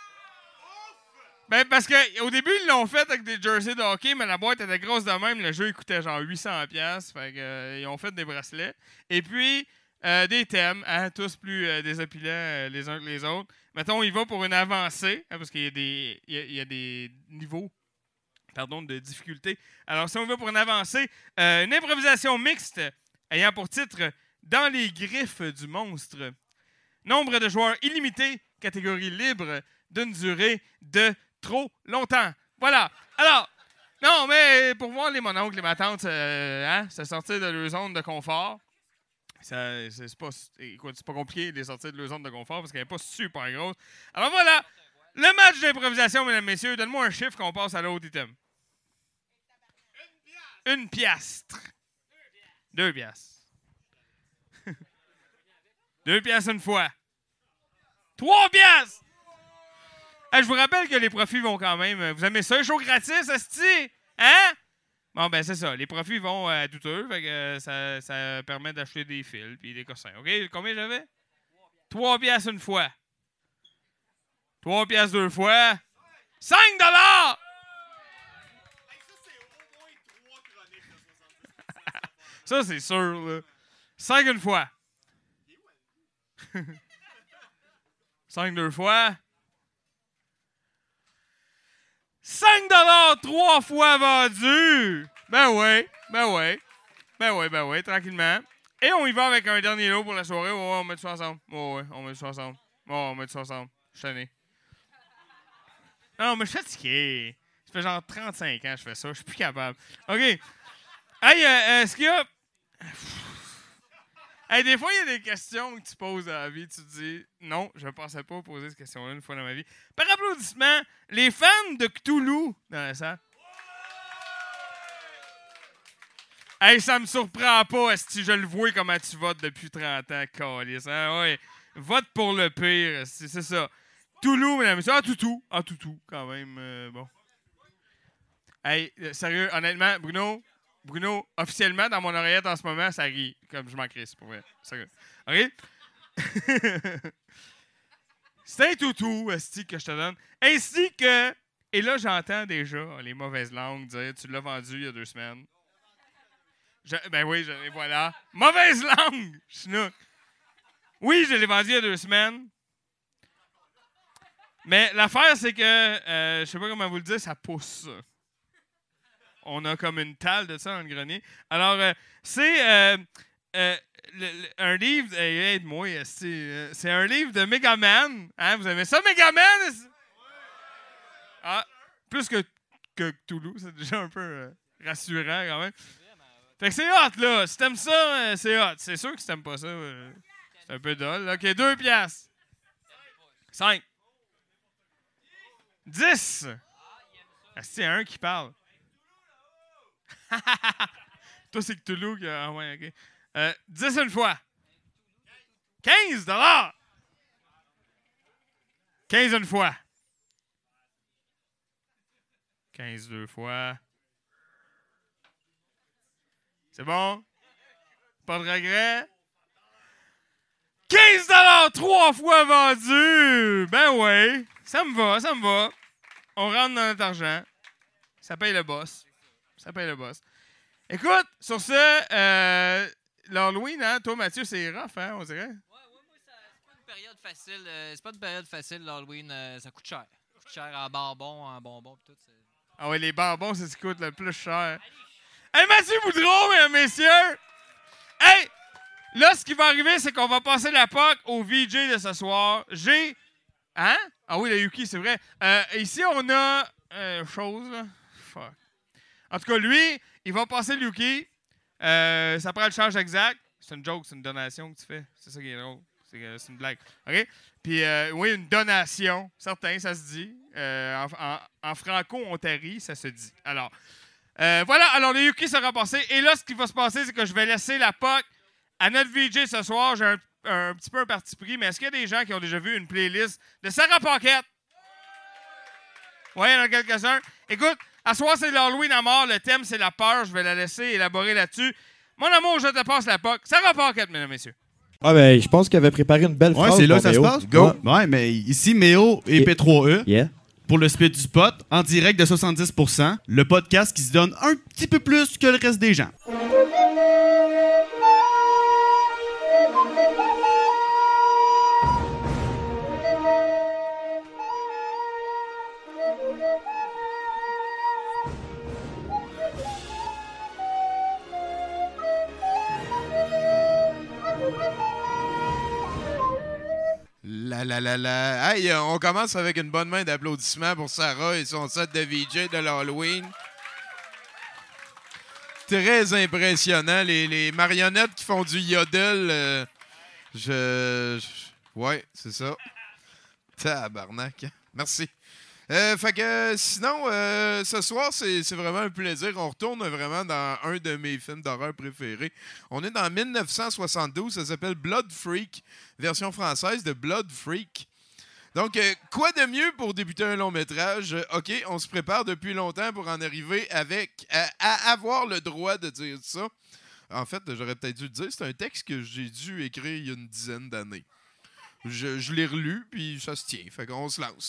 Ben, parce qu'au début, ils l'ont fait avec des jerseys de hockey, mais la boîte était grosse de même. Le jeu, il coûtait genre huit cents dollars. Fait que, euh, ils ont fait des bracelets. Et puis, euh, des thèmes, hein, tous plus euh, désopilants euh, les uns que les autres. Mettons, il va pour une avancée, hein, parce qu'il y a des, il y a, il y a des niveaux pardon, de difficulté. Alors, si on va pour une avancée, euh, une improvisation mixte ayant pour titre « Dans les griffes du monstre ». Nombre de joueurs illimité, catégorie libre, d'une durée de trop longtemps. Voilà. Alors, non, mais pour voir les mononcles, les matantes, euh, hein, se sortir de leur zone de confort, ça, c'est, c'est, pas, écoute, c'est pas compliqué de les sortir de leur zone de confort parce qu'elle n'est pas super grosse. Alors voilà, le match d'improvisation, mesdames et messieurs. Donne-moi un chiffre qu'on passe à l'autre item. Une piastre. Deux piastres. Deux piastres une fois. Trois piastres! Hey, je vous rappelle que les profits vont quand même... Vous aimez ça, un show gratis, esti? Hein? Bon, ben c'est ça. Les profits vont à douteux, fait que euh, ça, ça permet d'acheter des fils puis des cossins. OK? Combien j'avais? Trois piastres une fois. Trois piastres deux fois. Cinq dollars! Ça, c'est sûr, là. Cinq une fois. Cinq deux fois. Cinq dollars trois fois vendu. Ben ouais, ben ouais. Ben ouais, ben ouais, tranquillement. Et on y va avec un dernier lot pour la soirée. Ouais, on met ça ensemble. Ouais, ouais, on met ça ensemble. Ouais, on met ça ensemble. Je suis tanné. Non, mais je suis fatigué. Ça fait genre trente-cinq ans que je fais ça. Je suis plus capable. OK. Hey, euh, est-ce qu'il y a... Hey, des fois, il y a des questions que tu poses dans la vie. Tu te dis, non, je ne pensais pas poser cette question-là une fois dans ma vie. Par applaudissement, les fans de Cthulhu dans la salle. Hey, ça me surprend pas si je le vois comment tu votes depuis trente ans, câlisse, hein? Ouais. Vote pour le pire, c'est, c'est ça. Cthulhu, mesdames et messieurs. Ah, toutou. Ah, toutou, quand même. Euh, bon. Hey, sérieux, honnêtement, Bruno... Bruno, officiellement, dans mon oreillette en ce moment, ça rit. Comme je m'en crisse, pour vrai. Sérieux. OK? C'est un toutou, esti, que je te donne. Ainsi que... Et là, j'entends déjà les mauvaises langues dire « Tu l'as vendu il y a deux semaines. » Je, Ben oui, je, et voilà. Mauvaise langue! Chinook. Oui, je l'ai vendu il y a deux semaines. Mais l'affaire, c'est que... Euh, je sais pas comment vous le dire, ça pousse, ça. On a comme une talle de ça dans le grenier. Alors, euh, c'est euh, euh, le, le, un livre... Hey, aide-moi, c'est, euh, c'est un livre de Megaman. Hein, vous aimez ça, Megaman? Ah, plus que, que Cthulhu, c'est déjà un peu euh, rassurant quand même. Fait que c'est hot, là. Si t'aimes ça, euh, c'est hot. C'est sûr que si t'aimes pas ça, euh, c'est un peu dull. OK, deux piastres. Cinq. Dix. Ah, c'est un qui parle. Toi, c'est Cthulhu qui a... Ah ouais, OK. Euh, dix une fois. quinze dollars. quinze une fois. quinze deux fois. C'est bon? Pas de regret? quinze dollars trois fois vendu! Ben ouais, ça me va, ça me va. On rentre dans notre argent. Ça paye le boss. Ça paye le boss. Écoute, sur ce, euh, l'Halloween, hein, toi, Mathieu, c'est rough, hein, on dirait? Ouais, ouais, moi, ça, c'est pas une période facile. Euh, c'est pas une période facile, l'Halloween. Euh, ça coûte cher. Ça coûte cher en bonbons, en bonbons, pis tout. C'est... Ah ouais, les bonbons, c'est ce qui coûte le plus cher. Hey, Mathieu Boudreau, mesdames, messieurs! Hey! Là, ce qui va arriver, c'est qu'on va passer la P O C au V J de ce soir. J'ai... Hein? Ah oui, le Yuki, c'est vrai. Euh, ici, on a... Euh, chose, là. Fuck. En tout cas, lui, il va passer le Yuki. Euh, ça prend le charge exact. C'est une joke, c'est une donation que tu fais. C'est ça qui est drôle. C'est, euh, c'est une blague. OK? Puis, euh, oui, une donation. Certain, ça se dit. Euh, en, en, en franco-ontarie, ça se dit. Alors, euh, voilà. Alors, le Yuki sera passé. Et là, ce qui va se passer, c'est que je vais laisser la P O C à notre V J ce soir. J'ai un, un petit peu un parti pris, mais est-ce qu'il y a des gens qui ont déjà vu une playlist de Sarah Paquette? Oui, il y en a quelques-uns. Écoute, à soir, c'est l'Halloween à mort. Le thème, c'est la peur. Je vais la laisser élaborer là-dessus. Mon amour, je te passe la P O C. Sarah Paquette, mesdames et messieurs. Ah ben, je pense qu'il avait préparé une belle ouais, phrase. C'est là que ça Méo. se passe? Go! Ouais, ouais, mais ici, Méo et, et P trois E. Yeah. Pour le split du pot, en direct de soixante-dix pour cent. Le podcast qui se donne un petit peu plus que le reste des gens. La la la la. Hey, on commence avec une bonne main d'applaudissements pour Sarah et son set de V J de l'Halloween. Très impressionnant. Les, les marionnettes qui font du yodel. Euh, je, je. Ouais, c'est ça. Tabarnak. Merci. Euh, fait que sinon, euh, ce soir, c'est, c'est vraiment un plaisir. On retourne vraiment dans un de mes films d'horreur préférés. On est dans dix-neuf cent soixante-douze, ça s'appelle Blood Freak, version française de Blood Freak. Donc, euh, quoi de mieux pour débuter un long métrage? Euh, OK, on se prépare depuis longtemps pour en arriver avec à, à avoir le droit de dire ça. En fait, j'aurais peut-être dû le dire, c'est un texte que j'ai dû écrire il y a une dizaine d'années. Je, je l'ai relu, puis ça se tient. Fait qu'on se lance.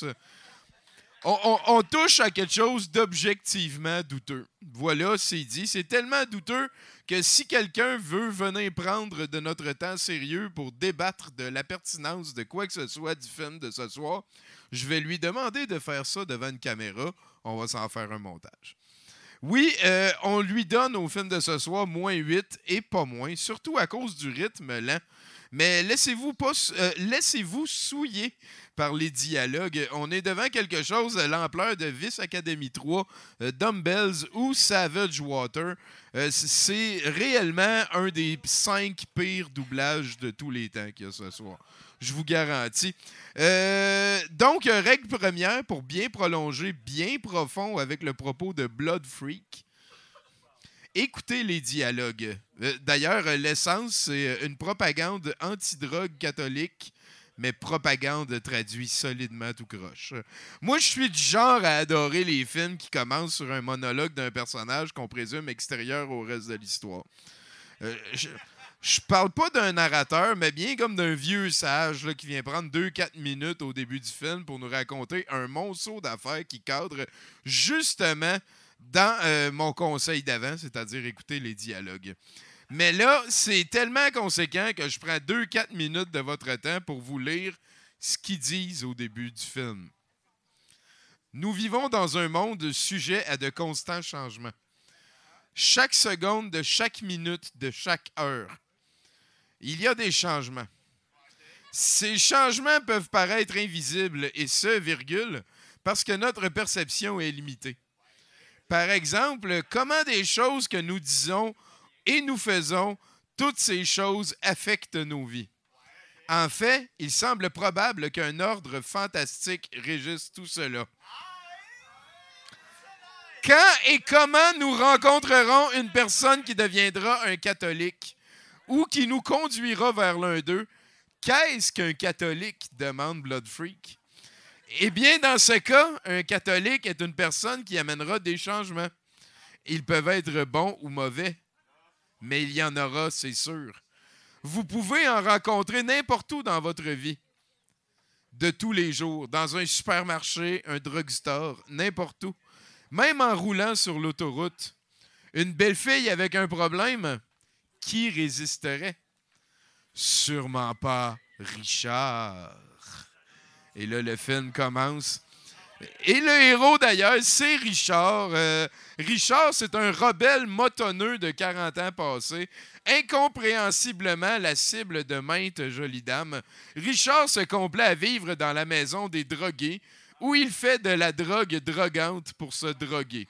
On, on, on touche à quelque chose d'objectivement douteux. Voilà, c'est dit. C'est tellement douteux que si quelqu'un veut venir prendre de notre temps sérieux pour débattre de la pertinence de quoi que ce soit du film de ce soir, je vais lui demander de faire ça devant une caméra. On va s'en faire un montage. Oui, euh, on lui donne au film de ce soir moins huit et pas moins, surtout à cause du rythme lent. Mais laissez-vous pas, euh, laissez-vous souiller par les dialogues. On est devant quelque chose de l'ampleur de Vice Academy trois, euh, Dumbbells ou Savage Water. Euh, c'est réellement un des cinq pires doublages de tous les temps qu'il y a ce soir. Je vous garantis. Euh, donc, règle première pour bien prolonger, bien profond avec le propos de Blood Freak. Écoutez les dialogues. Euh, d'ailleurs, l'essence, c'est une propagande anti-drogue catholique, mais propagande traduit solidement tout croche. Moi, je suis du genre à adorer les films qui commencent sur un monologue d'un personnage qu'on présume extérieur au reste de l'histoire. Euh, je, je parle pas d'un narrateur, mais bien comme d'un vieux sage là, qui vient prendre deux quatre minutes au début du film pour nous raconter un monceau d'affaires qui cadre justement dans euh, mon conseil d'avant, c'est-à-dire écouter les dialogues. Mais là, c'est tellement conséquent que je prends deux quatre minutes de votre temps pour vous lire ce qu'ils disent au début du film. Nous vivons dans un monde sujet à de constants changements. Chaque seconde de chaque minute de chaque heure, il y a des changements. Ces changements peuvent paraître invisibles, et ce, virgule, parce que notre perception est limitée. Par exemple, comment des choses que nous disons et nous faisons, toutes ces choses affectent nos vies. En fait, il semble probable qu'un ordre fantastique régisse tout cela. Quand et comment nous rencontrerons une personne qui deviendra un catholique ou qui nous conduira vers l'un d'eux? Qu'est-ce qu'un catholique? Demande Blood Freak. Eh bien, dans ce cas, un catholique est une personne qui amènera des changements. Ils peuvent être bons ou mauvais, mais il y en aura, c'est sûr. Vous pouvez en rencontrer n'importe où dans votre vie, de tous les jours, dans un supermarché, un drugstore, n'importe où, même en roulant sur l'autoroute. Une belle fille avec un problème, qui résisterait? Sûrement pas Richard. Et là, le film commence. Et le héros, d'ailleurs, c'est Richard. Euh, Richard, c'est un rebelle motonneux de quarante ans passés, incompréhensiblement la cible de maintes jolies dames. Richard se complaît à vivre dans la maison des drogués, où il fait de la drogue drogante pour se droguer.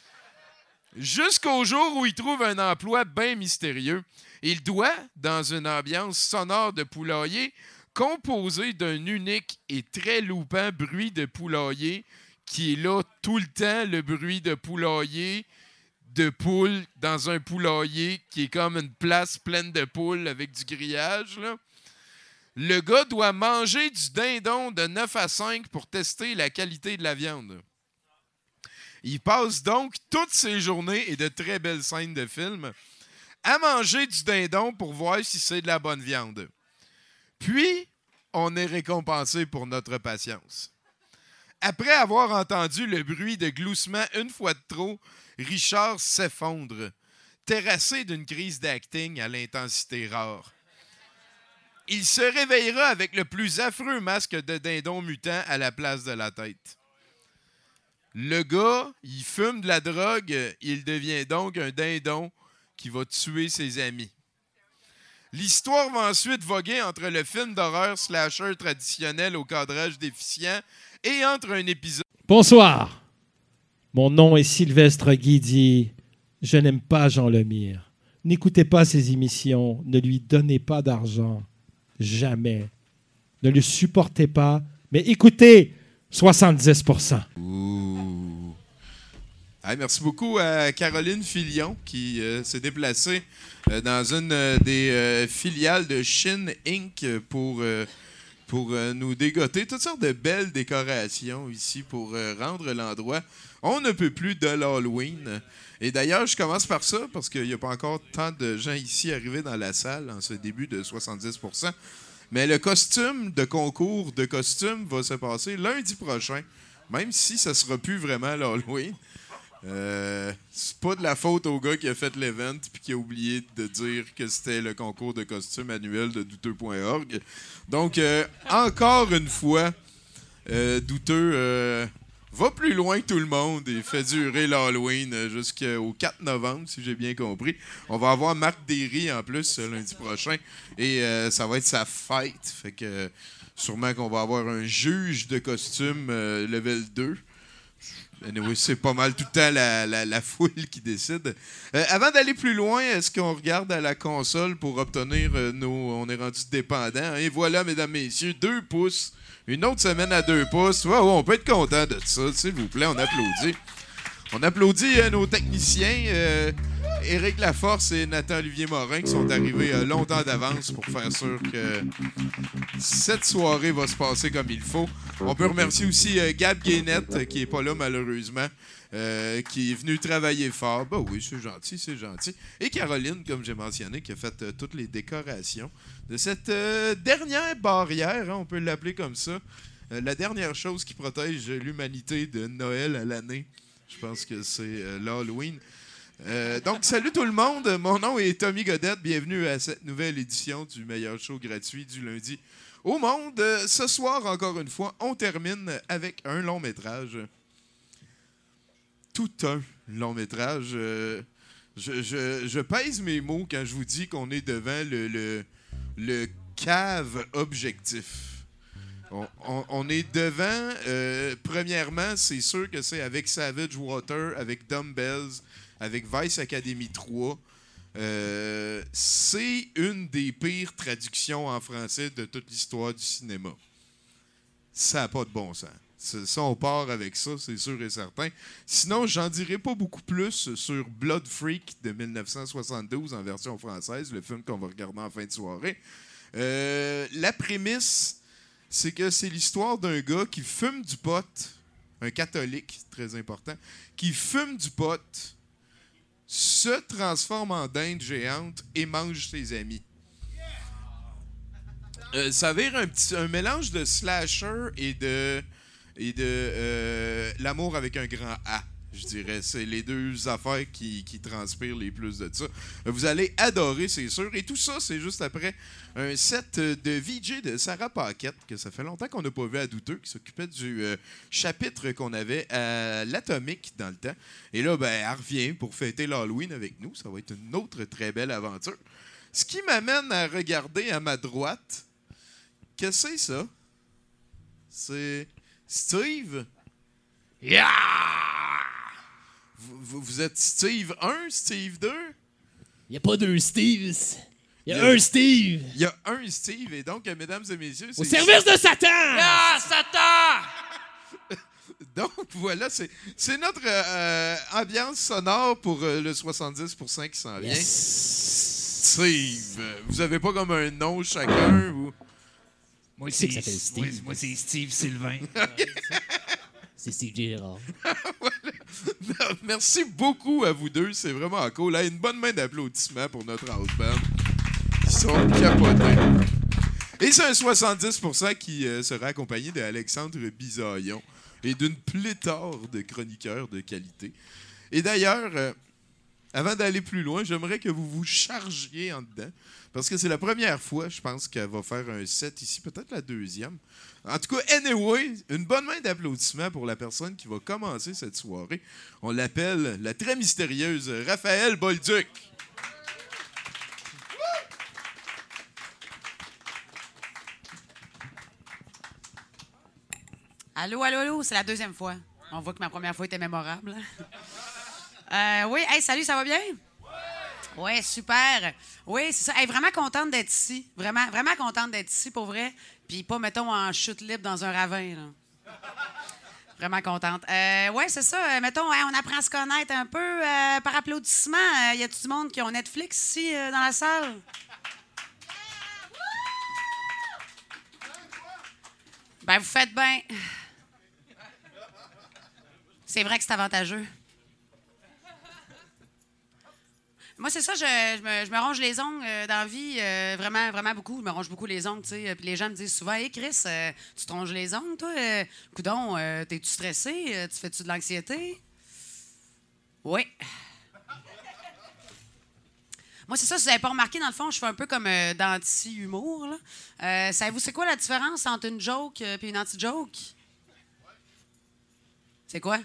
Jusqu'au jour où il trouve un emploi bien mystérieux. Il doit, dans une ambiance sonore de poulailler, composé d'un unique et très loupant bruit de poulailler qui est là tout le temps, le bruit de poulailler, de poules dans un poulailler qui est comme une place pleine de poules avec du grillage. Là. Le gars doit manger du dindon de neuf à cinq pour tester la qualité de la viande. Il passe donc toutes ses journées et de très belles scènes de film à manger du dindon pour voir si c'est de la bonne viande. Puis, on est récompensé pour notre patience. Après avoir entendu le bruit de gloussement une fois de trop, Richard s'effondre, terrassé d'une crise d'acting à l'intensité rare. Il se réveillera avec le plus affreux masque de dindon mutant à la place de la tête. Le gars, il fume de la drogue, il devient donc un dindon qui va tuer ses amis. L'histoire va ensuite voguer entre le film d'horreur slasher traditionnel au cadrage déficient et entre un épisode... Bonsoir. Mon nom est Sylvestre Guidi. Je n'aime pas Jean Lemire. N'écoutez pas ses émissions. Ne lui donnez pas d'argent. Jamais. Ne le supportez pas. Mais écoutez soixante-dix pour cent. Ouh. Hey, merci beaucoup à Caroline Filion qui euh, s'est déplacée euh, dans une euh, des euh, filiales de Shin Incorporated pour, euh, pour euh, nous dégoter toutes sortes de belles décorations ici pour euh, rendre l'endroit on ne peut plus de l'Halloween. Et d'ailleurs, je commence par ça parce qu'il n'y a pas encore tant de gens ici arrivés dans la salle en ce début de soixante-dix pour cent. Mais le costume de concours de costumes va se passer lundi prochain, même si ça ne sera plus vraiment l'Halloween. Euh, c'est pas de la faute au gars qui a fait l'event puis qui a oublié de dire que c'était le concours de costumes annuel de douteux point org. Donc, euh, encore une fois, euh, Douteux euh, va plus loin que tout le monde et fait durer l'Halloween jusqu'au quatre novembre, si j'ai bien compris. On va avoir Marc Derry en plus lundi prochain et euh, ça va être sa fête. Fait que sûrement qu'on va avoir un juge de costume euh, level deux. Anyway, c'est pas mal tout le temps la, la, la foule qui décide. Euh, avant d'aller plus loin, est-ce qu'on regarde à la console pour obtenir euh, nos... On est rendu dépendant. Et voilà, mesdames, messieurs, deux pouces. Une autre semaine à deux pouces. Ouais, ouais, on peut être content de ça, s'il vous plaît. On applaudit. On applaudit euh, nos techniciens, euh, Éric Laforce et Nathan-Olivier Morin, qui sont arrivés euh, longtemps d'avance pour faire sûr que cette soirée va se passer comme il faut. On peut remercier aussi euh, Gab Guénette, euh, qui n'est pas là malheureusement, euh, qui est venu travailler fort. Ben oui, c'est gentil, c'est gentil. Et Caroline, comme j'ai mentionné, qui a fait euh, toutes les décorations de cette euh, dernière barrière, hein, on peut l'appeler comme ça, euh, la dernière chose qui protège l'humanité de Noël à l'année. Je pense que c'est euh, l'Halloween. Euh, donc, salut tout le monde. Mon nom est Tommy Godette. Bienvenue à cette nouvelle édition du meilleur show gratuit du lundi au monde. Euh, ce soir, encore une fois, on termine avec un long métrage. Tout un long métrage. Euh, je, je, je pèse mes mots quand je vous dis qu'on est devant le, le, le cave objectif. On, on, on est devant, euh, premièrement, c'est sûr que c'est avec Savage Water, avec Dumbbells, avec Vice Academy trois. Euh, c'est une des pires traductions en français de toute l'histoire du cinéma. Ça n'a pas de bon sens. Ça, on part avec ça, c'est sûr et certain. Sinon, j'en dirai pas beaucoup plus sur Blood Freak de dix-neuf cent soixante-douze en version française, le film qu'on va regarder en fin de soirée. Euh, la prémisse, c'est que c'est l'histoire d'un gars qui fume du pot, un catholique, très important, qui fume du pot, se transforme en dinde géante et mange ses amis. Euh, ça vire un, petit, un mélange de slasher et de, et de euh, l'amour avec un grand A, je dirais. C'est les deux affaires qui, qui transpirent les plus de ça. Vous allez adorer, c'est sûr. Et tout ça, c'est juste après un set de V J de Sarah Paquette, que ça fait longtemps qu'on n'a pas vu à Douteux, qui s'occupait du euh, chapitre qu'on avait à l'Atomique dans le temps. Et là, ben, elle revient pour fêter l'Halloween avec nous. Ça va être une autre très belle aventure. Ce qui m'amène à regarder à ma droite. Qu'est-ce que c'est ça? C'est Steve? Yeah! Vous, vous, vous êtes Steve un, Steve deux? Il n'y a pas deux Steves. Il y a, y a un Steve. Il y a un Steve. Et donc, mesdames et messieurs... Au service de Satan! Ah, Satan! Donc, voilà, c'est, c'est notre euh, ambiance sonore pour euh, le soixante-dix pour cent qui s'en vient. Yes. Steve. Vous avez pas comme un nom chacun? Ou... Moi, c'est, c'est, Steve. Moi, moi, c'est Steve Sylvain. C'est Steve Gérard. Voilà. Merci beaucoup à vous deux. C'est vraiment cool. Là, une bonne main d'applaudissements pour notre house band. Ils sont capotés. Et c'est un soixante-dix pour cent qui euh, sera accompagné d'Alexandre Bisaillon et d'une pléthore de chroniqueurs de qualité. Et d'ailleurs, euh, avant d'aller plus loin, j'aimerais que vous vous chargiez en dedans. Parce que c'est la première fois, je pense, qu'elle va faire un set ici, peut-être la deuxième. En tout cas, anyway, une bonne main d'applaudissements pour la personne qui va commencer cette soirée. On l'appelle la très mystérieuse Raphaël Bolduc. Allô, allô, allô, c'est la deuxième fois. On voit que ma première fois était mémorable. euh, oui, hey, salut, ça va bien? Oui, super. Oui, c'est ça. Hey, vraiment contente d'être ici. Vraiment, vraiment contente d'être ici, pour vrai. Puis pas, mettons, en chute libre dans un ravin, là. Vraiment contente. Euh, ouais, c'est ça. Euh, mettons, hein, on apprend à se connaître un peu euh, par applaudissement. Euh, y a-tu du monde qui ont Netflix ici euh, dans la salle? Ben, vous faites bien. C'est vrai que c'est avantageux. Moi, c'est ça, je, je, me, je me ronge les ongles euh, dans la vie, euh, vraiment, vraiment beaucoup. Je me ronge beaucoup les ongles, tu sais. Puis les gens me disent souvent, « Hey, Chris, euh, tu te ronges les ongles, toi? Euh, coudon, euh, t'es-tu stressé? Euh, tu fais-tu de l'anxiété? » Oui. Moi, c'est ça, si vous n'avez pas remarqué, dans le fond, je fais un peu comme euh, d'anti-humour, là. Euh, savez-vous, c'est quoi la différence entre une joke et une anti-joke? C'est quoi?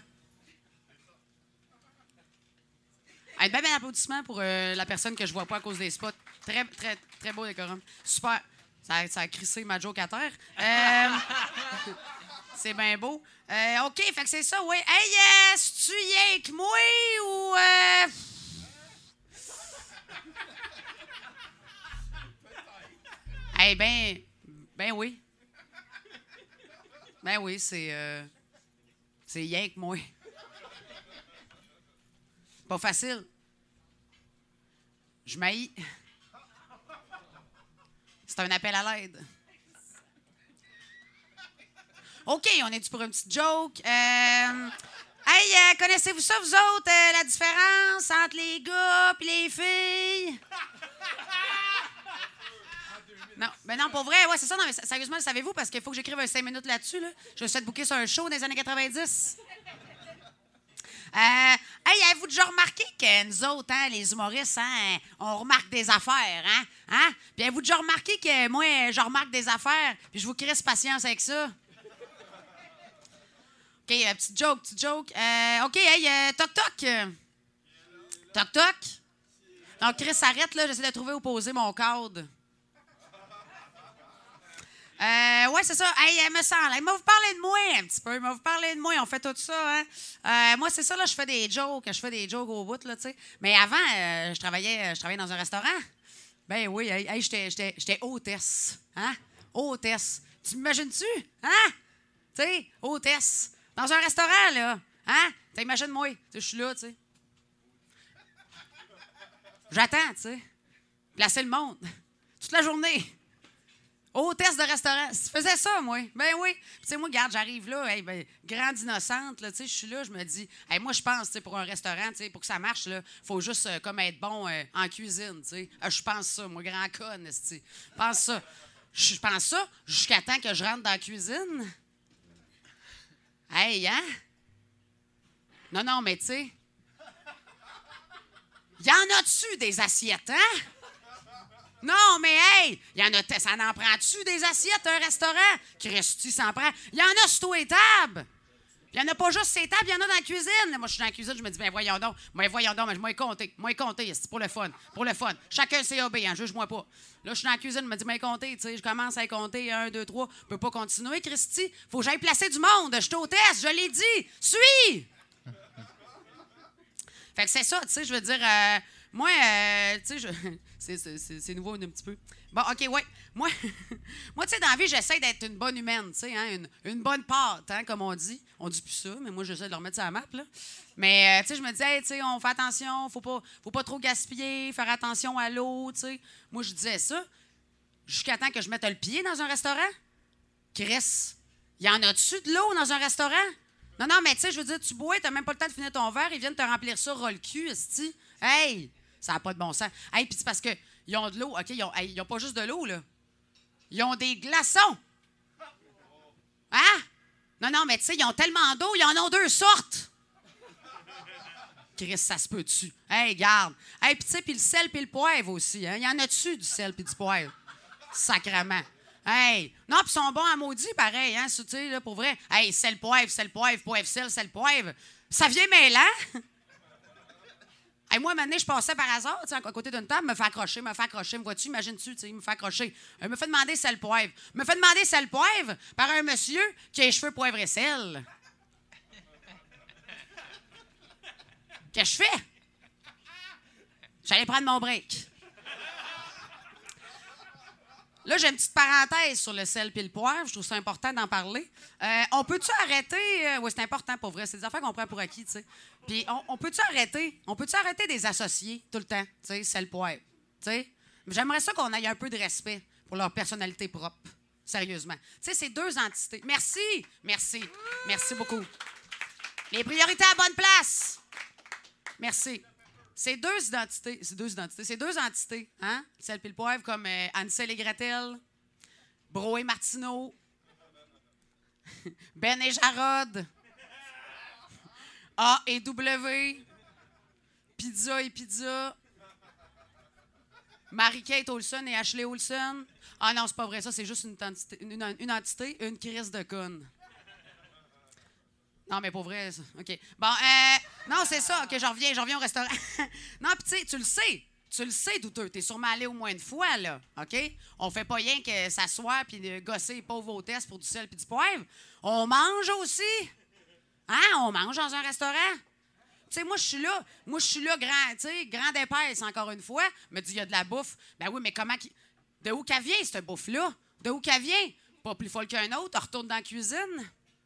Un bien bel applaudissement pour euh, la personne que je vois pas à cause des spots. Très, très, très beau décorum. Super. Ça, a- ça a crissé ma joke à terre. Euh, c'est bien beau. Euh, OK, fait que c'est ça, oui. Hey, euh, c'est-tu rien que moi ou... Euh... Hey, ben... Ben oui. Ben oui, c'est... Euh... C'est rien que moi. Pas facile. Je m'haïs. C'est un appel à l'aide. OK, on est dû pour une petite joke. Euh, hey, euh, connaissez-vous ça, vous autres, euh, la différence entre les gars et les filles? Non, ben non, pour vrai, ouais, c'est ça. Non, mais sérieusement, le savez-vous? Parce qu'il faut que j'écrive un cinq minutes là-dessus. Là. Je me suis fait booker sur un show des années quatre-vingt-dix. Euh, hey, avez-vous déjà remarqué que nous autres, hein, les humoristes, hein, on remarque des affaires, hein? hein? Puis avez-vous déjà remarqué que moi, je remarque des affaires, puis je vous crisse patience avec ça? OK, euh, petite joke, petite joke. Euh, OK, hey, euh, toc toc. Toc toc. Donc, Chris, arrête, là, j'essaie de trouver où poser mon cadre. Euh, ouais, c'est ça. Hey, elle me sent là. Il m'a vous parlé de moi un petit peu. Il m'a vous parlé de moi. On fait tout ça, hein. Euh, moi, c'est ça, là. Je fais des jokes. Je fais des jokes au bout, là, tu sais. Mais avant, euh, je travaillais, je travaillais dans un restaurant. Ben oui, hey, hey, j'étais, j'étais, j'étais hôtesse. Hein? Hôtesse. Tu m'imagines-tu? Hein? Tu sais, hôtesse. Dans un restaurant, là. Hein? T'imagines-moi. Je suis là, tu sais. J'attends, tu sais. Placer le monde. Toute la journée. Hôtesse de restaurant. Je faisais ça, moi. Ben oui. Tu sais, moi, regarde, j'arrive là, hey, ben, grande innocente, là, tu sais, je suis là, je me dis, hey, moi, je pense, tu sais, pour un restaurant, tu sais, pour que ça marche, là, faut juste euh, comme être bon euh, en cuisine, tu sais. Euh, je pense ça, moi, grand con, tu sais. Pense ça. Je pense ça jusqu'à temps que je rentre dans la cuisine. Hey, hein? Non, non, mais tu sais, y en a-tu des assiettes, hein? Non, mais hey, y en a, ça en prend-tu des assiettes, un restaurant? Christy s'en prend. Il y en a sur tous les tables. Il n'y en a pas juste ces tables, il y en a dans la cuisine. Moi, je suis dans la cuisine, je me dis, ben voyons donc, moi, voyons donc, mais je m'ai compté, moi, compté, c'est pour le fun, pour le fun. Chacun ses hobbies, hein, juge-moi pas. Là, je suis dans la cuisine, je me dis, mais compté, tu sais, je commence à compter, un, deux, trois, je peux pas continuer, Christy. Faut que j'aille placer du monde, je t'hôtesse, je l'ai dit, suis! Fait que c'est ça, tu sais, je veux dire, euh, moi, euh, tu sais, je... c'est, c'est, c'est nouveau un petit peu. Bon, OK, ouais. Moi, moi tu sais, dans la vie, j'essaie d'être une bonne humaine, tu sais, hein, une, une bonne pâte, hein, comme on dit. On dit plus ça, mais moi, j'essaie de le remettre sur la map, là. Mais, euh, tu sais, je me dis, hey, tu sais, on fait attention, faut pas, faut pas trop gaspiller, faire attention à l'eau, tu sais. Moi, je disais ça jusqu'à temps que je mette le pied dans un restaurant. Chris, y en a-tu de l'eau dans un restaurant? Non, non, mais tu sais, je veux dire, tu bois, t'as même pas le temps de finir ton verre, ils viennent te remplir ça, roll cul, esti. Hey, ça n'a pas de bon sens. Hey, puis c'est parce qu'ils ont de l'eau, OK, ils ont, hey, ils ont pas juste de l'eau, là. Ils ont des glaçons. Hein? Non, non, mais tu sais, ils ont tellement d'eau, ils en ont deux sortes. Chris, ça se peut-tu? Hey, garde. Hey, puis tu sais, puis le sel puis le poivre aussi, hein? Il y en a-tu du sel puis du poivre? Sacrement. Hey! Non, puis ils sont bons à maudit, pareil, hein, tu sais, là, pour vrai. Hey, sel, poivre, sel, poivre, poivre, sel, sel, poivre. Ça vient mêlant. Hey, moi, maintenant, je passais par hasard, tu sais, à côté d'une table, me fait accrocher, me fait accrocher, me vois-tu, imagine-tu, tu sais, me fait accrocher. Il me fait demander sel, poivre. Me fait demander sel, poivre par un monsieur qui a les cheveux poivre et sel. Qu'est-ce que je fais? J'allais prendre mon break. Là, j'ai une petite parenthèse sur le sel puis le poivre. Je trouve ça important d'en parler. Euh, on peut-tu arrêter... Euh, oui, c'est important, pour vrai. C'est des affaires qu'on prend pour acquis, tu sais. Puis on, on peut-tu arrêter? On peut-tu arrêter des associés tout le temps? Tu sais, sel, poivre. Tu sais? J'aimerais ça qu'on ait un peu de respect pour leur personnalité propre. Sérieusement. Tu sais, c'est deux entités. Merci! Merci. Merci beaucoup. Les priorités à bonne place. Merci. C'est deux identités. C'est deux identités. C'est deux entités. Hein? Sel puis le poivre, comme euh, Ansel et Gretel, Bro et Martineau, Ben et Jarod, A et W, Pizza et Pizza, Mary-Kate Olsen et Ashley Olsen. Ah non, c'est pas vrai. Ça, c'est juste une entité, une, une entité, une crise de conne. Non, mais pour vrai, ça. OK. Bon, euh, non, c'est ça. OK, j'en reviens, j'en reviens au restaurant. Non, puis tu sais, tu le sais. Tu le sais, douteux. T'es sûrement allé au moins une fois, là. OK? On fait pas rien que s'asseoir puis de gosser les pauvres hôtesses pour du sel puis du poivre. On mange aussi. Hein? On mange dans un restaurant. Tu sais, moi, je suis là. Moi, je suis là, grand, tu sais, grande épaisse, encore une fois. Me dit, il y a de la bouffe. Ben oui, mais comment... Qui... De où qu'elle vient, cette bouffe-là? De où qu'elle vient? Pas plus folle qu'un autre. On retourne dans la cuisine.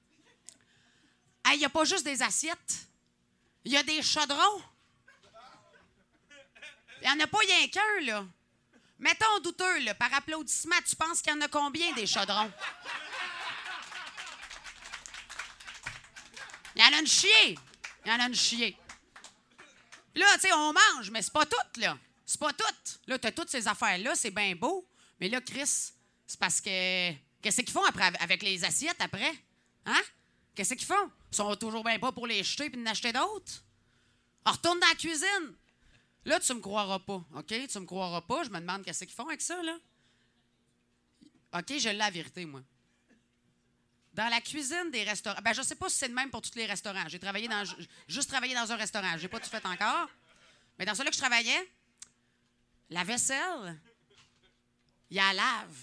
Il n'y a pas juste des assiettes. Il y a des chaudrons. Il n'y en a pas rien qu'un, là. Mettons douteux, là, par applaudissement, tu penses qu'il y en a combien, des chaudrons? Il y en a une chier. Il y en a une chier. Puis là, tu sais, on mange, mais c'est pas tout, là. C'est pas tout. Là, t'as toutes ces affaires-là, c'est bien beau. Mais là, Chris, c'est parce que... Qu'est-ce qu'ils font après, avec les assiettes, après? Hein? Qu'est-ce qu'ils font? Ils sont toujours bien pas pour les jeter puis d'en acheter d'autres. On retourne dans la cuisine. Là, tu me croiras pas, OK? Tu me croiras pas. Je me demande qu'est-ce qu'ils font avec ça, là. OK, je l'ai la vérité, moi. Dans la cuisine des restaurants... Ben, je sais pas si c'est le même pour tous les restaurants. J'ai travaillé dans... Juste travaillé dans un restaurant. J'ai pas tout fait encore. Mais dans celui-là que je travaillais, la vaisselle, il y a la lave.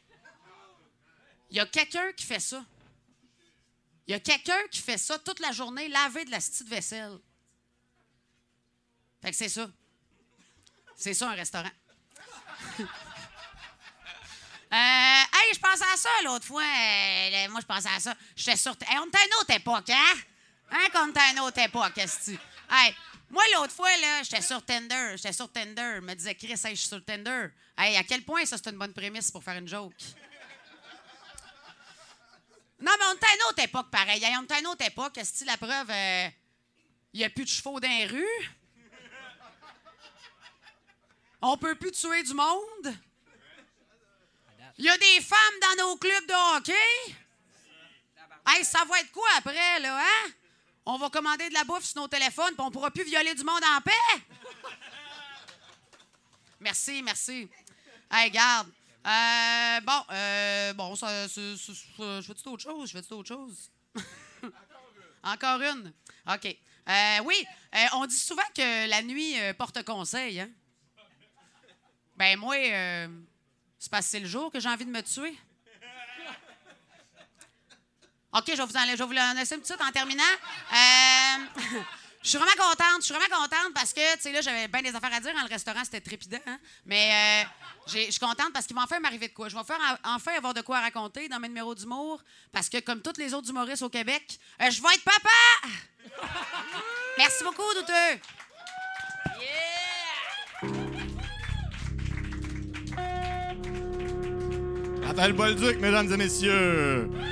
Il y a quelqu'un qui fait ça. Il y a quelqu'un qui fait ça toute la journée, laver de la petite vaisselle. Fait que c'est ça. C'est ça, un restaurant. euh, hey, je pensais à ça l'autre fois. Euh, moi, je pensais à ça. J'étais sur... Hey, on était à une autre époque, hein? Hein, qu'on était à une autre époque, qu'est-ce que tu... Hey, moi, l'autre fois, là, j'étais sur Tinder. J'étais sur Tinder. Je me disais, Chris, hey, je suis sur Tinder. Hey, à quel point ça, c'est une bonne prémisse pour faire une joke? Non, mais on était à une autre époque, pareil. On était à une autre époque. Est-ce que la preuve, il euh, n'y a plus de chevaux dans les rues? On peut plus tuer du monde? Il y a des femmes dans nos clubs de hockey? Hey, ça va être quoi après, là, hein? On va commander de la bouffe sur nos téléphones puis on pourra plus violer du monde en paix? Merci, merci. Hey, garde. Euh, bon, euh, bon, ça, c'est, c'est, je fais-tu autre chose? Je fais-tu autre chose? Encore une? OK. Euh, oui, euh, on dit souvent que la nuit euh, porte conseil, hein? Ben moi, euh, c'est parce que c'est le jour que j'ai envie de me tuer. OK, je vais vous en, je vais vous en laisser une petite en terminant. Euh, je suis vraiment contente. Je suis vraiment contente parce que, tu sais, là, j'avais bien des affaires à dire. Dans le restaurant, c'était trépidant. Hein? Mais euh, je suis contente parce qu'il va enfin m'arriver de quoi. Je vais faire, enfin avoir de quoi raconter dans mes numéros d'humour parce que, comme tous les autres humoristes au Québec, euh, je vais être papa! Merci beaucoup, douteux. Raphaël Bolduc, mesdames et messieurs.